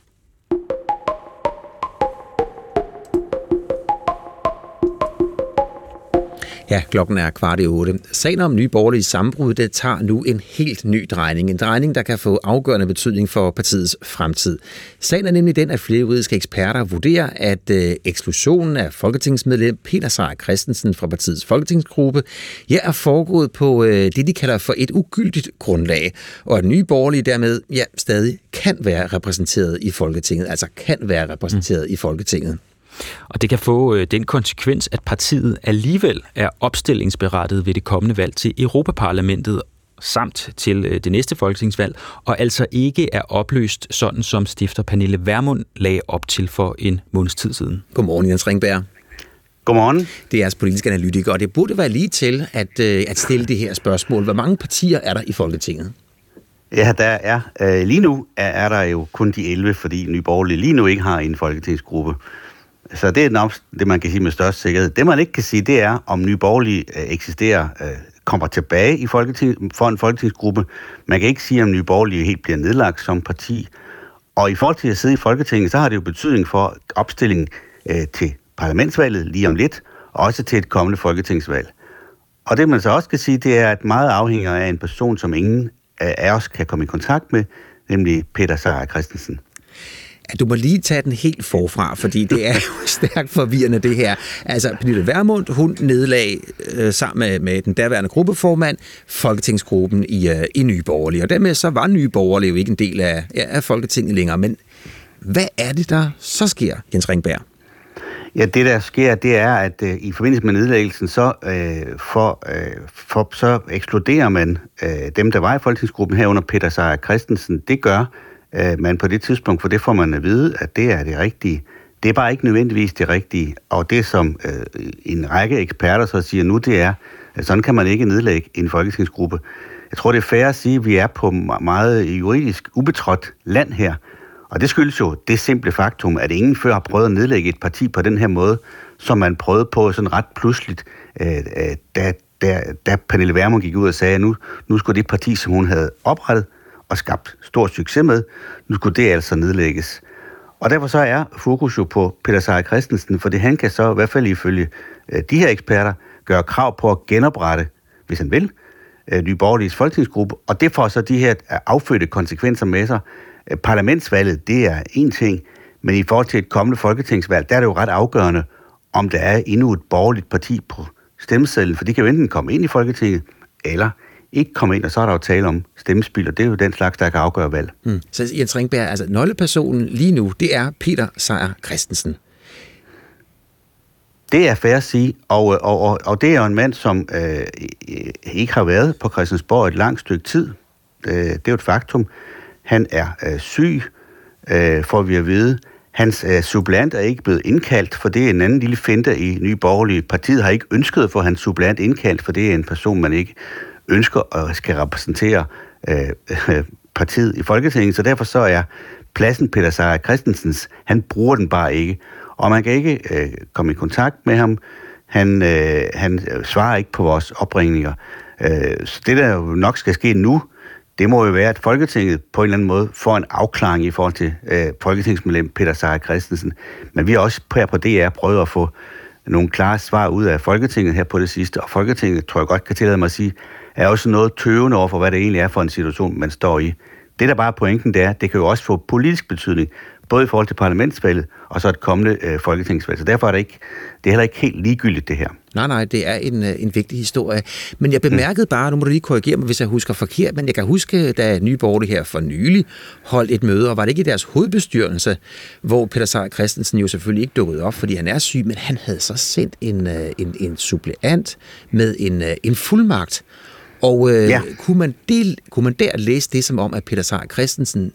Ja, klokken er kvart i otte. Sagen om Nye Borgerlige sammenbrud, det tager nu en helt ny drejning. En drejning, der kan få afgørende betydning for partiets fremtid. Sagen er nemlig den, at flere juridiske eksperter vurderer, at øh, eksklusionen af folketingsmedlem Peter Seier Christensen fra partiets folketingsgruppe ja, er foregået på øh, det, de kalder for et ugyldigt grundlag, og at Nye Borgerlige dermed ja, stadig kan være repræsenteret i Folketinget, altså kan være repræsenteret mm. i Folketinget. Og det kan få øh, den konsekvens, at partiet alligevel er opstillingsberettiget ved det kommende valg til Europaparlamentet samt til øh, det næste folketingsvalg, og altså ikke er opløst, sådan som stifter Pernille Vermund lagde op til for en måneds tid siden. Godmorgen, Jens Ringberg. Godmorgen. Det er jeres politiske analytiker, og det burde være lige til at, øh, at stille det her spørgsmål. Hvor mange partier er der i Folketinget? Ja, der er. Øh, lige nu er, er der jo kun de elleve, fordi Nye Borgerlige lige nu ikke har en folketingsgruppe. Så det er nok det, man kan sige med størst sikkerhed. Det, man ikke kan sige, det er, om Nye Borgerlige øh, eksisterer, øh, kommer tilbage i folketing, for en folketingsgruppe. Man kan ikke sige, om Nye Borgerlige helt bliver nedlagt som parti. Og i forhold til at sidde i Folketinget, så har det jo betydning for opstillingen øh, til parlamentsvalget lige om lidt, og også til et kommende folketingsvalg. Og det, man så også kan sige, det er, at meget afhænger af en person, som ingen af os kan komme i kontakt med, nemlig Peter Seier Christensen. Ja, du må lige tage den helt forfra, fordi det er jo stærkt forvirrende, det her. Altså, Pernille Vermund, hun nedlagde øh, sammen med, med den daværende gruppeformand Folketingsgruppen i, øh, i Nye Borgerlige, og dermed så var Nye Borgerlige jo ikke en del af, ja, af Folketinget længere. Men hvad er det, der så sker, Jens Ringberg? Ja, det der sker, det er, at øh, i forbindelse med nedlæggelsen, så, øh, for, øh, for, så ekskluderer man øh, dem, der var i Folketingsgruppen herunder Peter Seier Christensen. Det gør man på det tidspunkt, for det får man at vide, at det er det rigtige. Det er bare ikke nødvendigvis det rigtige. Og det, som øh, en række eksperter så siger nu, det er, at sådan kan man ikke nedlægge en folketingsgruppe. Jeg tror, det er fair at sige, at vi er på meget juridisk ubetrådt land her. Og det skyldes jo det simple faktum, at ingen før har prøvet at nedlægge et parti på den her måde, som man prøvede på sådan ret pludseligt, øh, da, da, da Pernille Vermund gik ud og sagde, at nu, nu skulle det parti, som hun havde oprettet, og skabt stor succes med, nu skulle det altså nedlægges. Og derfor så er fokus jo på Peter Seier Christensen, for det han kan så i hvert fald ifølge de her eksperter gøre krav på at genoprette, hvis han vil, Nye Borgerliges folketingsgruppe, og det får så de her affødte konsekvenser med sig. Parlamentsvalget, det er en ting, men i forhold til et kommende folketingsvalg, der er det jo ret afgørende, om der er endnu et borgerligt parti på stemmesedlen, for de kan jo enten komme ind i Folketinget, eller ikke kommer ind, og så er der jo tale om stemmespil, og det er jo den slags, der kan afgøre valg. Mm. Så Jens Ringberg, altså nøglepersonen lige nu, det er Peter Seier Christensen. Det er fair at sige, og, og, og, og det er jo en mand, som øh, ikke har været på Christiansborg et langt stykke tid. Øh, det er jo et faktum. Han er øh, syg, øh, får vi at vide. Hans øh, suppleant er ikke blevet indkaldt, for det er en anden lille finte i Nye Borgerlige. Partiet har ikke ønsket at få hans suppleant indkaldt, for det er en person, man ikke ønsker at skal repræsentere øh, øh, partiet i Folketinget. Så derfor så er pladsen Peter Seier Christensens, han bruger den bare ikke. Og man kan ikke øh, komme i kontakt med ham. Han, øh, han svarer ikke på vores opringninger. Øh, så det, der jo nok skal ske nu, det må jo være, at Folketinget på en eller anden måde får en afklaring i forhold til øh, folketingsmedlem Peter Seier Christensen. Men vi har også her på D R prøvet at få nogle klare svar ud af Folketinget her på det sidste. Og Folketinget, tror jeg godt kan tillade mig at sige, er også noget tøvende over for, hvad det egentlig er for en situation, man står i. Det, der bare er pointen, det er, det kan jo også få politisk betydning, både i forhold til parlamentsvalget og så et kommende øh, folketingsvalg. Så derfor er det, ikke, det er heller ikke helt ligegyldigt, det her. Nej, nej, det er en, en vigtig historie. Men jeg bemærkede bare, nu må du lige korrigere mig, hvis jeg husker forkert, men jeg kan huske, da Nye Borgerlige her for nylig holdt et møde, og var det ikke i deres hovedbestyrelse, hvor Peter Seier Christensen jo selvfølgelig ikke dukkede op, fordi han er syg, men han havde så sendt en, en, en suppleant med en, en fuldmagt. Og øh, ja. kunne, man del, kunne man der læse det som om, at Peter Seier Christensen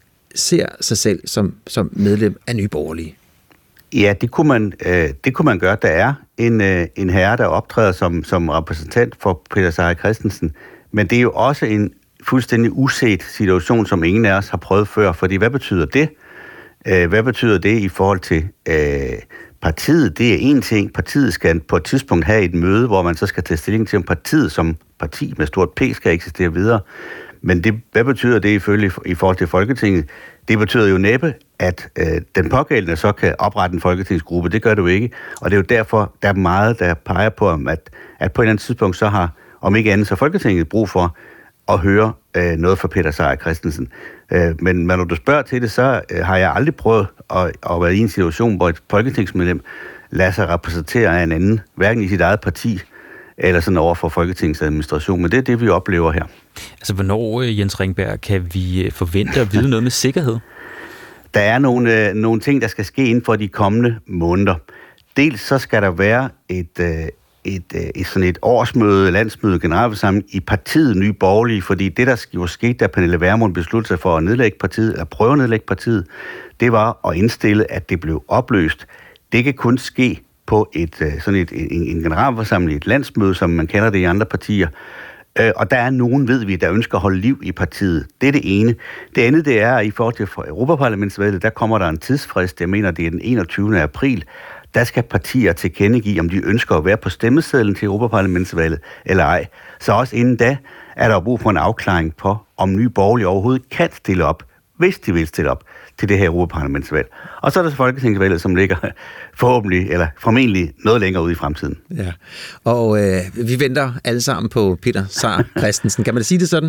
ser sig selv som, som medlem af Nye Borgerlige? Ja, det kunne man, øh, det kunne man gøre. Der er en, øh, en herre, der optræder som, som repræsentant for Peter Seier Christensen, men det er jo også en fuldstændig uset situation, som ingen af os har prøvet før, fordi hvad betyder det? Øh, hvad betyder det i forhold til øh, partiet? Det er en ting. Partiet skal på et tidspunkt have et møde, hvor man så skal tage stilling til, om partiet som parti med stort P skal eksistere videre. Men det, hvad betyder det ifølge i forhold til Folketinget? Det betyder jo næppe, at øh, den pågældende så kan oprette en folketingsgruppe. Det gør det jo ikke. Og det er jo derfor, der er meget, der peger på, at, at på et eller andet tidspunkt så har, om ikke andet, så Folketinget brug for at høre øh, noget fra Peter Seier Christensen. Øh, men når du spørger til det, så øh, har jeg aldrig prøvet at, at være i en situation, hvor et folketingsmedlem lader sig repræsentere af en anden, hverken i sit eget parti, eller sådan over for Folketingets administration. Men det er det, vi oplever her. Altså, hvornår, Jens Ringberg, kan vi forvente at vide noget med sikkerhed? Der er nogle, øh, nogle ting, der skal ske inden for de kommende måneder. Dels så skal der være et, øh, et, øh, et, sådan et årsmøde, landsmøde, generalforsamling i partiet Nye Borgerlige, fordi det, der jo skete, da Pernille Vermund besluttede sig for at nedlægge partiet, eller prøve at nedlægge partiet, det var at indstille, at det blev opløst. Det kan kun ske på et, sådan et, en, en generalforsamling, et landsmøde, som man kender det i andre partier. Øh, og der er nogen, ved vi, der ønsker at holde liv i partiet. Det er det ene. Det andet, det er, at i forhold til Europaparlamentsvalget, der kommer der en tidsfrist, jeg mener, det er den enogtyvende april, der skal partier tilkendegive, om de ønsker at være på stemmesedlen til Europaparlamentsvalget eller ej. Så også inden da er der brug for en afklaring på, om Nye Borgerlige overhovedet kan stille op, hvis de vil stille op til det her Europaparlamentsvalg. Og så er der så Folketingsvalget, som ligger forhåbentlig, eller formentlig noget længere ude i fremtiden. Ja, og øh, vi venter alle sammen på Peter Seier Christensen. Kan man da sige det sådan?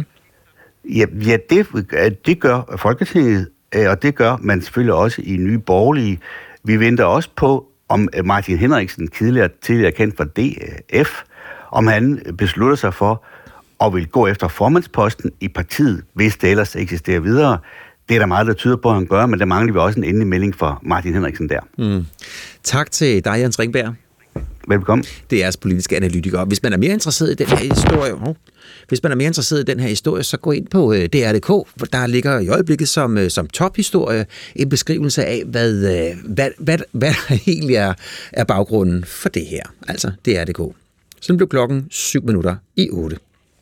Ja, ja det, det gør Folketinget, og det gør man selvfølgelig også i Nye Borgerlige. Vi venter også på, om Martin Henriksen, tidligere, tidligere kendt for D F, om han beslutter sig for at vil gå efter formandsposten i partiet, hvis det ellers eksisterer videre. Det er der meget, der tyder på, at han gør, men der mangler vi også en endelig melding fra Martin Henriksen der. Mm. Tak til dig, Jens Ringberg. Velkommen. Det er jeres politiske analytiker. Hvis man er mere interesseret i den her historie, hvis man er mere interesseret i den her historie, så gå ind på D R punktum D K, der ligger i øjeblikket som, som tophistorie en beskrivelse af, hvad, hvad, hvad, hvad der egentlig er, er baggrunden for det her. Altså D R punktum D K. Så blev klokken syv minutter i otte.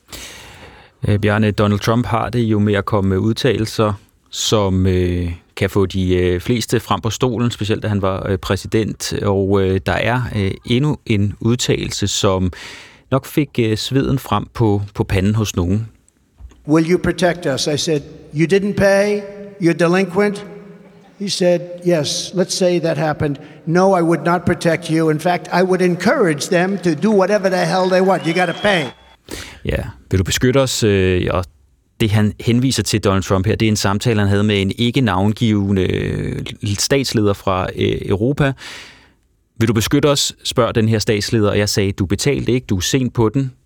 Bjarne, Donald Trump har det jo med at komme med udtalelser, som øh, kan få de øh, fleste frem på stolen, specielt da han var øh, præsident. Og øh, der er øh, endnu en udtalelse, som nok fik øh, sveden frem på, på panden hos nogen. Will you protect us? I said, you didn't pay, you're delinquent. He said, yes, let's say that happened. No, I would not protect you. In fact, I would encourage them to do whatever the hell they want. You got to pay. Ja, vil du beskytte os? Øh, og det, han henviser til Donald Trump her, det er en samtale, han havde med en ikke navngivende statsleder fra øh, Europa. Vil du beskytte os, spørger den her statsleder, og jeg sagde, du betalte ikke, du er sent på den.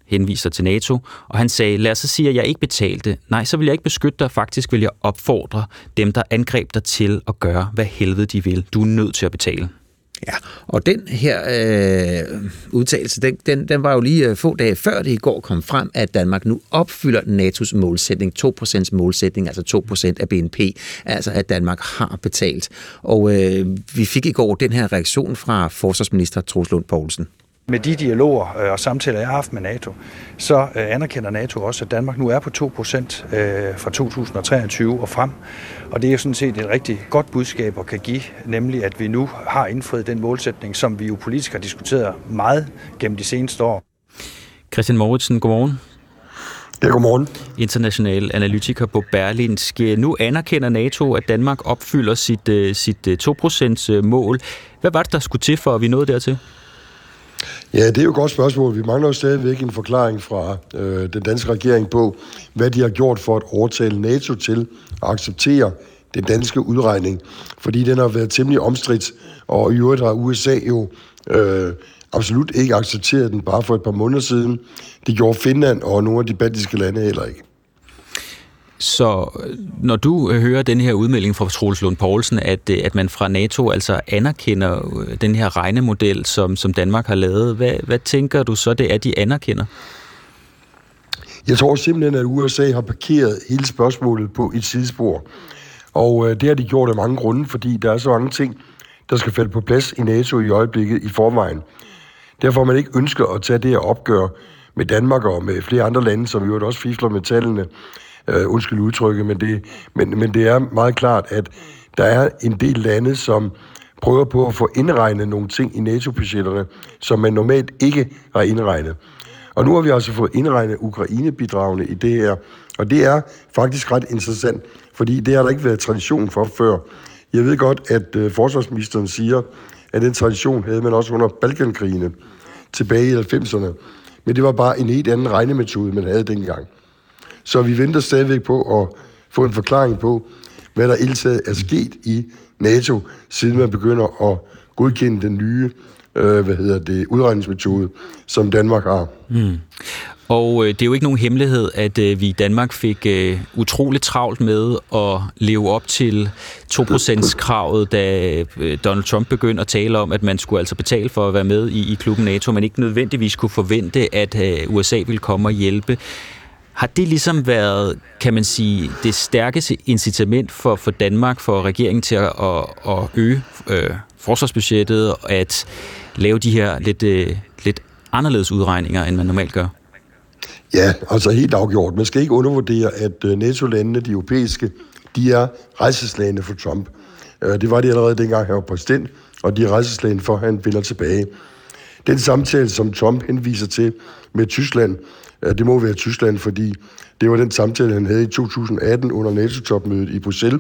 henviser til NATO, og han sagde, lad os så sige, at jeg ikke betalte. Nej, så vil jeg ikke beskytte dig, faktisk vil jeg opfordre dem, der angreb dig til at gøre, hvad helvede de vil. Du er nødt til at betale. Ja, og den her øh, udtalelse, den, den, den var jo lige få dage før det i går kom frem, at Danmark nu opfylder NATO's målsætning, to procent målsætning, altså to procent af B N P, altså at Danmark har betalt. Og øh, vi fik i går den her reaktion fra forsvarsminister Troels Lund Poulsen. Med de dialoger og samtaler, jeg har haft med NATO, så anerkender NATO også, at Danmark nu er på to procent fra to tusind treogtyve og frem. Og det er jo sådan set et rigtig godt budskab at kan give, nemlig at vi nu har indfriet den målsætning, som vi jo politisk har diskuteret meget gennem de seneste år. Christian Mouritsen, godmorgen. Ja, godmorgen. International analytiker på Berlingske. Nu anerkender NATO, at Danmark opfylder sit, sit to procent mål. Hvad var det, der skulle til, for at vi nåede dertil? Ja, det er jo et godt spørgsmål. Vi mangler jo stadigvæk en forklaring fra øh, den danske regering på, hvad de har gjort for at overtale NATO til at acceptere den danske udregning. Fordi den har været temmelig omstridt, og i øvrigt har U S A jo øh, absolut ikke accepteret den bare for et par måneder siden. Det gjorde Finland og nogle af de baltiske lande heller ikke. Så når du hører den her udmelding fra Troels Lund Poulsen, at, at man fra NATO altså anerkender den her regnemodel, som, som Danmark har lavet, hvad, hvad tænker du så, det er, de anerkender? Jeg tror simpelthen, at U S A har parkeret hele spørgsmålet på et sidespor. Og øh, det har de gjort af mange grunde, fordi der er så mange ting, der skal falde på plads i NATO i øjeblikket i forvejen. Derfor har man ikke ønsket at tage det her opgør med Danmark og med flere andre lande, som jo også fifler med tallene. Uh, undskyld udtrykket, men det, men, men det er meget klart, at der er en del lande, som prøver på at få indregnet nogle ting i NATO-budgetterne, som man normalt ikke har indregnet. Og nu har vi altså fået indregnet Ukraine-bidragene i det her, og det er faktisk ret interessant, fordi det har der ikke været tradition for før. Jeg ved godt, at uh, forsvarsministeren siger, at den tradition havde man også under Balkankrigene tilbage i halvfemserne, men det var bare en helt anden regnemetode, man havde dengang. Så vi venter stadigvæk på at få en forklaring på, hvad der ellers er sket i NATO, siden man begynder at godkende den nye øh, hvad hedder det, udregningsmetode, som Danmark har. Mm. Og øh, det er jo ikke nogen hemmelighed, at øh, vi i Danmark fik øh, utroligt travlt med at leve op til to procent-kravet, da øh, Donald Trump begyndte at tale om, at man skulle altså betale for at være med i, i klubben NATO, men ikke nødvendigvis kunne forvente, at øh, U S A ville komme og hjælpe. Har det ligesom været, kan man sige, det stærkeste incitament for, for Danmark, for regeringen til at, at, at øge øh, forsvarsbudgettet og at lave de her lidt, øh, lidt anderledes udregninger, end man normalt gør? Ja, altså helt afgjort. Man skal ikke undervurdere, at NATO-landene, de europæiske, de er rejseslagene for Trump. Det var de allerede dengang, han var præsident, og de er rejseslagene for, at han vender tilbage. Den samtale, som Trump henviser til med Tyskland, det må være Tyskland, fordi det var den samtale, han havde i to tusind atten under NATO-topmødet i Bruxelles.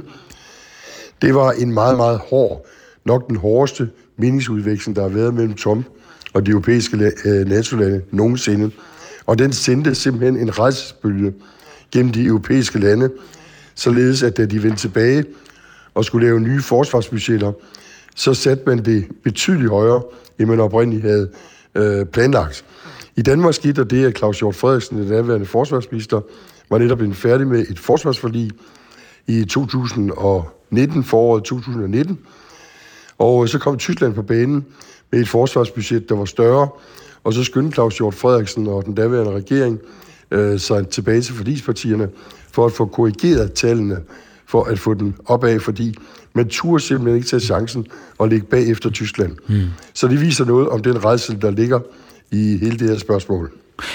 Det var en meget, meget hård, nok den hårdeste meningsudveksling, der har været mellem Trump og de europæiske NATO-lande nogensinde. Og den sendte simpelthen en rejsebølge gennem de europæiske lande, således at da de vendte tilbage og skulle lave nye forsvarsbudgetter, så satte man det betydeligt højere, end man oprindeligt havde øh, planlagt. I Danmark skete det, at Claus Hjort Frederiksen, den daværende forsvarsminister, var netop blevet færdig med et forsvarsforlig i to tusind nitten, foråret to tusind nitten. Og så kom Tyskland på banen med et forsvarsbudget, der var større, og så skyndte Claus Hjort Frederiksen og den daværende regering øh, sig tilbage til forligspartierne for at få korrigeret tallene, for at få den opad, fordi man turde simpelthen ikke tage chancen og ligge bag efter Tyskland. Mm. Så det viser noget om den rædsel, der ligger i hele det her spørgsmål.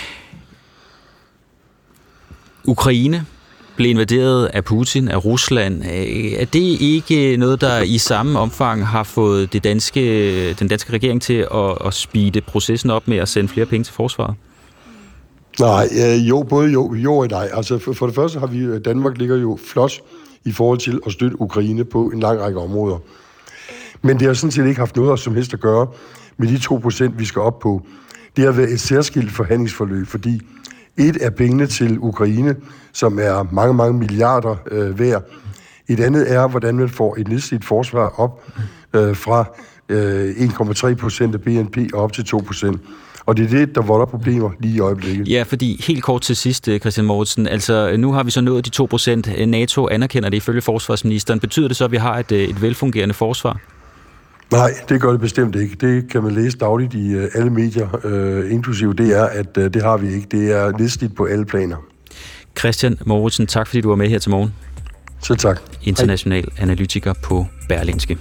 Ukraine blev invaderet af Putin, af Rusland. Er det ikke noget, der i samme omfang har fået det danske, den danske regering til at, at speede processen op med at sende flere penge til forsvaret? Nej, jo, både jo, jo og nej. Altså for, for det første har vi, Danmark ligger jo flot i forhold til at støtte Ukraine på en lang række områder. Men det har sådan set ikke haft noget som helst at gøre med de to procent, vi skal op på. Det har været et særskilt forhandlingsforløb, fordi et er pengene til Ukraine, som er mange, mange milliarder øh, værd. Et andet er, hvordan man får et nedslidt forsvar op øh, fra øh, en komma tre procent af B N P og op til to procent. Og det er det, der volder problemer lige i øjeblikket. Ja, fordi helt kort til sidst, Christian Mouritzen, altså nu har vi så nået de to procent. NATO anerkender det ifølge forsvarsministeren. Betyder det så, at vi har et, et velfungerende forsvar? Nej, det gør det bestemt ikke. Det kan man læse dagligt i uh, alle medier, uh, inklusive det er, at uh, det har vi ikke. Det er nedslidt på alle planer. Christian Mouritzen, tak fordi du var med her til morgen. Så tak. International Hej. Analytiker på Berlingske.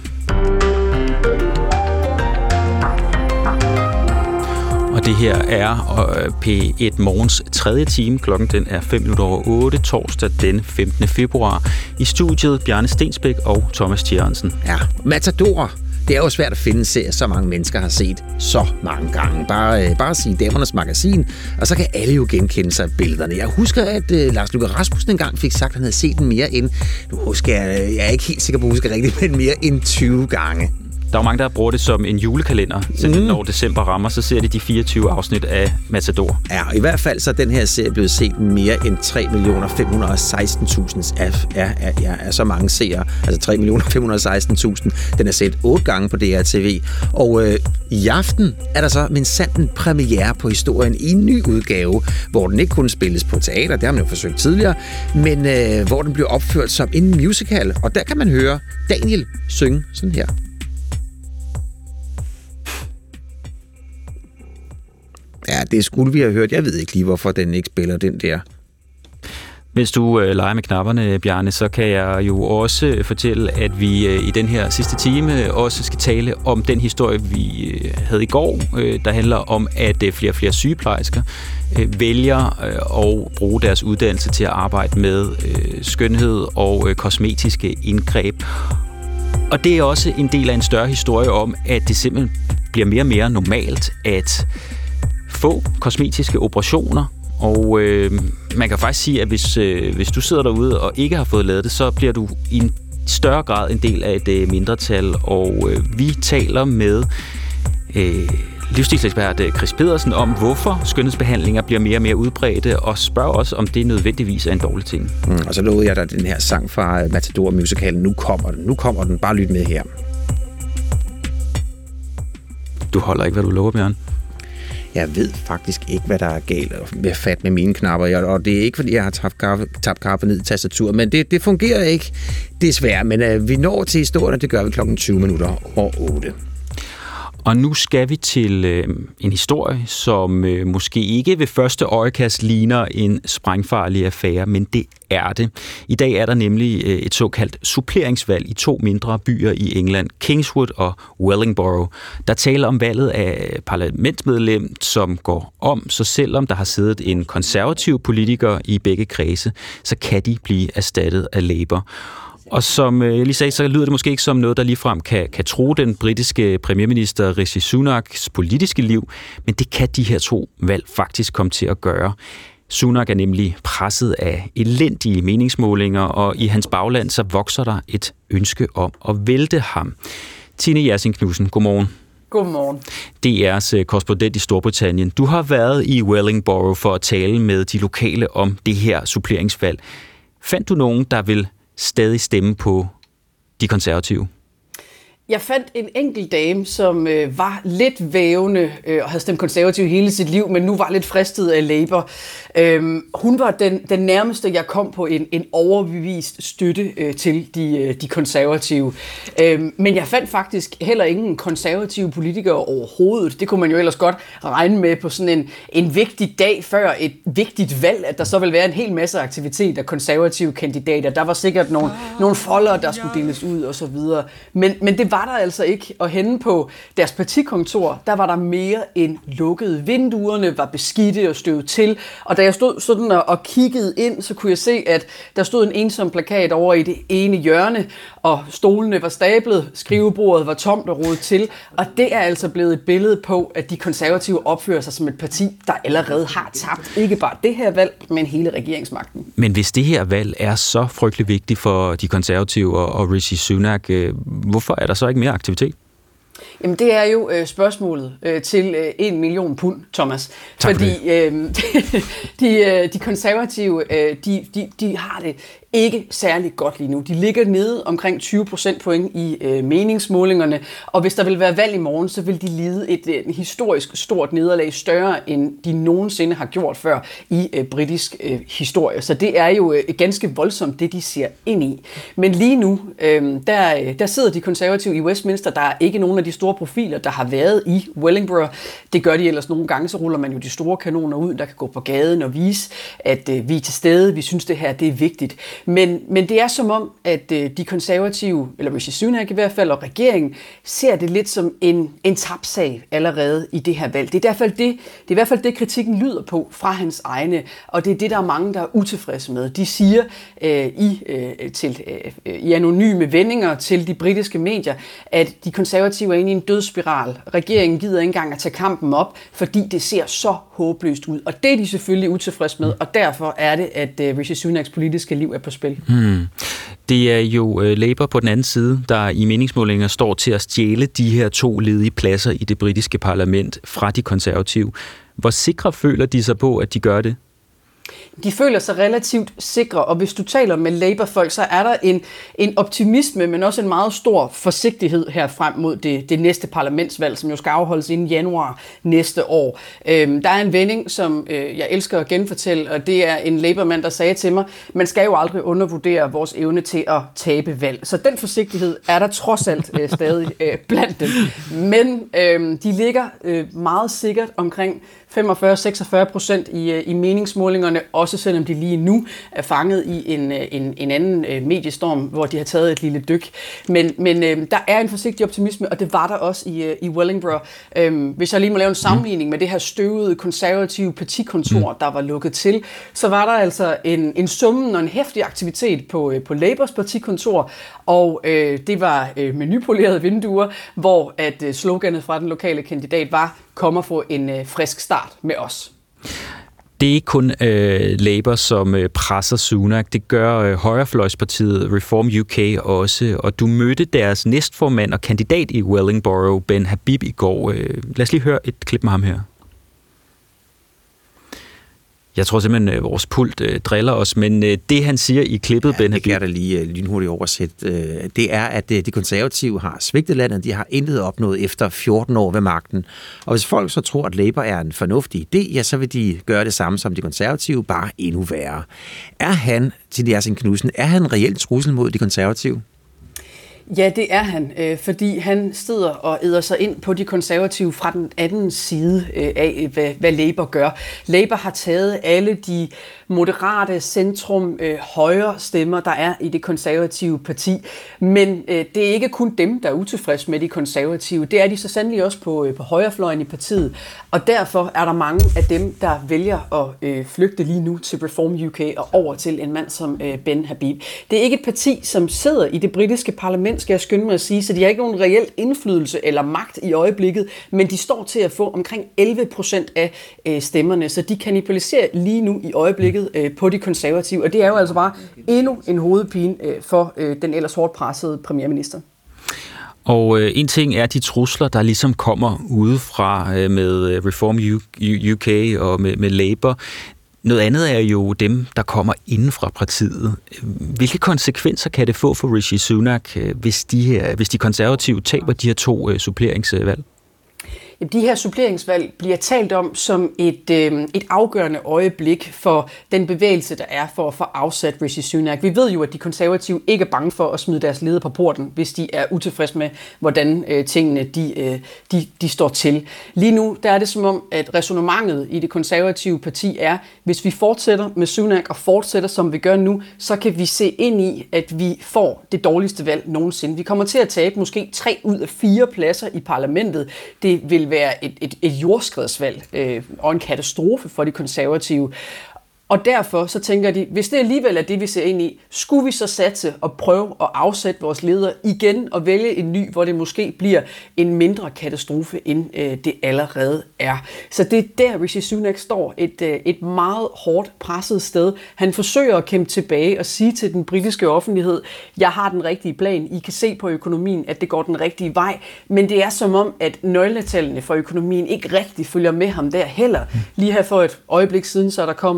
Og det her er P et Morgens tredje time. Klokken den er fem minutter over otte, torsdag den femtende februar. I studiet Bjarne Stensbæk og Thomas Thierrensen. Ja, Matador. Det er jo svært at finde en serie, så mange mennesker har set så mange gange. Bare, øh, bare sige Damernes Magasin, og så kan alle jo genkende sig billederne. Jeg husker, at øh, Lars Løkke Rasmussen engang fik sagt, at han havde set den mere end... Nu husker jeg, jeg er ikke helt sikker på, at jeg husker rigtigt, men mere end tyve gange. Der er mange, der bruger det som en julekalender. Så mm. når december rammer, så ser de de fireogtyve afsnit af Matador. Ja, og i hvert fald så er den her serie blevet set mere end tre millioner fem hundrede og seksten tusind af, af, af, af, af så mange seere. Altså tre millioner fem hundrede og seksten tusind. Den er set otte gange på D R T V. Og øh, i aften er der så mindsandt en premiere på historien i en ny udgave, hvor den ikke kun spilles på teater, det har man jo forsøgt tidligere, men øh, hvor den bliver opført som en musical. Og der kan man høre Daniel synge sådan her. Ja, det skulle vi have hørt. Jeg ved ikke lige, hvorfor den ikke spiller den der. Hvis du øh, leger med knapperne, Bjarne, så kan jeg jo også fortælle, at vi øh, i den her sidste time også skal tale om den historie, vi øh, havde i går, øh, der handler om, at øh, flere og flere sygeplejersker øh, vælger øh, at bruge deres uddannelse til at arbejde med øh, skønhed og øh, kosmetiske indgreb. Og det er også en del af en større historie om, at det simpelthen bliver mere og mere normalt at få kosmetiske operationer, og øh, man kan faktisk sige, at hvis, øh, hvis du sidder derude og ikke har fået lavet det, så bliver du i en større grad en del af et øh, mindretal, og øh, vi taler med øh, livsstilsekspert Chris Pedersen om, hvorfor skønhedsbehandlinger bliver mere og mere udbredte, og spørger også, om det nødvendigvis er en dårlig ting. Mm, og så lovede jeg dig den her sang fra Matador Musicalen. Nu kommer den. Nu kommer den. Bare lyt med her. Du holder ikke, hvad du lover, Bjørn. Jeg ved faktisk ikke, hvad der er galt med fat med mine knapper, og det er ikke, fordi jeg har tabt kaffe, tabt kaffe ned i tastaturet, men det, det fungerer ikke, desværre. Men øh, vi når til historien, og det gør vi klokken tyve minutter over otte. Og nu skal vi til øh, en historie, som øh, måske ikke ved første øjekast ligner en sprængfarlig affære, men det er det. I dag er der nemlig øh, et såkaldt suppleringsvalg i to mindre byer i England, Kingswood og Wellingborough. Der taler om valget af parlamentsmedlem, som går om, så selvom der har siddet en konservativ politiker i begge kredse, så kan de blive erstattet af Labour. Og som jeg lige sagde, så lyder det måske ikke som noget, der ligefrem kan, kan tro den britiske premierminister Rishi Sunaks politiske liv, men det kan de her to valg faktisk komme til at gøre. Sunak er nemlig presset af elendige meningsmålinger, og i hans bagland så vokser der et ønske om at vælte ham. Tine Jersing Knudsen, godmorgen. Godmorgen. D R's korrespondent i Storbritannien. Du har været i Wellingborough for at tale med de lokale om det her suppleringsvalg. Fandt du nogen, der vil stadig stemme på de konservative? Jeg fandt en enkelt dame, som øh, var lidt vævende øh, og havde stemt konservativ hele sit liv, men nu var lidt fristet af Labour. Øhm, hun var den, den nærmeste, jeg kom på en, en overbevist støtte øh, til de, øh, de konservative. Øhm, men jeg fandt faktisk heller ingen konservative politikere overhovedet. Det kunne man jo ellers godt regne med på sådan en, en vigtig dag før et vigtigt valg, at der så vil være en hel masse aktivitet af konservative kandidater. Der var sikkert nogle, nogle folder, der skulle deles ud og så videre. Men, men det var der altså ikke, og henne på deres partikontor, der var der mere end lukkede. Vinduerne var beskidte og støvet til, og da jeg stod sådan og kiggede ind, så kunne jeg se, at der stod en ensom plakat over i det ene hjørne, og stolene var stablet, skrivebordet var tomt og rodet til, og det er altså blevet et billede på, at de konservative opfører sig som et parti, der allerede har tabt ikke bare det her valg, men hele regeringsmagten. Men hvis det her valg er så frygtelig vigtigt for de konservative og Rishi Sunak, hvorfor er der så ikke mere aktivitet? Jamen det er jo øh, spørgsmålet øh, til øh, en million pund, Thomas. Tak Fordi øh, de, øh, de konservative, øh, de, de, de har det ikke særlig godt lige nu. De ligger nede omkring tyve procentpoint i øh, meningsmålingerne, og hvis der vil være valg i morgen, så vil de lide et øh, historisk stort nederlag, større end de nogensinde har gjort før i øh, britisk øh, historie. Så det er jo øh, ganske voldsomt, det de ser ind i. Men lige nu, øh, der, der sidder de konservative i Westminster. Der er ikke nogen af de store profiler, der har været i Wellingborough. Det gør de ellers nogle gange, så ruller man jo de store kanoner ud, der kan gå på gaden og vise, at øh, vi er til stede, vi synes det her, det er vigtigt. Men, men det er som om, at øh, de konservative, eller Rishi Sunak i hvert fald, og regeringen, ser det lidt som en, en tabsag allerede i det her valg. Det er, i hvert fald det, det er i hvert fald det, kritikken lyder på fra hans egne, og det er det, der er mange, der er utilfredse med. De siger øh, i, øh, til, øh, i anonyme vendinger til de britiske medier, at de konservative er inde i en dødsspiral. Regeringen gider ikke engang at tage kampen op, fordi det ser så håbløst ud. Og det er de selvfølgelig utilfredse med, og derfor er det, at øh, Rishi Sunaks politiske liv er på spil. Hmm. Det er jo uh, Labour på den anden side, der i meningsmålinger står til at stjæle de her to ledige pladser i det britiske parlament fra de konservative. Hvor sikre føler de sig på, at de gør det? De føler sig relativt sikre, og hvis du taler med Labour-folk, så er der en, en optimisme, men også en meget stor forsigtighed her frem mod det, det næste parlamentsvalg, som jo skal afholdes inden januar næste år. Øhm, der er en vending, som øh, jeg elsker at genfortælle, og det er en Labour-mand, der sagde til mig, man skal jo aldrig undervurdere vores evne til at tabe valg. Så den forsigtighed er der trods alt øh, stadig øh, blandt dem. Men øh, de ligger øh, meget sikkert omkring femogfyrre til seksogfyrre procent i, i meningsmålingerne, også selvom de lige nu er fanget i en, en, en anden mediestorm, hvor de har taget et lille dyk. Men, men øh, der er en forsigtig optimisme, og det var der også i, i Wellingborough. Øhm, hvis jeg lige må lave en sammenligning med det her støvede konservative partikontor, der var lukket til, så var der altså en, en summen og en heftig aktivitet på, på Labours partikontor, og øh, det var øh, med nypolerede vinduer, hvor at øh, sloganet fra den lokale kandidat var, kom og få en øh, frisk start med os. Det er ikke kun øh, Labour, som øh, presser Sunak. Det gør øh, højrefløjspartiet Reform U K også, og du mødte deres næstformand og kandidat i Wellingborough, Ben Habib, i går. Øh, lad os lige høre et klip med ham her. Jeg tror simpelthen, at vores pult øh, driller os, men øh, det han siger i klippet, ja, Ben Habib... det kan jeg da lige øh, lynhurtigt oversætte. Øh, det er, at øh, de konservative har svigtet landet. De har intet opnået efter fjorten år ved magten. Og hvis folk så tror, at Labour er en fornuftig idé, ja, så vil de gøre det samme som de konservative, bare endnu værre. Er han, til Yasin Knudsen, er han en reelt trussel mod de konservative? Ja, det er han, øh, fordi han sidder og æder sig ind på de konservative fra den anden side øh, af, hvad, hvad Labour gør. Labour har taget alle de moderate, centrum, øh, højre stemmer, der er i det konservative parti, men øh, det er ikke kun dem, der er utilfredse med de konservative. Det er de så sandelig også på, øh, på højrefløjen i partiet, og derfor er der mange af dem, der vælger at øh, flygte lige nu til Reform U K og over til en mand som øh, Ben Habib. Det er ikke et parti, som sidder i det britiske parlament, skal jeg skynde mig at sige, så de har ikke nogen reel indflydelse eller magt i øjeblikket, men de står til at få omkring elleve procent af øh, stemmerne, så de kannibaliserer lige nu i øjeblikket øh, på de konservative, og det er jo altså bare endnu en hovedpine øh, for øh, den ellers hårdt pressede premierminister. Og øh, en ting er de trusler, der ligesom kommer udefra øh, med Reform U K og med, med Labour. Noget andet er jo dem, der kommer inden fra partiet. Hvilke konsekvenser kan det få for Rishi Sunak, hvis de, her, hvis de konservative taber de her to uh, suppleringsvalg? De her suppleringsvalg bliver talt om som et, øh, et afgørende øjeblik for den bevægelse, der er for at få afsat Rishi Sunak. Vi ved jo, at de konservative ikke er bange for at smide deres leder på porten, hvis de er utilfredse med, hvordan øh, tingene de, øh, de, de står til. Lige nu der er det som om, at ræsonnementet i det konservative parti er, hvis vi fortsætter med Sunak og fortsætter, som vi gør nu, så kan vi se ind i, at vi får det dårligste valg nogensinde. Vi kommer til at tabe måske tre ud af fire pladser i parlamentet. Det vil være et, et, et jordskredsvalg øh, og en katastrofe for de konservative. Og derfor så tænker de, hvis det alligevel er det, vi ser ind i, skulle vi så satse og prøve at afsætte vores ledere igen og vælge en ny, hvor det måske bliver en mindre katastrofe, end øh, det allerede er. Så det er der, Rishi Sunak står, et, øh, et meget hårdt presset sted. Han forsøger at kæmpe tilbage og sige til den britiske offentlighed, jeg har den rigtige plan, I kan se på økonomien, at det går den rigtige vej, men det er som om, at nøgletallene for økonomien ikke rigtig følger med ham der heller. Lige her for et øjeblik siden, så er der kommet øh,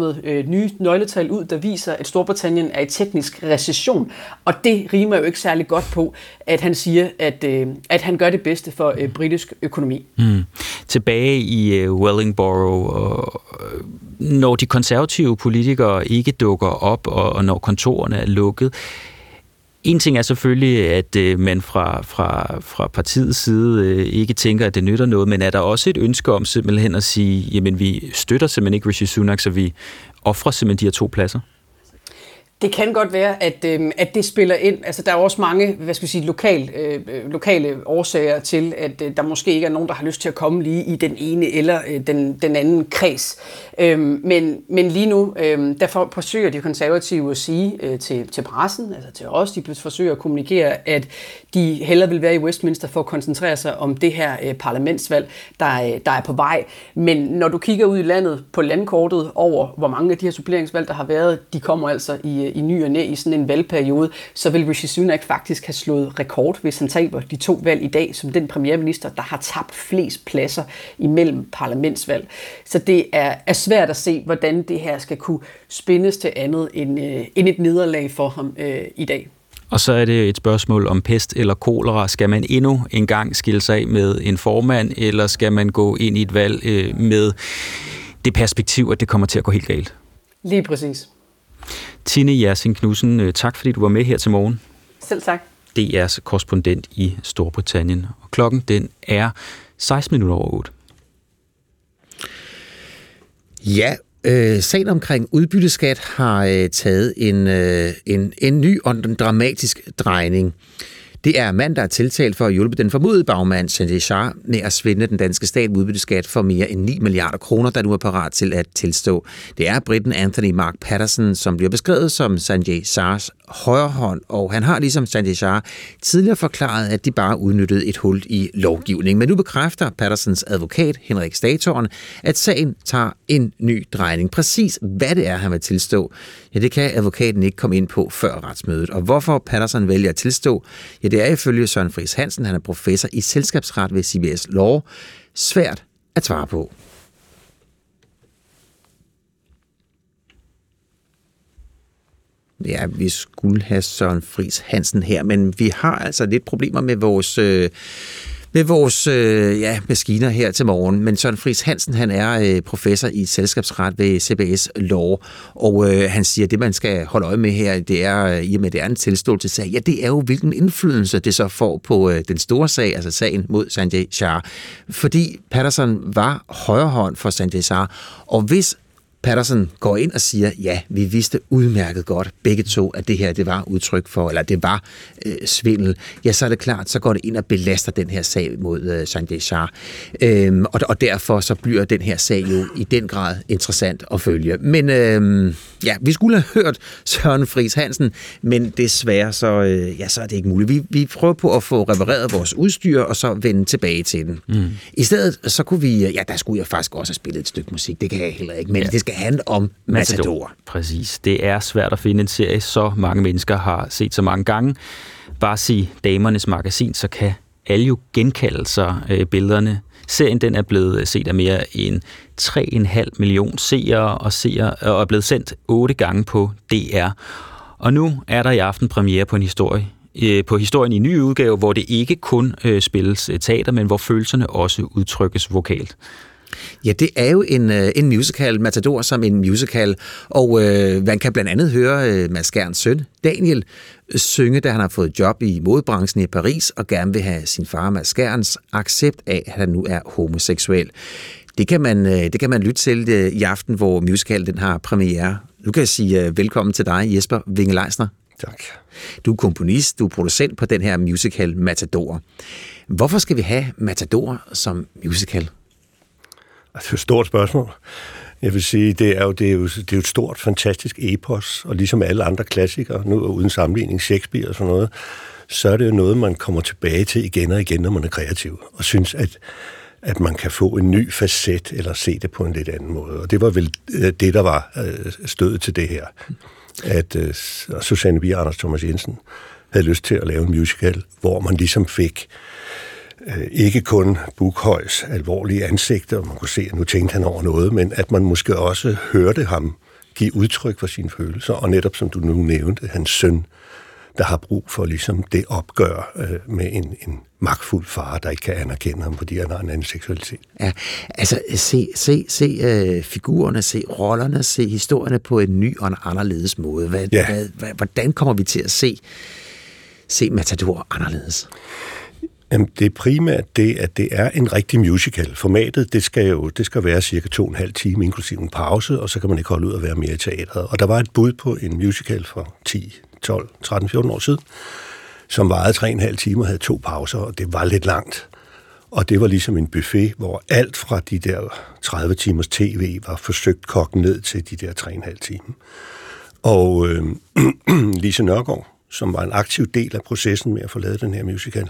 øh, nye nøgletal ud, der viser, at Storbritannien er i teknisk recession. Og det rimer jo ikke særlig godt på, at han siger, at, øh, at han gør det bedste for øh, britisk økonomi. Mm. Tilbage i uh, Wellingborough, og, uh, når de konservative politikere ikke dukker op, og, og når kontorerne er lukket. En ting er selvfølgelig, at øh, man fra, fra, fra partiets side øh, ikke tænker, at det nytter noget, men er der også et ønske om simpelthen at sige, jamen vi støtter simpelthen ikke Rishi Sunak, så vi offrer simpelthen de her to pladser? Det kan godt være, at, øh, at det spiller ind. Altså, der er også mange, hvad skal vi sige, lokal, øh, lokale årsager til, at øh, der måske ikke er nogen, der har lyst til at komme lige i den ene eller øh, den, den anden kreds. Øh, men, men lige nu, øh, derfor forsøger de konservative at sige øh, til, til pressen, altså til os, de forsøger at kommunikere, at de hellere vil være i Westminster for at koncentrere sig om det her øh, parlamentsvalg, der, der er på vej. Men når du kigger ud i landet på landkortet over, hvor mange af de her suppleringsvalg, der har været, de kommer altså i i ny og næ i sådan en valgperiode, så vil Rishi Sunak faktisk have slået rekord, hvis han taber de to valg i dag, som den premierminister, der har tabt flest pladser imellem parlamentsvalg. Så det er, er svært at se, hvordan det her skal kunne spindes til andet end, øh, end et nederlag for ham øh, i dag. Og så er det et spørgsmål om pest eller kolera. Skal man endnu en gang skille sig af med en formand, eller skal man gå ind i et valg øh, med det perspektiv, at det kommer til at gå helt galt? Lige præcis. Tine Jersing Knudsen, tak fordi du var med her til morgen. Selv tak. D R's korrespondent i Storbritannien. Og klokken den er seksten minutter over otte. Ja, øh, sagen omkring udbytteskat har øh, taget en, øh, en, en ny og en dramatisk drejning. Det er mand, der er tiltalt for at hjælpe den formodede bagmand Sanjay Shah med at svindle den danske stat med udbytteskat for mere end ni milliarder kroner, der nu er parat til at tilstå. Det er briten Anthony Mark Patterson, som bliver beskrevet som Sanjay Shahs højre hånd, og han har ligesom Sanjay Shah tidligere forklaret, at de bare udnyttede et hul i lovgivningen. Men nu bekræfter Pattersons advokat, Henrik Statorn, at sagen tager en ny drejning. Præcis hvad det er, han vil tilstå, ja, det kan advokaten ikke komme ind på før retsmødet. Og hvorfor Patterson vælger at tilstå, ja, det er ifølge Søren Friis Hansen, han er professor i selskabsret ved C B S Law, svært at svare på. Ja, vi skulle have Søren Friis Hansen her, men vi har altså lidt problemer med vores, øh, med vores øh, ja, maskiner her til morgen. Men Søren Friis Hansen, han er øh, professor i selskabsret ved C B S Law, og øh, han siger, at det, man skal holde øje med her, det er, øh, i og med det er en tilståelsessag, ja, det er jo, hvilken indflydelse det så får på øh, den store sag, altså sagen mod Sanjay Shah. Fordi Patterson var højrehånd for Sanjay Shah, og hvis Patterson går ind og siger, ja, vi vidste udmærket godt, begge to, at det her, det var udtryk for, eller det var øh, svindel, ja, så er det klart, så går det ind og belaster den her sag mod øh, Sanjay Shah. Øhm, og, og derfor så bliver den her sag jo i den grad interessant at følge. Men øh, ja, vi skulle have hørt Søren Friis Hansen, men desværre så, øh, ja, så er det ikke muligt. Vi, vi prøver på at få repareret vores udstyr, og så vende tilbage til den. Mm. I stedet, så kunne vi, ja, der skulle jeg faktisk også have spillet et stykke musik, det kan jeg heller ikke, men ja. Det skal handle om Matador. Matador. Præcis. Det er svært at finde en serie, så mange mennesker har set så mange gange. Bare sig Damernes Magasin, så kan alle jo genkalde sig øh, billederne. Serien den er blevet set af mere end tre komma fem million seere og, seere, og er blevet sendt otte gange på D R. Og nu er der i aften premiere på en historie, øh, på historien i en ny udgave, hvor det ikke kun øh, spilles teater, men hvor følelserne også udtrykkes vokalt. Ja, det er jo en, en musical, Matador som en musical, og øh, man kan blandt andet høre øh, Mads Skjerns søn, Daniel, synge, da han har fået job i modebranchen i Paris, og gerne vil have sin far Mads Skjerns accept af, at han nu er homoseksuel. Det kan man, det kan man lytte til øh, i aften, hvor musical den har premiere. Nu kan jeg sige øh, velkommen til dig, Jesper Winge Leisner. Tak. Du er komponist, du er producent på den her musical Matador. Hvorfor skal vi have Matador som musical? Det er et stort spørgsmål. Jeg vil sige, det er jo, det er jo, det er jo et stort, fantastisk epos, og ligesom alle andre klassikere, nu uden sammenligning, Shakespeare og sådan noget, så er det jo noget, man kommer tilbage til igen og igen, når man er kreativ, og synes, at, at man kan få en ny facet, eller se det på en lidt anden måde. Og det var vel det, der var stødet til det her. At uh, Susanne Bier og Anders Thomas Jensen havde lyst til at lave en musical, hvor man ligesom fik ikke kun Bukhøjs alvorlige ansigter, man kunne se, at nu tænkte han over noget, men at man måske også hørte ham give udtryk for sine følelser, og netop som du nu nævnte, hans søn, der har brug for ligesom det opgør øh, med en, en magtfuld far, der ikke kan anerkende ham, fordi han har en anden seksualitet. Ja, altså se, se, se øh, figurerne, se rollerne, se historierne på en ny og en anderledes måde. Hvad, ja. hvad, hvad, hvordan kommer vi til at se, se Matador anderledes? Jamen, det er primært det, at det er en rigtig musical. Formatet, det skal jo det skal være cirka to og en halv time, inklusive en pause, og så kan man ikke holde ud og være mere i teatret. Og der var et bud på en musical for ti, tolv, tretten, fjorten år siden, som varede tre og en halv time og havde to pauser, og det var lidt langt. Og det var ligesom en buffet, hvor alt fra de der tredive timers tv var forsøgt kogt ned til de der tre og en halv time. Og øh, Lise Nørgaard, som var en aktiv del af processen med at få lavet den her musical,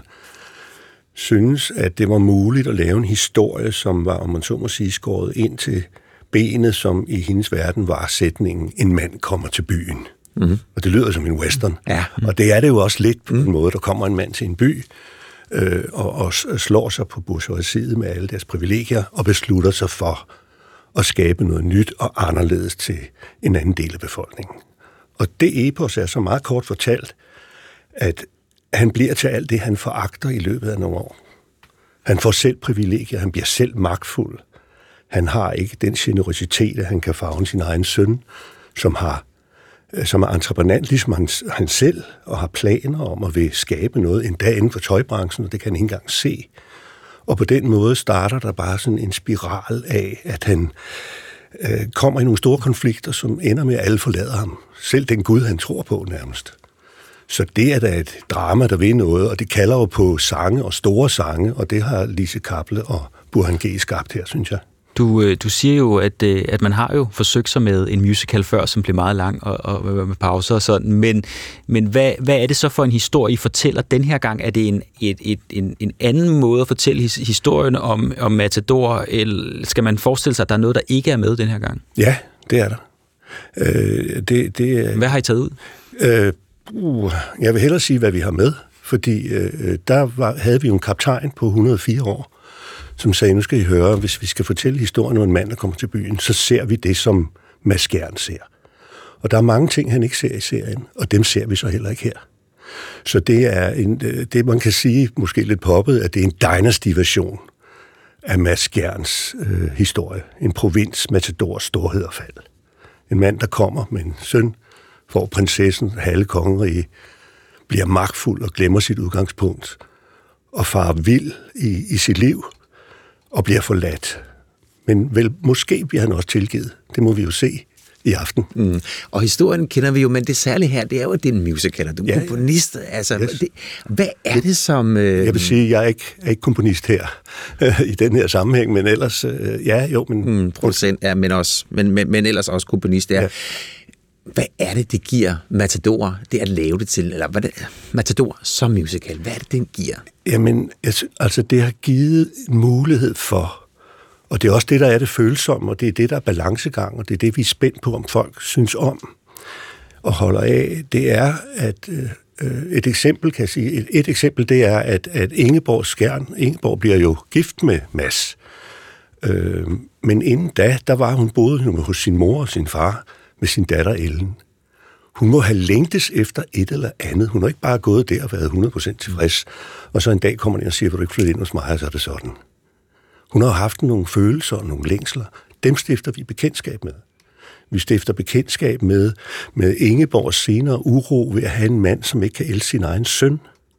synes, at det var muligt at lave en historie, som var, om man så må sige, skåret ind til benet, som i hendes verden var sætningen, en mand kommer til byen. Mm-hmm. Og det lyder som en western. Ja. Mm. Og det er det jo også lidt på en måde. Der kommer en mand til en by, øh, og, og slår sig på bourgeoisiet med alle deres privilegier, og beslutter sig for at skabe noget nyt og anderledes til en anden del af befolkningen. Og det epos er så meget kort fortalt, at han bliver til alt det, han foragter i løbet af nogle år. Han får selv privilegier, han bliver selv magtfuld. Han har ikke den generøsitet, at han kan favne sin egen søn, som, har, som er entreprenant, ligesom han, han selv, og har planer om at vil skabe noget, endda inden for tøjbranchen, og det kan han ikke engang se. Og på den måde starter der bare sådan en spiral af, at han øh, kommer i nogle store konflikter, som ender med, at alle forlader ham. Selv den Gud, han tror på nærmest. Så det er da et drama, der vil noget, og det kalder jo på sange og store sange, og det har Lise Kaple og Burhan G. skabt her, synes jeg. Du, du siger jo, at, at man har jo forsøgt sig med en musical før, som blev meget lang og, og med pauser og sådan, men, men hvad, hvad er det så for en historie, I fortæller den her gang? Er det en, et, et, en, en anden måde at fortælle historien om, om Matador, eller skal man forestille sig, at der er noget, der ikke er med den her gang? Ja, det er der. Øh, det, det, hvad har I taget ud? Øh, Uh, jeg vil hellere sige, hvad vi har med, fordi øh, der var, havde vi jo en kaptajn på et hundrede og fire år, som sagde, nu skal I høre, hvis vi skal fortælle historien om en mand, der kommer til byen, så ser vi det, som Mads Skjern ser. Og der er mange ting, han ikke ser i serien, og dem ser vi så heller ikke her. Så det er en, det, man kan sige, måske lidt poppet, at det er en dynasty-version af Mads Skjerns øh, historie. En provins, Matadors storhed og fald. En mand, der kommer med en søn, hvor prinsessen, halve kongerige, bliver magtfuld og glemmer sit udgangspunkt, og farer vild i, i sit liv, og bliver forladt. Men vel, måske bliver han også tilgivet. Det må vi jo se i aften. Mm. Og historien kender vi jo, men det særlige her, det er jo, at det er en musical, og du er ja, komponist. Altså, yes. det, hvad er det som... Øh... Jeg vil sige, jeg er ikke, er ikke komponist her, øh, i den her sammenhæng, men ellers, øh, ja, jo, men... Mm, producent, ja, men, også, men, men, men ellers også komponist, ja. ja. Hvad er det, det giver Matador, det at lave det til, eller hvad det, Matador som musical, hvad er det, den giver? Jamen, altså, det har givet en mulighed for, og det er også det, der er det følsomme, og det er det, der er balancegang, og det er det, vi er spændt på, om folk synes om og holder af. Det er, at øh, et eksempel, kan jeg sige, et, et eksempel, det er, at, at Ingeborg Skjern, Ingeborg bliver jo gift med Mads, øh, men inden da, der var hun både hos sin mor og sin far, med sin datter Ellen. Hun må have længtes efter et eller andet. Hun har ikke bare gået der og været hundrede procent tilfreds, og så en dag kommer den og siger, vil du ikke flytte ind hos mig, og så er det sådan. Hun har haft nogle følelser og nogle længsler. Dem stifter vi bekendtskab med. Vi stifter bekendtskab med, med Ingeborgs senere uro ved at have en mand, som ikke kan elske sin egen søn.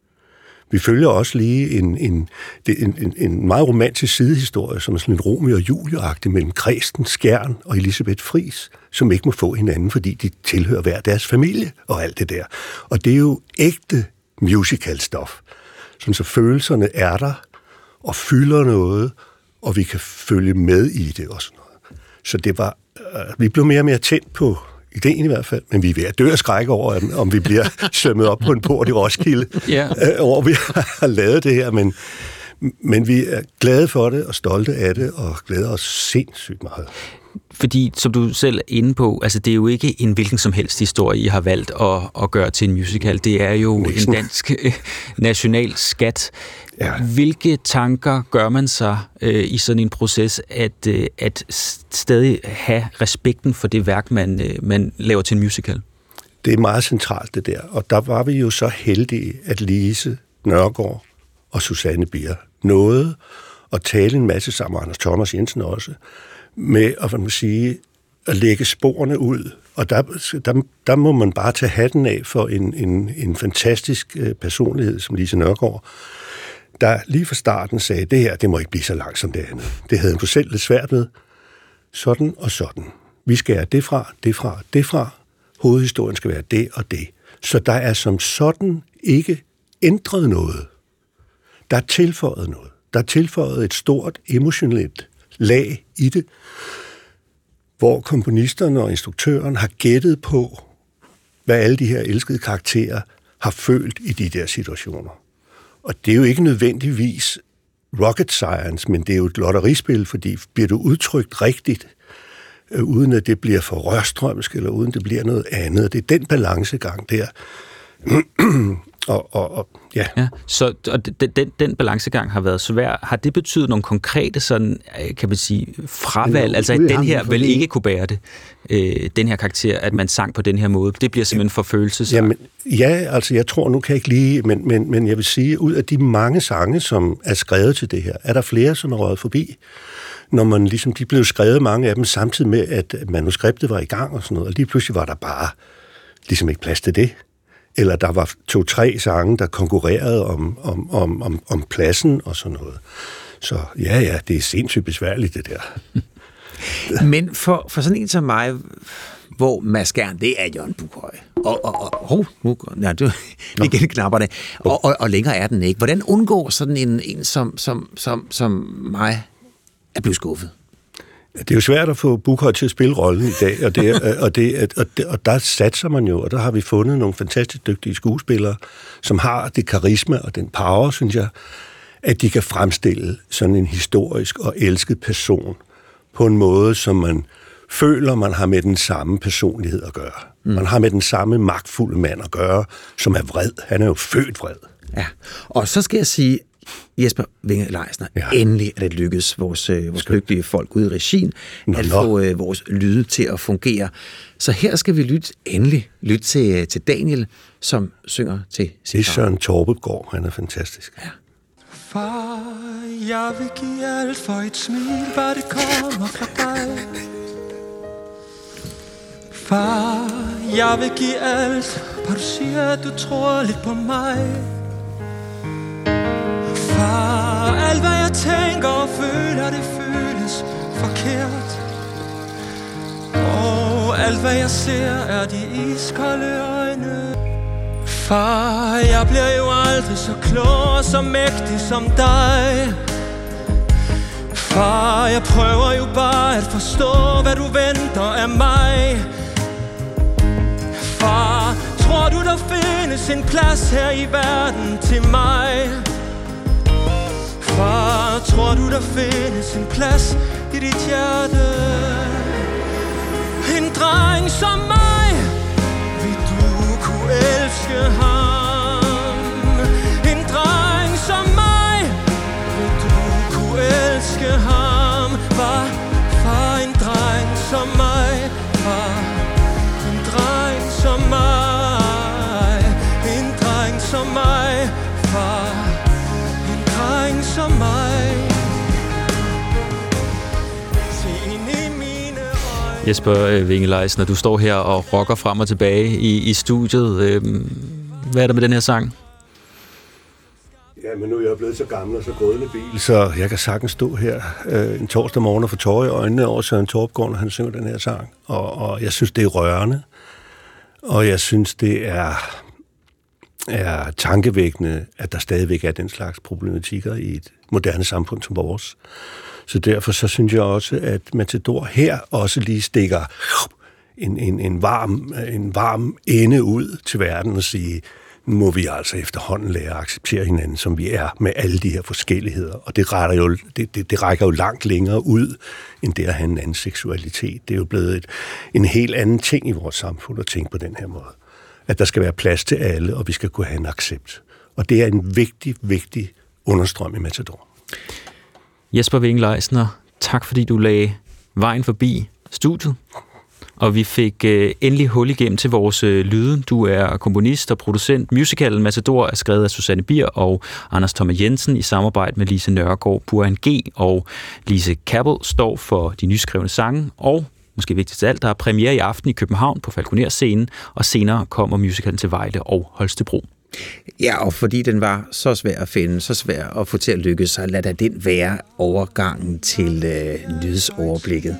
Vi følger også lige en, en, en, en meget romantisk sidehistorie, som er sådan en Romeo og Julie-agtig mellem Kresten, Skjern og Elisabeth Friis, som ikke må få hinanden, fordi de tilhører hver deres familie og alt det der. Og det er jo ægte musical-stof. Sådan så følelserne er der og fylder noget, og vi kan følge med i det og sådan noget. Så det var, øh, vi blev mere og mere tændt på ideen i hvert fald, men vi er ved at dø af skræk over, om vi bliver svømmet op på en port i Roskilde, yeah. øh, over vi har lavet det her, men, men vi er glade for det og stolte af det, og glæder os sindssygt meget. Fordi, som du selv er inde på, altså det er jo ikke en hvilken som helst historie, I har valgt at, at gøre til en musical. Det er jo Næsten. en dansk national skat. Ja. Hvilke tanker gør man sig øh, i sådan en proces, at, øh, at stadig have respekten for det værk, man, øh, man laver til en musical? Det er meget centralt, det der. Og der var vi jo så heldige, at Lise Nørgaard og Susanne Bier nåede at tale en masse sammen, Anders Thomas Jensen også, med at, man må sige, at lægge sporene ud. Og der, der, der må man bare tage hatten af for en, en, en fantastisk personlighed som Lise Nørgaard, der lige fra starten sagde, det her, det må ikke blive så langt som det andet. Det havde hun selv lidt svært ved. Sådan og sådan. Vi skal have det fra, det fra, det fra. Hovedhistorien skal være det og det. Så der er som sådan ikke ændret noget. Der er tilføjet noget. Der er tilføjet et stort emotionelt lag i det, hvor komponisterne og instruktøren har gættet på, hvad alle de her elskede karakterer har følt i de der situationer. Og det er jo ikke nødvendigvis rocket science, men det er jo et lotterispil, fordi bliver du udtrykt rigtigt, øh, uden at det bliver for rørstrømsk, eller uden det bliver noget andet. Det er den balancegang der. og, og, og, ja. ja. Så og den, den, den balancegang har været svær. Har det betydet nogle konkrete sådan, kan man sige, fravalg? Altså, at den her vel ikke kunne bære det, øh, den her karakter, at man sang på den her måde. Det bliver simpelthen for følelsesang. Jamen, ja, altså, jeg tror, nu kan jeg ikke lige, men, men, men jeg vil sige, ud af de mange sange, som er skrevet til det her, er der flere, som er røget forbi. Når man ligesom, de blev skrevet, mange af dem, samtidig med, at manuskriptet var i gang og sådan noget, og lige pludselig var der bare ligesom ikke plads til det. Eller der var to-tre sange, der konkurrerede om, om, om, om, om pladsen og sådan noget. Så ja, ja, det er sindssygt besværligt, det der. Men for, for sådan en som mig, hvor Mads Skjern, det er Jørgen Bukhøj. Og, og, og oh, nu, ja, du, igen knapper det. Og, og, og længere er den ikke. Hvordan undgår sådan en, en som, som, som, som mig at blive skuffet? Det er jo svært at få Bukhøj til at spille rollen i dag, og, det, og, det, og, det, og der satser man jo, og der har vi fundet nogle fantastisk dygtige skuespillere, som har det karisma og den power, synes jeg, at de kan fremstille sådan en historisk og elsket person på en måde, som man føler, man har med den samme personlighed at gøre. Mm. Man har med den samme magtfulde mand at gøre, som er vred. Han er jo født vred. Ja, og så skal jeg sige, Jesper Winge Leisner, ja. Endelig er det lykkedes vores, øh, vores lykkelige folk ude i regien nå, at nå. få øh, vores lyde til at fungere. Så her skal vi lytte, endelig lytte til, til Daniel, som synger til sin Det er Søren Torpegård, han er fantastisk. Ja. Far, jeg vil give alt for et smil, bare det kommer fra dig. Far, jeg vil give alt, bare du siger, at du tror lidt på mig. Far, alt hvad jeg tænker og føler, det føles forkert. Og alt hvad jeg ser, er de iskolde øjne. Far, jeg bliver jo aldrig så klog og så mægtig som dig. Far, jeg prøver jo bare at forstå, hvad du venter af mig. Far, tror du der findes en plads her i verden til mig? Far, tror du der findes en plads i dit hjerte? En dreng som mig, vil du kunne elske ham? En dreng som mig, vil du kunne elske ham? Far, far, en dreng som mig. Far, en dreng som mig. En dreng som mig. Far, en dreng som mig. Jesper Winge Leisner, du står her og rocker frem og tilbage i, i studiet. Hvad er der med den her sang? Ja, men nu er jeg blevet så gammel og så grødende bil, så jeg kan sagtens stå her øh, en torsdag morgen og få tårer i øjnene over Søren Torpegård, når han synger den her sang. Og, og jeg synes, det er rørende. Og jeg synes, det er, er tankevækkende, at der stadigvæk er den slags problematikker i et moderne samfund som vores. Så derfor så synes jeg også, at Matador her også lige stikker en, en, en, varm, en varm ende ud til verden og sige, nu må vi altså efterhånden lære at acceptere hinanden, som vi er, med alle de her forskelligheder. Og det, retter jo, det, det, det rækker jo langt længere ud, end det at have en anden seksualitet. Det er jo blevet et, en helt anden ting i vores samfund at tænke på den her måde. At der skal være plads til alle, og vi skal kunne have en accept. Og det er en vigtig, vigtig understrøm i Matador. Jesper Winge Leisner, tak fordi du lagde vejen forbi studiet, og vi fik øh, endelig hul igennem til vores øh, lyde. Du er komponist og producent. Musicalen Matador er skrevet af Susanne Bier og Anders Thomas Jensen i samarbejde med Lise Nørgaard. Buran G og Lise Kappel står for de nyskrevne sange, og måske vigtigst af alt, der er premiere i aften i København på Falconer-scenen, og senere kommer musicalen til Vejle og Holstebro. Ja, og fordi den var så svær at finde, så svær at få til at lykkes, så lad da den være overgangen til øh, nyhedsoverblikket.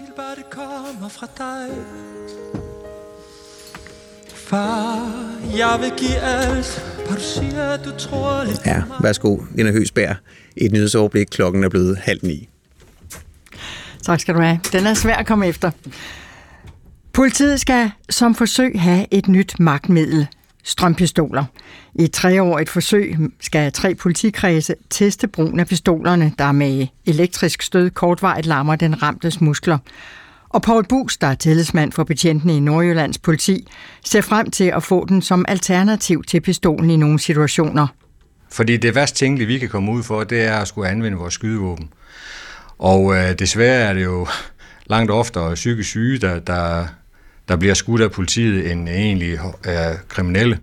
Far, jeg vil give alt, bare du siger, du tror lidt. Ja, værsgo, Lena Høgsberg. Et nyhedsoverblik. Klokken er blevet halv ni. Tak skal du have. Den er svær at komme efter. Politiet skal som forsøg have et nyt magtmiddel. Strømpistoler. I et treårigt forsøg skal tre politikredse teste brugen af pistolerne, der med elektrisk stød kortvarigt lammer den ramtes muskler. Og Poul Buus, der er tillidsmand for betjentene i Nordjyllands politi, ser frem til at få den som alternativ til pistolen i nogle situationer. Fordi det værst tænkelige, vi kan komme ud for, det er at skulle anvende vores skydevåben. Og øh, desværre er det jo langt oftere psykisk syge, der, der, der bliver skudt af politiet, end egentlig øh, kriminelle.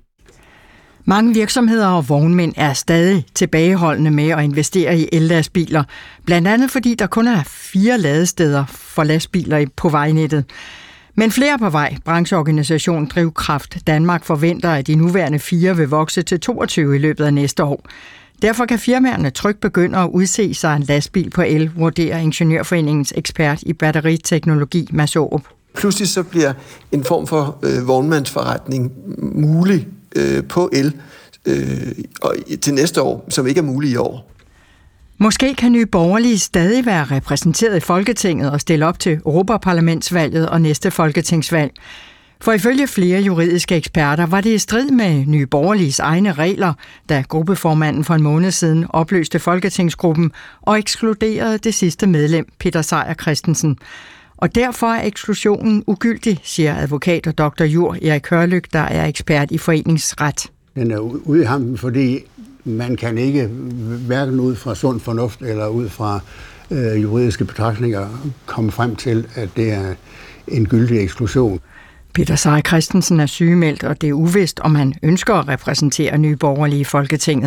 Mange virksomheder og vognmænd er stadig tilbageholdende med at investere i ellastbiler, blandt andet fordi der kun er fire ladesteder for lastbiler på vejnettet. Men flere på vej. Brancheorganisationen Drivkraft Danmark forventer, at de nuværende fire vil vokse til toogtyve i løbet af næste år. Derfor kan firmaerne trygt begynde at udse sig en lastbil på el, vurderer Ingeniørforeningens ekspert i batteriteknologi, Mads Aarup. Pludselig så bliver en form for øh, vognmandsforretning mulig øh, på el øh, og til næste år, som ikke er mulig i år. Måske kan Nye Borgerlige stadig være repræsenteret i Folketinget og stille op til Europaparlamentsvalget og næste folketingsvalg. For ifølge flere juridiske eksperter var det i strid med Nye Borgerliges egne regler, da gruppeformanden for en måned siden opløste Folketingsgruppen og ekskluderede det sidste medlem, Peter Seier Christensen. Og derfor er eksklusionen ugyldig, siger advokat og doktor jur Erik Hørlyk, der er ekspert i foreningsret. Den er ude i hampen, fordi man kan ikke, hverken ud fra sund fornuft eller ud fra øh, juridiske betragtninger, komme frem til, at det er en gyldig eksklusion. Peter Seier Christensen er sygemeldt, og det er uvist, om han ønsker at repræsentere Nye Borgerlige i Folketinget.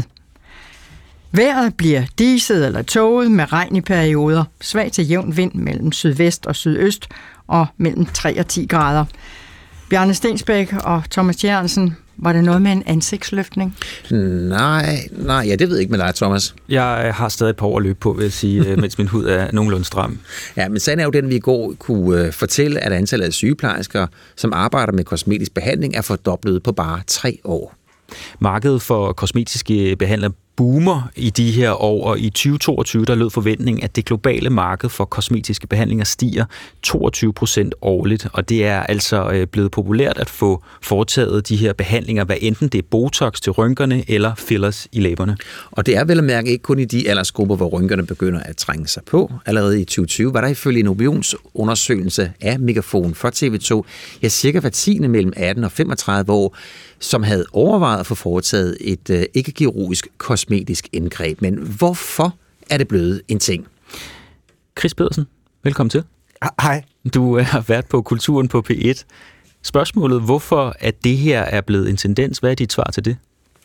Vejret bliver diset eller tåget med regn i perioder, svag til jævn vind mellem sydvest og sydøst og mellem tre og ti grader. Bjarne Stensbæk og Thomas Jørgensen, var det noget med en ansigtsløftning? Nej, nej, ja, det ved jeg ikke med dig, Thomas. Jeg har stadig et par år at løbe på, vil jeg sige, mens min hud er nogenlunde stram. Ja, men sagen er jo den, vi i går kunne fortælle, at antallet af sygeplejersker, som arbejder med kosmetisk behandling, er fordoblet på bare tre år. Markedet for kosmetiske behandlere boomer i de her år, og i tyve toogtyve der lød forventningen, at det globale marked for kosmetiske behandlinger stiger toogtyve procent årligt, og det er altså blevet populært at få foretaget de her behandlinger, hvad enten det er botox til rynkerne eller fillers i læberne. Og det er vel at mærke ikke kun i de aldersgrupper, hvor rynkerne begynder at trænge sig på. Allerede i tyve tyve var der ifølge en opinionsundersøgelse af Megafon for T V to, ja, cirka hver tiende mellem atten og femogtredive år, som havde overvejet at få foretaget et øh, ikke-kirurgisk kosmetisk indgreb. Men hvorfor er det blevet en ting? Chris Pedersen, velkommen til. Hej. Du er vært på Kulturen på P et. Spørgsmålet, hvorfor at det her er blevet en tendens, hvad er dit svar til det?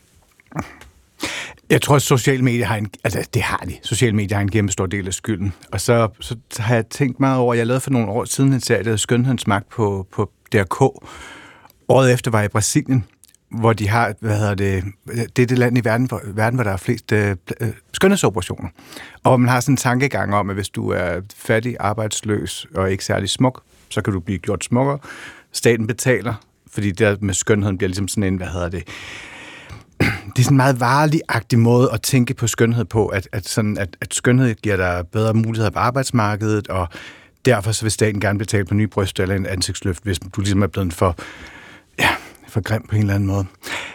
Jeg tror, at sociale medier har en, altså det har de. Sociale medier har en kæmpe stor del af skylden. Og så, så har jeg tænkt meget over, jeg lavede for nogle år siden en serie, der hedder Skønhedens Magt på, på D R K. Året efter var jeg i Brasilien, hvor de har, hvad hedder det, det er det land i verden, hvor, verden, hvor der er flest øh, skønhedsoperationer. Og hvor man har sådan en tankegang om, at hvis du er fattig, arbejdsløs og ikke særlig smuk, så kan du blive gjort smukkere. Staten betaler, fordi der med skønheden bliver ligesom sådan en, hvad hedder det, det er sådan en meget varelig-agtig måde at tænke på skønhed på, at, at, sådan, at, at skønhed giver dig bedre muligheder på arbejdsmarkedet, og derfor så vil staten gerne betale på nye bryster eller en ansigtsløft, hvis du ligesom er blevet for, ja, for grim på en eller anden måde.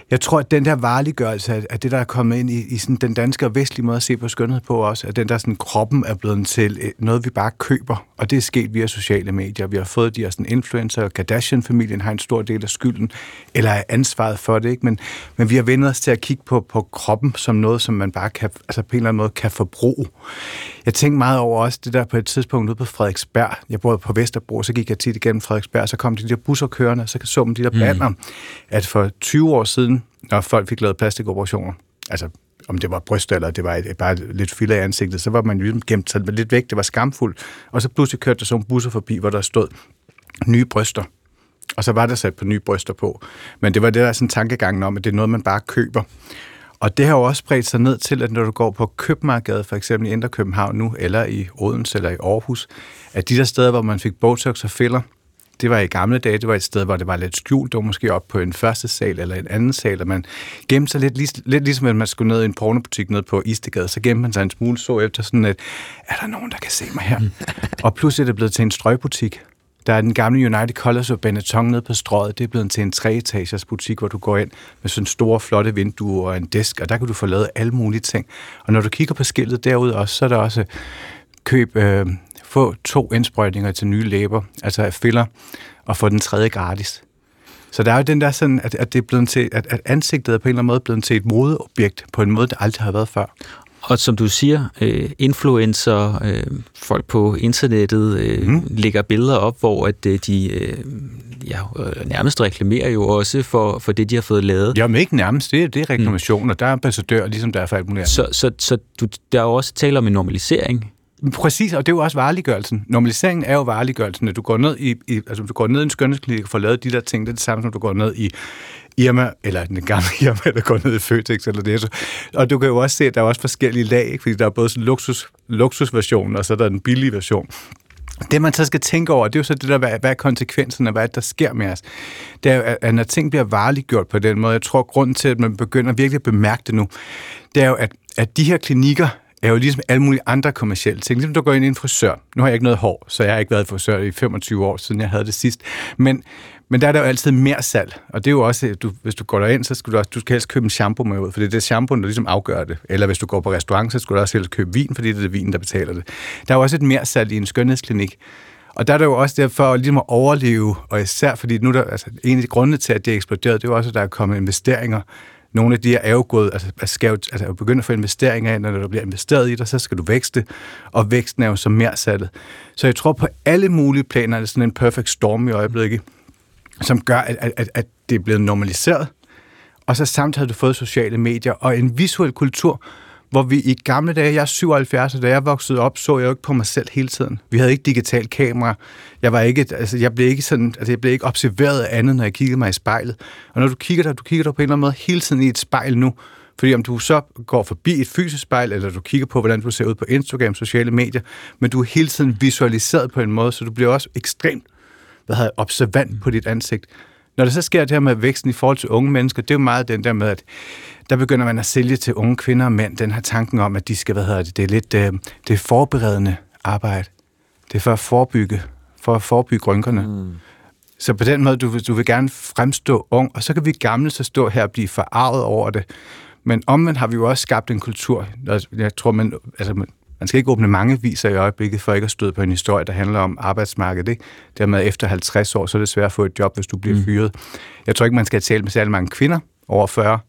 Jeg tror, at den der vareliggørelse af det, der er kommet ind i, i sådan den danske og vestlige måde at se på skønhed på også, at den der sådan, kroppen er blevet til noget, vi bare køber, og det er sket via sociale medier. Vi har fået de her sådan, influencer, og Kardashian-familien har en stor del af skylden, eller er ansvaret for det, ikke? Men, men vi har vendt os til at kigge på, på kroppen som noget, som man bare kan, altså på en eller anden måde kan forbruge. Jeg tænkte meget over også det der på et tidspunkt ude på Frederiksberg. Jeg boede på Vesterbro, så gik jeg tit igennem Frederiksberg, så kom de der busser kørende, så så man de der banner, mm. at for tyve år siden, når folk fik lavet plastikoperationer, altså om det var bryst eller det var et, bare lidt filler i ansigtet, så var man jo gemt sig lidt væk, det var skamfuldt, og så pludselig kørte der sådan busser forbi, hvor der stod nye bryster, og så var der sat på nye bryster på. Men det var det der sådan tankegangen om, at det er noget, man bare køber. Og det har jo også spredt sig ned til, at når du går på Købmagergade, for eksempel i Indre København nu, eller i Odense eller i Aarhus, at de der steder, hvor man fik botox og filler, det var i gamle dage, det var et sted, hvor det var lidt skjult, det var måske op på en første sal eller en anden sal, og man gemte sig lidt, lidt, lidt ligesom, at man skulle ned i en pornobutik ned på Istegade, så gemte man sig en smule så efter sådan et, er der nogen, der kan se mig her? Og pludselig er det blevet til en strøgbutik. Der er den gamle United Colors og Benetton nede på Strøget, det er blevet til en treetagers butik, hvor du går ind med sådan store, flotte vinduer og en disk, og der kan du få lavet alle mulige ting. Og når du kigger på skiltet derude også, så er der også køb, øh, få to indsprøjtninger til nye læber, altså filler, og få den tredje gratis. Så der er jo den der sådan, at, at det er blevet til, at, at ansigtet er på en eller anden måde blevet til et modeobjekt på en måde, det aldrig har været før. Og som du siger, øh, influencer, øh, folk på internettet øh, mm. lægger billeder op, hvor at øh, de øh, ja, nærmest reklamerer jo også for, for det, de har fået lavet. Jamen ikke nærmest, det er, det er reklamationer, mm. der er ambassadør, ligesom der er for alt muligt. Så, så, så du, der er jo også tale om en normalisering. Præcis, og det er jo også vareliggørelsen. Normaliseringen er jo vareliggørelsen, at du går ned i, i altså du går ned i en skønhedsklinik og får lavet de der ting, det er det samme, som du går ned i Irma, eller den gamle Irma, der går ned i Føtex eller det. Og du kan jo også se, at der er også forskellige lag, ikke? Fordi der er både sådan luksus, luksusversionen, og så er der den billige version. Det, man så skal tænke over, det er jo så det der, hvad, hvad er konsekvenserne, hvad er det, der sker med os. Det er jo, at når ting bliver vareliggjort på den måde, jeg tror, grunden til, at man begynder virkelig at bemærke det nu, det er jo, at, at de her klinikker er jo ligesom alle mulige andre kommercielle ting. Ligesom du går ind i en frisør. Nu har jeg ikke noget hår, så jeg har ikke været frisør i femogtyve år, siden jeg havde det sidst. Men, men der er der jo altid mere salg. Og det er jo også, du, hvis du går derind, så skal du også, du skal helst købe en shampoo med ud, for det er det shampoo, der ligesom afgør det. Eller hvis du går på restaurant, så skal du også helst købe vin, fordi det er det vin, der betaler det. Der er jo også et mere salg i en skønhedsklinik. Og der er der jo også derfor ligesom at overleve, og især fordi nu der, altså, en af de grunde til, at det er eksploderet, det er jo også, at der er kommet investeringer. Nogle af de her er jo gået, altså, skal jo, altså er jo begyndt at få investeringer af, når der bliver investeret i dig, så skal du vækste, og væksten er jo så mere salget. Så jeg tror på alle mulige planer, er det sådan en perfect storm i øjeblikket, som gør, at, at, at det er blevet normaliseret, og så samtidig har du fået sociale medier og en visuel kultur, hvor vi i gamle dage, jeg er syvoghalvfjerds, og da jeg voksede op, så jeg jo ikke på mig selv hele tiden. Vi havde ikke digital kamera. Jeg var ikke, altså jeg blev ikke sådan, altså jeg blev ikke observeret af andet, når jeg kiggede mig i spejlet. Og når du kigger der, du kigger der på en eller anden måde hele tiden i et spejl nu, fordi om du så går forbi et fysisk spejl, eller du kigger på, hvordan du ser ud på Instagram, sociale medier, men du er hele tiden visualiseret på en måde, så du bliver også ekstremt, hvad hedder, observant på dit ansigt. Når det så sker det her med væksten i forhold til unge mennesker, det er jo meget den der med, at der begynder man at sælge til unge kvinder og mænd den her tanken om, at de skal, hvad hedder det, det er lidt, øh, det er forberedende arbejde. Det er for at forebygge, for at forebygge rynkerne. Mm. Så på den måde, du, du vil gerne fremstå ung, og så kan vi gamle så stå her og blive forarvet over det. Men omvendt har vi jo også skabt en kultur. Jeg tror, man, altså, man skal ikke åbne mange viser i øjeblikket, for ikke at støde på en historie, der handler om arbejdsmarkedet. Ikke? Dermed efter halvtreds år, så er det svært at få et job, hvis du bliver mm. fyret. Jeg tror ikke, man skal tale med særlig mange kvinder over fyrre,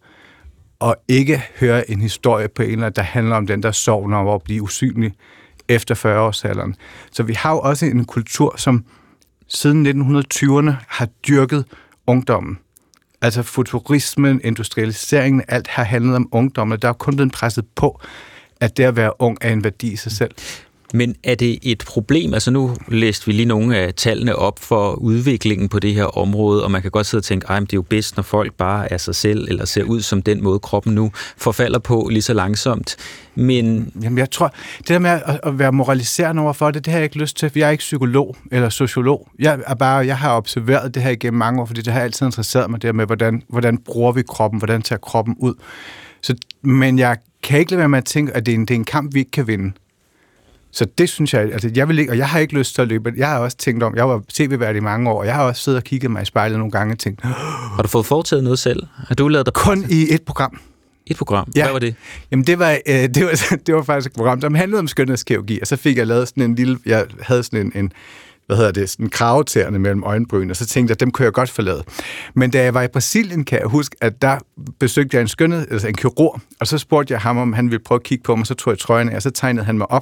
og ikke høre en historie på en eller anden, der handler om den, der sovner over at blive usynlig efter fyrre-årsalderen. Så vi har jo også en kultur, som siden nitten tyverne har dyrket ungdommen. Altså futurismen, industrialiseringen, alt har handlet om ungdommen, der er kun blevet presset på, at det at være ung er en værdi i sig selv. Men er det et problem? Altså nu læste vi lige nogle af tallene op for udviklingen på det her område, og man kan godt sidde og tænke, ej, men det er jo bedst, når folk bare er sig selv, eller ser ud som den måde, kroppen nu forfalder på lige så langsomt. Men Jamen, jeg tror, det der med at, at være moraliserende overfor det, det har jeg ikke lyst til, for jeg er ikke psykolog eller sociolog. Jeg er bare, jeg har observeret det her igennem mange år, fordi det har altid interesseret mig, det med, hvordan, hvordan bruger vi kroppen, hvordan tager kroppen ud. Så, men jeg kan ikke lade være med at tænke, at det er en, det er en kamp, vi ikke kan vinde. Så det synes jeg, altså jeg vil ikke, og jeg har ikke lyst til at løbe. Jeg har også tænkt om, jeg var tv-vært i mange år, og jeg har også siddet og kigget mig i spejlet nogle gange og tænkt, har du fået foretaget noget selv? Har du lavet dig kun i et program? Et program? Ja. Hvad var det? Jamen det var, øh, det var, det var faktisk et program, som handlede om skønhedskirurgi, og så fik jeg lavet sådan en lille, jeg havde sådan en, en hvad hedder det, sådan kravetæerne mellem øjenbryn, og så tænkte jeg, at dem kunne jeg godt forlade. Men da jeg var i Brasilien, kan jeg huske, at der besøgte jeg en skønhed, altså en kirurg, og så spurgte jeg ham, om han ville prøve at kigge på mig, så tog jeg trøjen af, og så tegnede han mig op,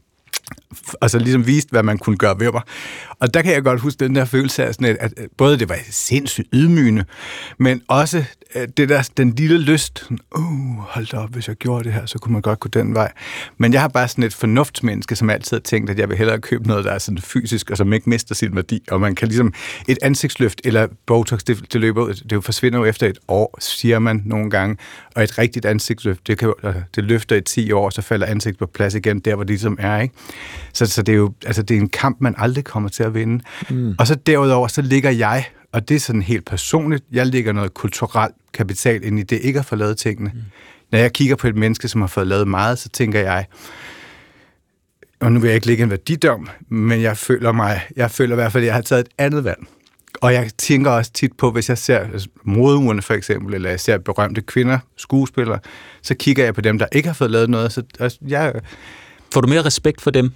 og så ligesom viste, hvad man kunne gøre ved mig. Og der kan jeg godt huske den der følelse af sådan, at både det var sindssygt ydmygende, men også det der, den lille lyst, uh, hold da op, hvis jeg gjorde det her, så kunne man godt gå den vej. Men jeg har bare sådan et fornuftsmenneske, som altid har tænkt, at jeg vil hellere købe noget, der er sådan fysisk, og som ikke mister sin værdi. Og man kan ligesom, et ansigtsløft eller Botox, det, det løber ud, det forsvinder jo efter et år, siger man nogle gange. Og et rigtigt ansigtsløft, det, kan, det løfter i ti år, så falder ansigtet på plads igen, der hvor det ligesom er, ikke? Så, så det er jo, altså det er en kamp, man aldrig kommer til at vinde. Mm. Og så derudover, så ligger jeg, og det er sådan helt personligt, jeg ligger noget kulturelt kapital ind i det, ikke at få lavet tingene. Mm. Når jeg kigger på et menneske, som har fået lavet meget, så tænker jeg, og nu vil jeg ikke lægge en værdidom, men jeg føler mig, jeg føler i hvert fald, at jeg har taget et andet valg. Og jeg tænker også tit på, hvis jeg ser modeugerne for eksempel, eller jeg ser berømte kvinder, skuespillere, så kigger jeg på dem, der ikke har fået lavet noget. Så altså, jeg... Får du mere respekt for dem?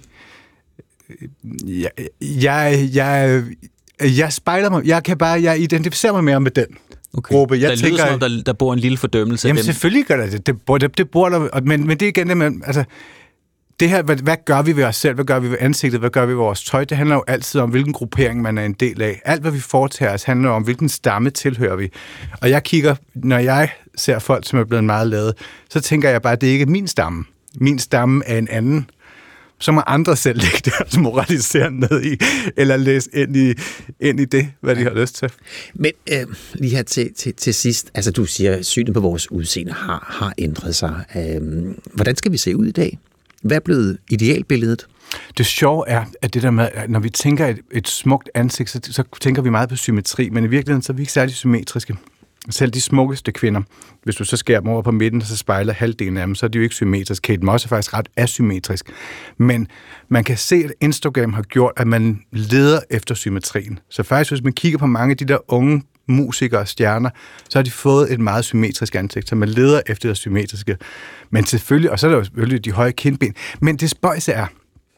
Jeg, jeg, jeg, jeg spejler mig. Jeg kan bare, jeg identificerer mig mere med den okay. gruppe. Jeg der lyder som om, der, der bor en lille fordømmelse. Jamen af dem. Selvfølgelig gør der det. Det, det, det bor der, men, men det er igen det, man, altså, det her, hvad, hvad gør vi ved os selv? Hvad gør vi ved ansigtet? Hvad gør vi ved vores tøj? Det handler jo altid om, hvilken gruppering man er en del af. Alt, hvad vi foretager os, handler om, hvilken stamme tilhører vi. Og jeg kigger, når jeg ser folk, som er blevet meget lavet, så tænker jeg bare, at det ikke er min stamme. Min stamme er en anden. Så må andre selv lægge deres moralisere ned i, eller læse ind i, ind i det, hvad de har lyst til. Men øh, lige her til, til, til sidst, altså du siger, at synet på vores udseende har, har ændret sig. Øh, hvordan skal vi se ud i dag? Hvad er blevet idealbilledet? Det sjove er, at det der med, at når vi tænker et, et smukt ansigt, så, så tænker vi meget på symmetri, men i virkeligheden så er vi ikke særlig symmetriske. Selv de smukkeste kvinder, hvis du så skærer dem over på midten, så spejler halvdelen af dem, så er de jo ikke symmetrisk. Kate Moss er faktisk ret asymmetrisk. Men man kan se, at Instagram har gjort, at man leder efter symmetrien. Så faktisk, hvis man kigger på mange af de der unge musikere og stjerner, så har de fået et meget symmetrisk ansigt, så man leder efter det symmetriske. Men selvfølgelig, og så er der jo selvfølgelig de høje kindben. Men det spøjse er,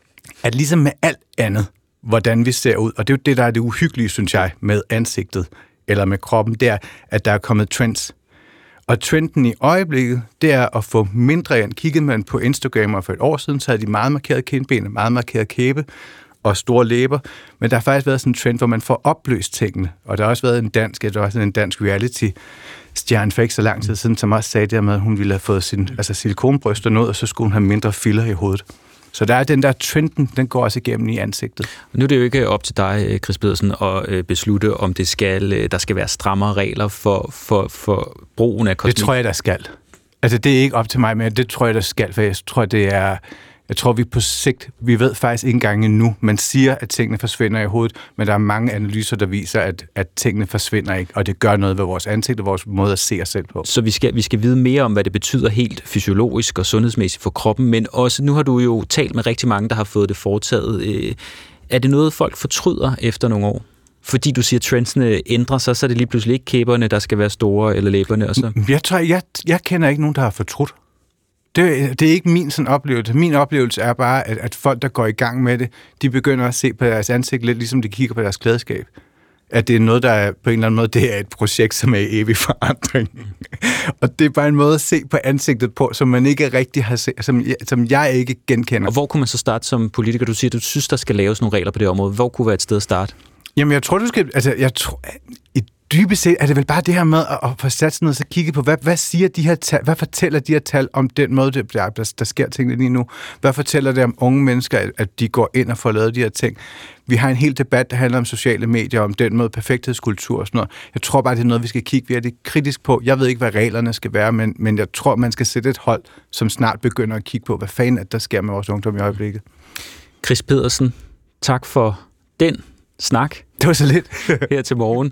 at ligesom med alt andet, hvordan vi ser ud, og det er jo det, der er det uhyggelige, synes jeg, med ansigtet, eller med kroppen, det er, at der er kommet trends. Og trenden i øjeblikket, det er at få mindre end. Kiggede man på Instagram og for et år siden, så havde de meget markeret kindben, meget markeret kæbe og store læber. Men der har faktisk været sådan en trend, hvor man får opløst tingene. Og der har også været en dansk, der har også en dansk reality-stjerne for ikke så lang tid siden, som også sagde der med, at hun ville have fået sin, altså silikonbryster ned, og så skulle hun have mindre filler i hovedet. Så der er den der trenden, den går også igennem i ansigtet. Nu er det jo ikke op til dig, Chris Pedersen, at beslutte, om det skal, der skal være strammere regler for, for, for brugen af kosmetik. Det tror jeg, der skal. Altså, det er ikke op til mig, men det tror jeg, der skal, for jeg tror, det er... Jeg tror, vi på sigt, vi ved faktisk ikke engang endnu, man siger, at tingene forsvinder i hovedet, men der er mange analyser, der viser, at, at tingene forsvinder ikke, og det gør noget ved vores ansigt og vores måde at se os selv på. Så vi skal, vi skal vide mere om, hvad det betyder helt fysiologisk og sundhedsmæssigt for kroppen, men også, nu har du jo talt med rigtig mange, der har fået det foretaget. Er det noget, folk fortryder efter nogle år? Fordi du siger, at trendsene ændrer sig, så er det lige pludselig ikke kæberne, der skal være store, eller læberne og så? Jeg tror, jeg, jeg kender ikke nogen, der har fortrudt. Det, det er ikke min sådan oplevelse. Min oplevelse er bare, at, at folk, der går i gang med det, de begynder at se på deres ansigt lidt, ligesom de kigger på deres klædeskab. At det er noget, der er, på en eller anden måde, det er et projekt, som er i evig forandring. Og det er bare en måde at se på ansigtet på, som man ikke rigtig har set, som, som jeg ikke genkender. Og hvor kunne man så starte som politiker? Du siger, at du synes, der skal laves nogle regler på det område. Hvor kunne være et sted at starte? Jamen, jeg tror, du skal... Altså, jeg tror... Et dybest set er det vel bare det her med at, at få sat sig ned og så kigge på, hvad, hvad siger de her tal, hvad fortæller de her tal om den måde, der, der, der sker tingene lige nu? Hvad fortæller det om unge mennesker, at, at de går ind og får lavet de her ting? Vi har en hel debat, der handler om sociale medier, om den måde perfekthedskultur og sådan noget. Jeg tror bare, det er noget, vi skal kigge virkelig kritisk på. Jeg ved ikke, hvad reglerne skal være, men, men jeg tror, man skal sætte et hold, som snart begynder at kigge på, hvad fanden at der sker med vores ungdom i øjeblikket. Chris Pedersen, tak for den snak. Det var så lidt. Her til morgen.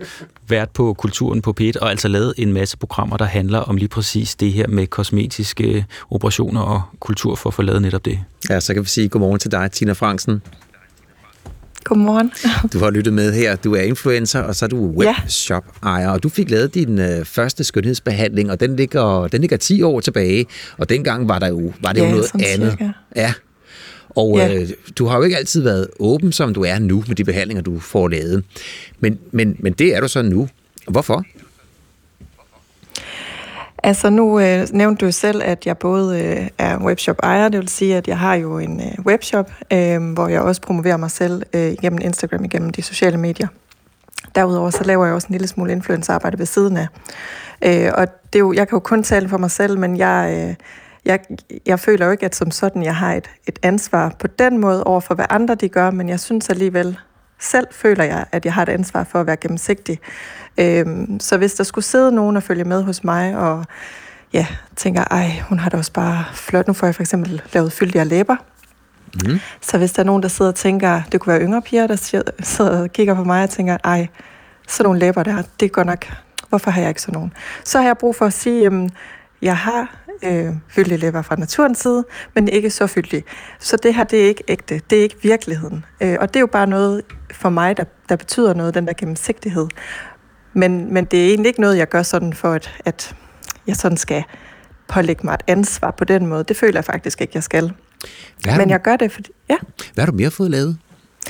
vært på Kulturen på P et, og altså lavet en masse programmer, der handler om lige præcis det her med kosmetiske operationer og kultur for at få lavet netop det. Ja, så kan vi sige godmorgen til dig, Tina Franksen. Godmorgen. Du har lyttet med her. Du er influencer, og så er du webshop-ejer, og du fik lavet din øh, første skønhedsbehandling, og den ligger, den ligger ti år tilbage, og dengang var, der jo, var det ja, jo noget andet. Cirka. Ja, og ja. Øh, du har jo ikke altid været åben, som du er nu, med de behandlinger, du får lavet. Men, men, men det er du så nu. Hvorfor? Altså nu øh, nævnte du selv, at jeg både øh, er webshop-ejer, det vil sige, at jeg har jo en øh, webshop, øh, hvor jeg også promoverer mig selv øh, igennem Instagram, igennem de sociale medier. Derudover så laver jeg også en lille smule influencer-arbejde ved siden af. Øh, og det er jo, jeg kan jo kun tale for mig selv, men jeg, øh, jeg, jeg føler jo ikke, at som sådan, jeg har et, et ansvar på den måde over for, hvad andre de gør, men jeg synes alligevel, selv føler jeg, at jeg har et ansvar for at være gennemsigtig. Øhm, så hvis der skulle sidde nogen og følge med hos mig, og ja, tænker, ej, hun har da også bare flot, nu får jeg for eksempel lavet fyldige læber. Mm. Så hvis der er nogen, der sidder og tænker, det kunne være yngre piger, der sidder og kigger på mig og tænker, ej, sådan nogle læber der, det er godt nok, hvorfor har jeg ikke sådan nogen? Så har jeg brug for at sige, jamen, jeg har øh, fyldige læber fra naturens side, men ikke så fyldige. Så det her, det er ikke ægte, det er ikke virkeligheden. Øh, og det er jo bare noget for mig, der, der betyder noget, den der gennemsigtighed. Men, men det er egentlig ikke noget, jeg gør sådan for, at, at jeg sådan skal pålægge mig et ansvar på den måde. Det føler jeg faktisk ikke, jeg skal. Men du, jeg gør det, fordi... Ja. Hvad har du mere fået lavet?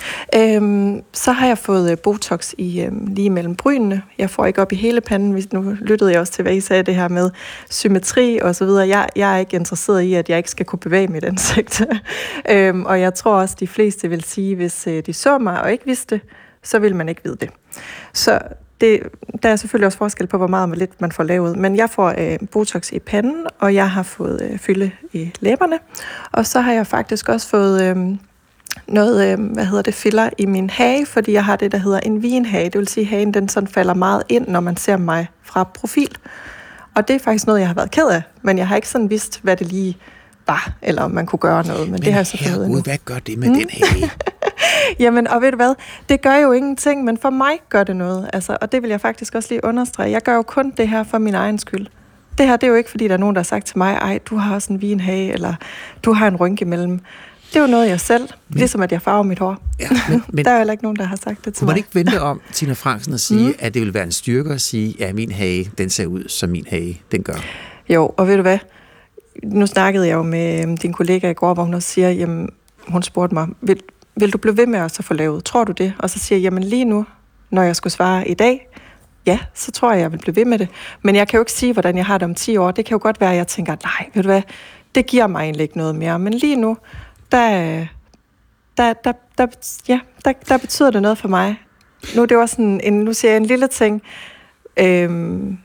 Øhm, så har jeg fået Botox i, øhm, lige mellem brynene. Jeg får ikke op i hele panden. Nu lyttede jeg også til, hvad I sagde, det her med symmetri og så videre. Jeg, jeg er ikke interesseret i, at jeg ikke skal kunne bevæge mit ansigt. øhm, og jeg tror også, de fleste vil sige, hvis øh, de så mig og ikke vidste det, så vil man ikke vide det. Så det, der er selvfølgelig også forskel på, hvor meget og hvor lidt man får lavet. Men jeg får øh, Botox i panden, og jeg har fået øh, fylde i læberne. Og så har jeg faktisk også fået øh, noget, øh, hvad hedder det, filler i min hage, fordi jeg har det, der hedder en vinhage. Det vil sige, at hagen den sådan falder meget ind, når man ser mig fra profil. Og det er faktisk noget, jeg har været ked af, men jeg har ikke sådan vidst, hvad det lige var, eller om man kunne gøre noget. Men, men det har jeg så fået herregud, hvad gør det med mm. den hage? Jamen, og ved du hvad? Det gør jo ingenting, men for mig gør det noget. Altså, og det vil jeg faktisk også lige understrege. Jeg gør jo kun det her for min egen skyld. Det her, det er jo ikke, fordi der er nogen, der har sagt til mig, ej, du har også en vinhage, eller du har en rynke imellem. Det er jo noget, jeg selv, men, ligesom at jeg farver mit hår. Ja, men, men, der er jo heller ikke nogen, der har sagt det til mig. Kunne man ikke vente om, Tina Franksen, at sige, mm. at det vil være en styrke at sige, at ja, min hage, den ser ud, som min hage, den gør? Jo, og ved du hvad? Nu snakkede jeg jo med din kollega i går, hvor hun også siger, jamen, hun spurgte mig, vil, vil du blive ved med at få lavet? Tror du det? Og så siger jeg, jamen lige nu, når jeg skulle svare i dag, ja, så tror jeg, jeg vil blive ved med det. Men jeg kan jo ikke sige, hvordan jeg har det om ti år. Det kan jo godt være, at jeg tænker, nej, ved du hvad, det giver mig egentlig ikke noget mere. Men lige nu, der, der, der, der, ja, der, der betyder det noget for mig. Nu er det også en, en, nu siger jeg en lille ting. Øhm,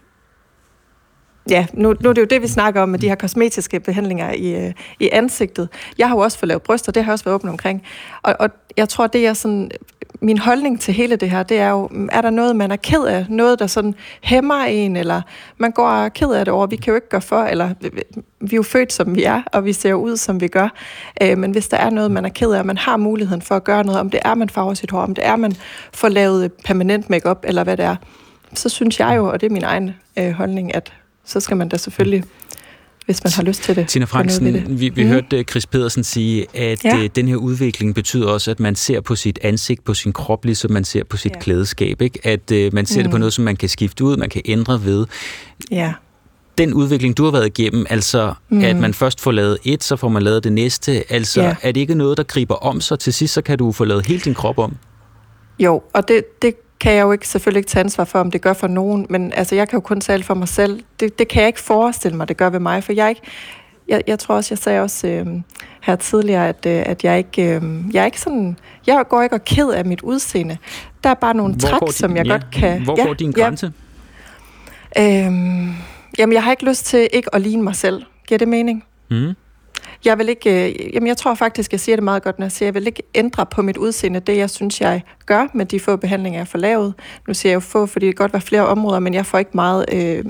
Ja, nu, nu er det jo det, vi snakker om med de her kosmetiske behandlinger i, i ansigtet. Jeg har jo også fået lavet bryster, det har jeg også været åben omkring. Og, og jeg tror, det er sådan, min holdning til hele det her, det er jo, er der noget, man er ked af? Noget, der sådan hæmmer en, eller man går og er ked af det over, vi kan jo ikke gøre for, eller vi er jo født, som vi er, og vi ser ud, som vi gør. Men hvis der er noget, man er ked af, og man har muligheden for at gøre noget, om det er, man farver sit hår, om det er, man får lavet permanent makeup eller hvad det er, så synes jeg jo, og det er min egen øh, holdning, at så skal man da selvfølgelig, hvis man har lyst til det. Tina Franksen, vi, vi mm. hørte Chris Pedersen sige, at ja. den her udvikling betyder også, at man ser på sit ansigt, på sin krop, ligesom man ser på sit ja. klædeskab. Ikke? At uh, man ser mm. det på noget, som man kan skifte ud, man kan ændre ved. Ja. Den udvikling, du har været igennem, altså mm. at man først får lavet et, så får man lavet det næste. Altså ja. er det ikke noget, der griber om sig? Til sidst, så kan du få lavet hele din krop om. Jo, og det, det kan jeg jo ikke, selvfølgelig ikke tage ansvar for, om det gør for nogen, men altså, jeg kan jo kun tale for mig selv. Det, det kan jeg ikke forestille mig, det gør ved mig, for jeg ikke, jeg, jeg tror også, jeg sagde også øh, her tidligere, at, øh, at jeg ikke, øh, jeg er ikke sådan, jeg går ikke og ked af mit udseende. Der er bare nogle træk, din, som jeg ja, godt kan... Hvor ja, går din grænse? Ja, øh, jamen, jeg har ikke lyst til ikke at ligne mig selv. Giver det mening? Mm. Jeg vil ikke, øh, jamen jeg tror faktisk, jeg siger det meget godt, når jeg siger, jeg vil ikke ændre på mit udseende, det jeg synes, jeg gør med de få behandlinger, jeg får lavet. Nu siger jeg jo få, fordi det kan godt være flere områder, men jeg får ikke meget øh,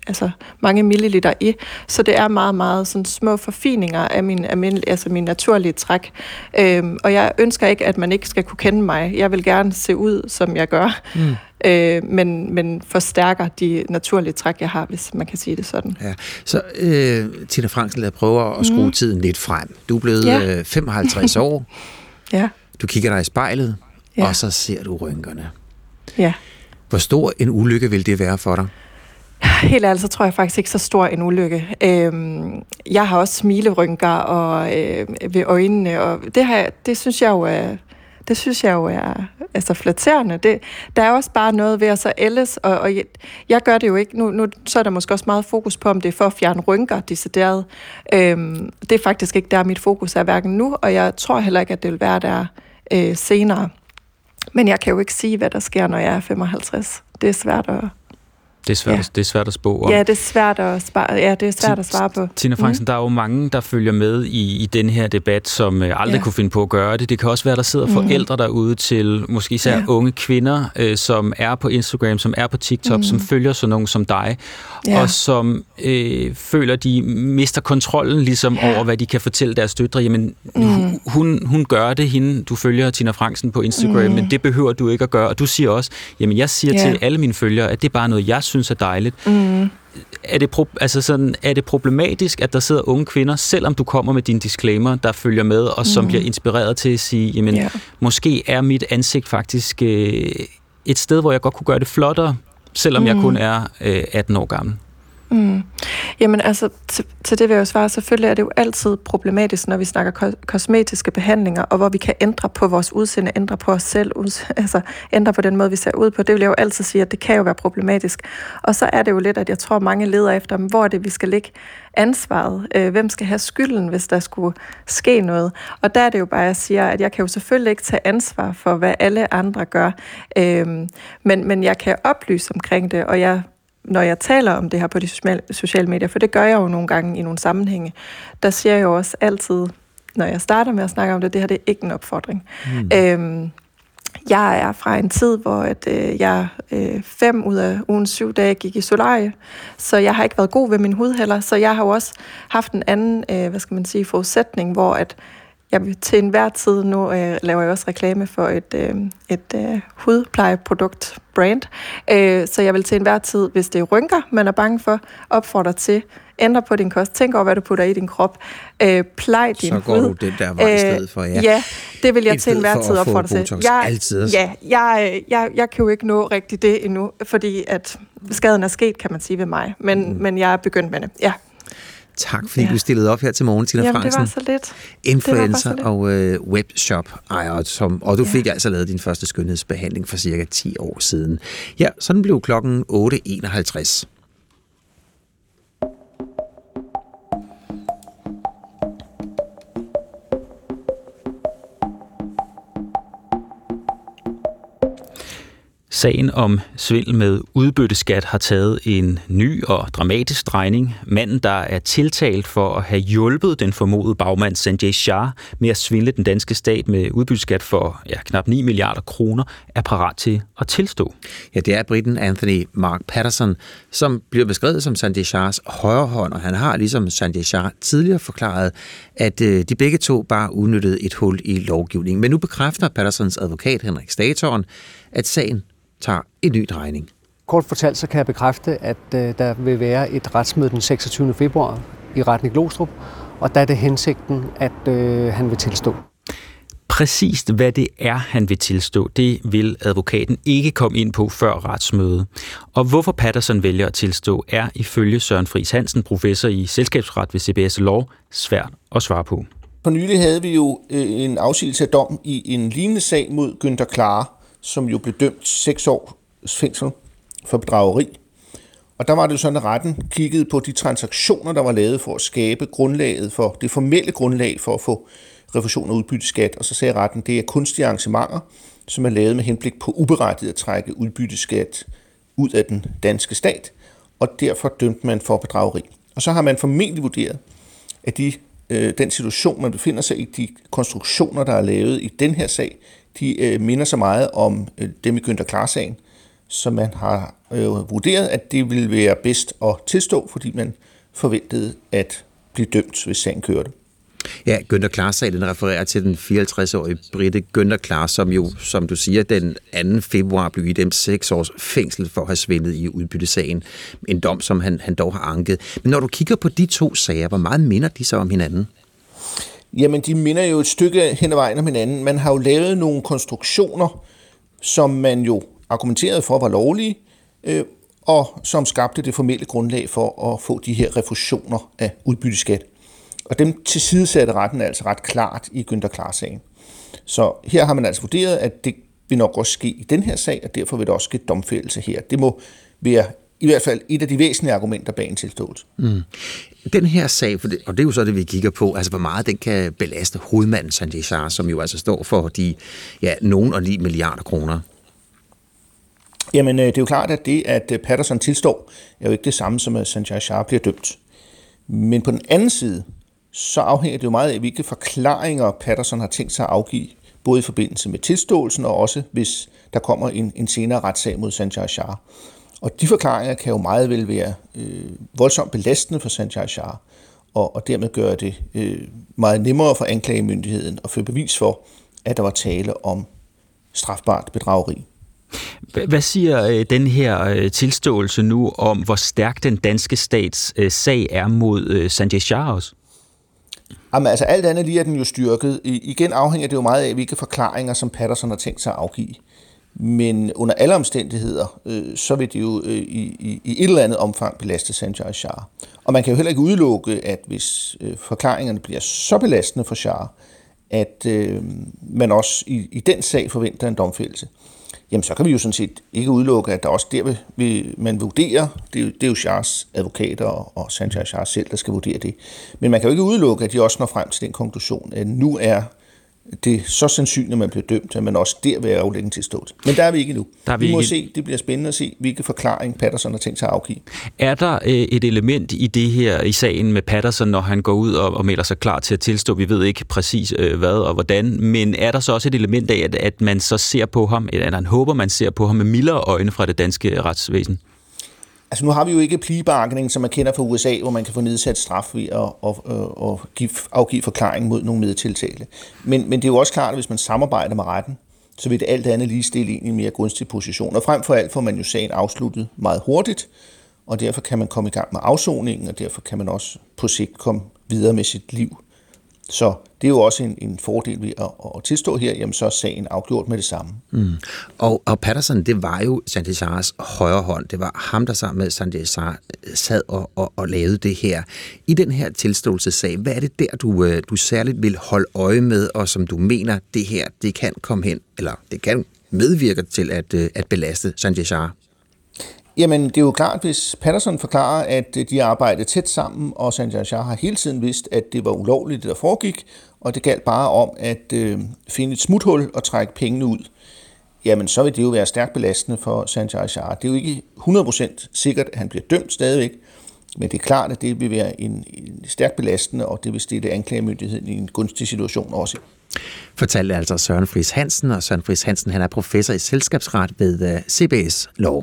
altså mange milliliter i. Så det er meget, meget sådan små forfininger af min, almindelige, altså min naturlige træk. Øhm, og jeg ønsker ikke, at man ikke skal kunne kende mig. Jeg vil gerne se ud, som jeg gør, mm. øh, men, men forstærker de naturlige træk, jeg har, hvis man kan sige det sådan. Ja. Så øh, Tina Frandsen, lad os prøve at skrue mm. tiden lidt frem. Du er blevet ja. øh, femoghalvtreds år. Ja. Du kigger dig i spejlet, ja. og så ser du rynkerne. Ja. Hvor stor en ulykke vil det være for dig? Helt ærligt, så tror jeg faktisk ikke så stor en ulykke. Øhm, jeg har også smilerynker og øh, ved øjnene, og det, har jeg, det synes jeg jo er, det synes jeg jo er altså flatterende. Det, der er også bare noget ved at så ældes, og, og jeg, jeg gør det jo ikke. Nu, nu så er der måske også meget fokus på, om det er for at fjerne rynker, decideret. Øhm, det er faktisk ikke der, mit fokus er hverken nu, og jeg tror heller ikke, at det vil være der øh, senere. Men jeg kan jo ikke sige, hvad der sker, når jeg er femoghalvtreds. Det er svært at... Det er svært, ja. det er svært at spå om. Ja, det er svært at, spare, ja, det er svært at svare på. Tina Frandsen, mm. der er jo mange, der følger med i, i den her debat, som øh, aldrig ja. kunne finde på at gøre det. Det kan også være, der sidder mm. forældre derude til måske især ja. unge kvinder, øh, som er på Instagram, som er på TikTok, mm. som følger sådan nogen som dig, ja. og som øh, føler, de mister kontrollen ligesom ja. over, hvad de kan fortælle deres døtre. Jamen, mm. hun, hun gør det, hende, du følger Tina Frandsen på Instagram, mm. men det behøver du ikke at gøre. Og du siger også, jamen jeg siger ja. til alle mine følgere, at det er bare noget, jeg synes er dejligt. Mm. Er, det pro- altså sådan, er det problematisk, at der sidder unge kvinder, selvom du kommer med din disclaimer, der følger med, og som mm. bliver inspireret til at sige, jamen, yeah. måske er mit ansigt faktisk øh, et sted, hvor jeg godt kunne gøre det flottere, selvom mm. jeg kun er øh, atten år gammel? Mm. Jamen altså, til, til det vil jeg jo svare, selvfølgelig er det jo altid problematisk, når vi snakker ko- kosmetiske behandlinger, og hvor vi kan ændre på vores udseende, ændre på os selv, ud, altså ændre på den måde, vi ser ud på. Det vil jeg jo altid sige, at det kan jo være problematisk. Og så er det jo lidt, at jeg tror, mange leder efter, hvor er det, vi skal lægge ansvaret? Øh, hvem skal have skylden, hvis der skulle ske noget? Og der er det jo bare, at jeg siger, at jeg kan jo selvfølgelig ikke tage ansvar for, hvad alle andre gør, øh, men, men jeg kan oplyse omkring det, og jeg når jeg taler om det her på de sociale medier, for det gør jeg jo nogle gange i nogle sammenhænge, der siger jeg jo også altid, når jeg starter med at snakke om det, det her det er ikke en opfordring. Mm. Øhm, jeg er fra en tid, hvor at, øh, jeg øh, fem ud af ugens syv dage gik i solarie, så jeg har ikke været god ved min hud heller, så jeg har jo også haft en anden, øh, hvad skal man sige, forudsætning, hvor at jeg til enhver tid, nu øh, laver jeg også reklame for et, øh, et øh, hudplejeprodukt brand, øh, så jeg vil til enhver tid, hvis det er rynker, man er bange for, opfordre til, ændre på din kost, tænk over, hvad du putter i din krop, øh, plej din hud. Så går hud. du den der vej i stedet for, ja. Ja, det vil jeg til enhver tid opfordre til. Jeg, altid. Ja, jeg, jeg, jeg kan jo ikke nå rigtig det endnu, fordi at skaden er sket, kan man sige ved mig, men, mm. men jeg er begyndt med det, ja. Tak, fordi ja. du stillede op her til morgen, Tina Frandsen. Jamen, det var så lidt. Influencer lidt. og øh, webshop-ejer, som, og du ja. fik altså lavet din første skønhedsbehandling for cirka ti år siden. Ja, sådan blev klokken otte enoghalvtreds. Sagen om svindel med udbytteskat har taget en ny og dramatisk drejning. Manden, der er tiltalt for at have hjulpet den formodede bagmand Sanjay Shah med at svindle den danske stat med udbytteskat for ja, knap ni milliarder kroner, er parat til at tilstå. Ja, det er briten Anthony Mark Patterson, som bliver beskrevet som Sanjay Shahs højre hånd, og han har ligesom Sanjay Shah tidligere forklaret, at øh, de begge to bare udnyttede et hul i lovgivningen. Men nu bekræfter Pattersons advokat Henrik Statoren, at sagen tager en ny drejning. Kort fortalt så kan jeg bekræfte, at øh, der vil være et retsmøde den seksogtyvende februar i retten i Glostrup, og der er det hensigten, at øh, han vil tilstå. Præcist hvad det er, han vil tilstå, det vil advokaten ikke komme ind på før retsmødet. Og hvorfor Patterson vælger at tilstå, er ifølge Søren Friis Hansen, professor i selskabsret ved C B S Law, svært at svare på. For nylig havde vi jo en afsigelse af dom i en lignende sag mod Günther Klare, som jo blev dømt seks års fængsel for bedrageri. Og der var det jo sådan, at retten kiggede på de transaktioner, der var lavet for at skabe grundlaget for det formelle grundlag for at få refusion af udbytteskat. Og så sagde retten, at det er kunstige arrangementer, som er lavet med henblik på uberettiget at trække udbytteskat ud af den danske stat. Og derfor dømte man for bedrageri. Og så har man formentlig vurderet, at de, øh, den situation, man befinder sig i, de konstruktioner, der er lavet i den her sag, de øh, minder så meget om øh, dem i Günther Klare-sagen, som man har øh, vurderet, at det ville være bedst at tilstå, fordi man forventede at blive dømt, hvis sagen kørte. Ja, Günther Klaas sag, den refererer til den fireoghalvtreds-årige brite Günther Klaas, som jo, som du siger, den anden februar blev idømt seks års fængsel for at have svindlet i udbyttesagen. En dom, som han, han dog har anket. Men når du kigger på de to sager, hvor meget minder de så om hinanden? Jamen, de minder jo et stykke hen ad vejen om hinanden. Man har jo lavet nogle konstruktioner, som man jo argumenterede for var lovlige, øh, og som skabte det formelle grundlag for at få de her refusioner af udbytteskat. Og dem tilsidesatte retten altså ret klart i Günther Klaas-sagen. Så her har man altså vurderet, at det vil nok også ske i den her sag, og derfor vil der også ske domfældelse her. Det må være i hvert fald et af de væsentlige argumenter bag en tilståelse. Mm. Den her sag, og det er jo så det, vi kigger på, altså hvor meget den kan belaste hovedmanden Sanjay Shah, som jo altså står for de ja, nogen og ni milliarder kroner. Jamen, det er jo klart, at det, at Patterson tilstår, er jo ikke det samme som, at Sanjay Shah bliver dømt. Men på den anden side, så afhænger det jo meget af, hvilke forklaringer Patterson har tænkt sig at afgive, både i forbindelse med tilståelsen og også, hvis der kommer en, en senere retssag mod Sanjay Shah. Og de forklaringer kan jo meget vel være øh, voldsomt belastende for Sanjay Shah, og, og dermed gøre det øh, meget nemmere for anklagemyndigheden at føre bevis for, at der var tale om strafbart bedrageri. Hvad siger den her tilståelse nu om, hvor stærk den danske stats sag er mod Sanjay Shah også? Jamen altså alt andet lige er den jo styrket. I, igen afhænger det jo meget af, hvilke forklaringer, som Patterson har tænkt sig at afgive. Men under alle omstændigheder, øh, så vil det jo øh, i, i et eller andet omfang belaste Sanjay Shah. Og man kan jo heller ikke udelukke, at hvis øh, forklaringerne bliver så belastende for Shah, at øh, man også i, i den sag forventer en domfældelse, jamen så kan vi jo sådan set ikke udelukke, at der også der vil, vil man vurdere, det er, jo, det er jo Shahs advokater og, og Sanjay Shah selv, der skal vurdere det. Men man kan jo ikke udelukke, at de også når frem til den konklusion, at nu er det så sandsynligt, at man bliver dømt, at man også der vil aflægge en tilståelse. Men der er vi ikke endnu. Der er vi vi må ikke... se, det bliver spændende at se, hvilke forklaring Patterson har tænkt sig at afgive. Er der øh, et element i det her, i sagen med Patterson, når han går ud og, og melder sig klar til at tilstå? Vi ved ikke præcis øh, hvad og hvordan, men er der så også et element af, at, at man så ser på ham, eller han håber, man ser på ham med mildere øjne fra det danske retsvæsen? Altså nu har vi jo ikke plea bargaining, som man kender fra U S A, hvor man kan få nedsat straf ved at, at, at, at give, afgive forklaring mod nogle medtiltalte. Men, men det er jo også klart, at hvis man samarbejder med retten, så vil det alt andet lige stille en i en mere gunstig position. Og frem for alt får man jo sagen afsluttet meget hurtigt, og derfor kan man komme i gang med afsoningen, og derfor kan man også på sigt komme videre med sit liv. Så det er jo også en, en fordel ved at, at tilstå her, jamen så er sagen afgjort med det samme. Mm. Og, og Patterson, det var jo Sanjay Shahs højre hånd. Det var ham, der sammen med Sanjay Shah sad og, og, og lavede det her. I den her tilståelsessag, hvad er det der, du, du særligt vil holde øje med, og som du mener, det her, det kan komme hen, eller det kan medvirke til at, at belaste Sanjay Shah? Jamen, det er jo klart, hvis Patterson forklarer, at de arbejdede tæt sammen, og Sanjay Shah har hele tiden vidst, at det var ulovligt, det der foregik, og det galt bare om at øh, finde et smuthul og trække pengene ud, jamen så vil det jo være stærkt belastende for Sanjay Shah. Det er jo ikke hundrede procent sikkert, at han bliver dømt stadigvæk, men det er klart, at det vil være en, en stærkt belastende, og det vil stille anklagemyndigheden i en gunstig situation også. Fortalte altså Søren Friis Hansen, og Søren Friis Hansen, han er professor i selskabsret ved uh, C B S Lov.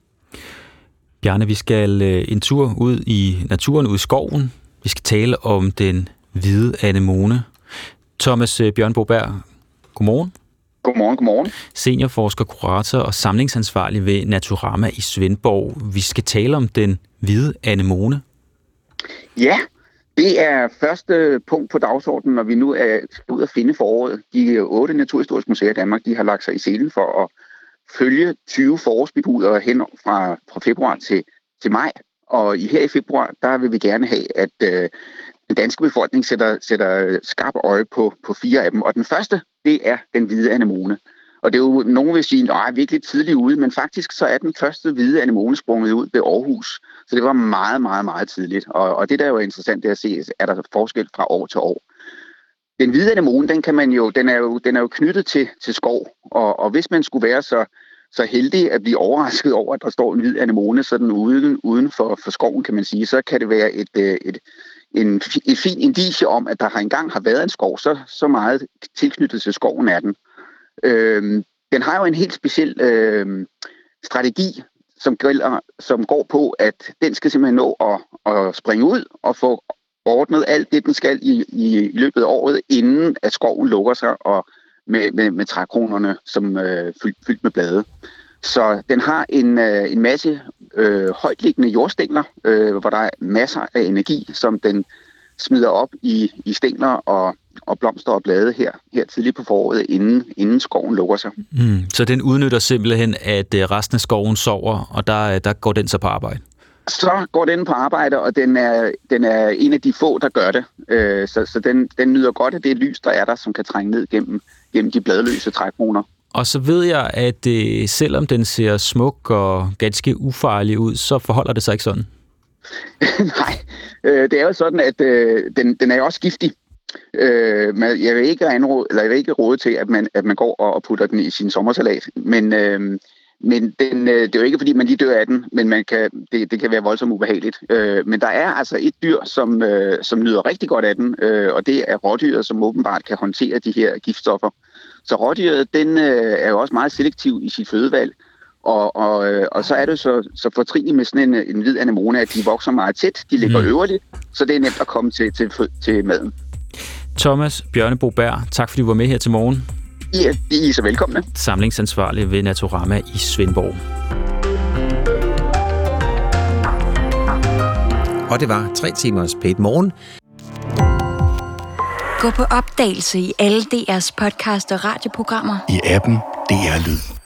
Bjarne, vi skal øh, en tur ud i naturen, ud i skoven. Vi skal tale om den hvide anemone. Thomas øh, Bjørnboberg, godmorgen. Godmorgen, godmorgen. Seniorforsker, kurator og samlingsansvarlig ved Naturama i Svendborg. Vi skal tale om den hvide anemone. Ja, det er første punkt på dagsordenen, når vi nu er ud at finde foråret. De otte naturhistoriske museer i Danmark, de har lagt sig i selen for at følge tyve forårsbebuder hen fra, fra februar til, til maj. Og her i februar, der vil vi gerne have, at øh, den danske befolkning sætter, sætter skarp øje på, på fire af dem. Og den første, det er den hvide anemone. Og det er jo, nogen vil sige, at jeg er virkelig tidligt ude, men faktisk så er den første hvide anemone sprunget ud ved Aarhus. Så det var meget, meget, meget tidligt. Og, og det, der er jo interessant, det er at se, er der forskel fra år til år. Den hvide anemone, den kan man jo, den er jo, den er jo knyttet til, til skov, og, og hvis man skulle være så, så heldig at blive overrasket over, at der står en hvid anemone sådan uden, uden for, for skoven, kan man sige, så kan det være et, et, en, et fint indicie om, at der har engang har været en skov, så, så meget tilknyttet til skoven er den. Øhm, den har jo en helt speciel øhm, strategi, som, gælder, som går på, at den skal simpelthen nå at, at springe ud og få ordnet alt det, den skal i, i, i løbet af året, inden at skoven lukker sig og med, med, med trækronerne, som øh, fyldt, fyldt med blade. Så den har en, øh, en masse øh, højtliggende jordstængler, øh, hvor der er masser af energi, som den smider op i, i stængler og, og blomster og blade her, her tidligt på foråret, inden, inden skoven lukker sig. Mm, så den udnytter simpelthen, at resten af skoven sover, og der, der går den så på arbejde? Så går den på arbejde, og den er, den er en af de få, der gør det. Øh, så så den, den nyder godt af det lys, der er der, som kan trænge ned gennem, gennem de bladløse trækroner. Og så ved jeg, at øh, selvom den ser smuk og ganske ufarlig ud, så forholder det sig ikke sådan. Nej, øh, det er jo sådan, at øh, den, den er jo også giftig. Øh, men jeg vil ikke anråde, eller jeg vil ikke råde til, at man, at man går og putter den i sin sommersalat. Men, øh, men den, øh, det er jo ikke, fordi man lige dør af den, men man kan, det, det kan være voldsomt ubehageligt. Øh, men der er altså et dyr, som, øh, som nyder rigtig godt af den, øh, og det er rådyret, som åbenbart kan håndtere de her giftstoffer. Så rådyret, den øh, er jo også meget selektiv i sit fødevalg. Og, og, øh, og så er det så, så fortrinligt med sådan en, en hvid anemone, at de vokser meget tæt, de ligger mm. øverligt, så det er nemt at komme til, til, til maden. Thomas Bjørneboe-Berg, tak fordi du var med her til morgen. Ja, I er så velkomne. Samlingsansvarlig ved Naturama i Svendborg. Og det var tre timers P et Morgen. Gå på opdagelse i alle D R's podcast og radioprogrammer. I appen D R Lyd.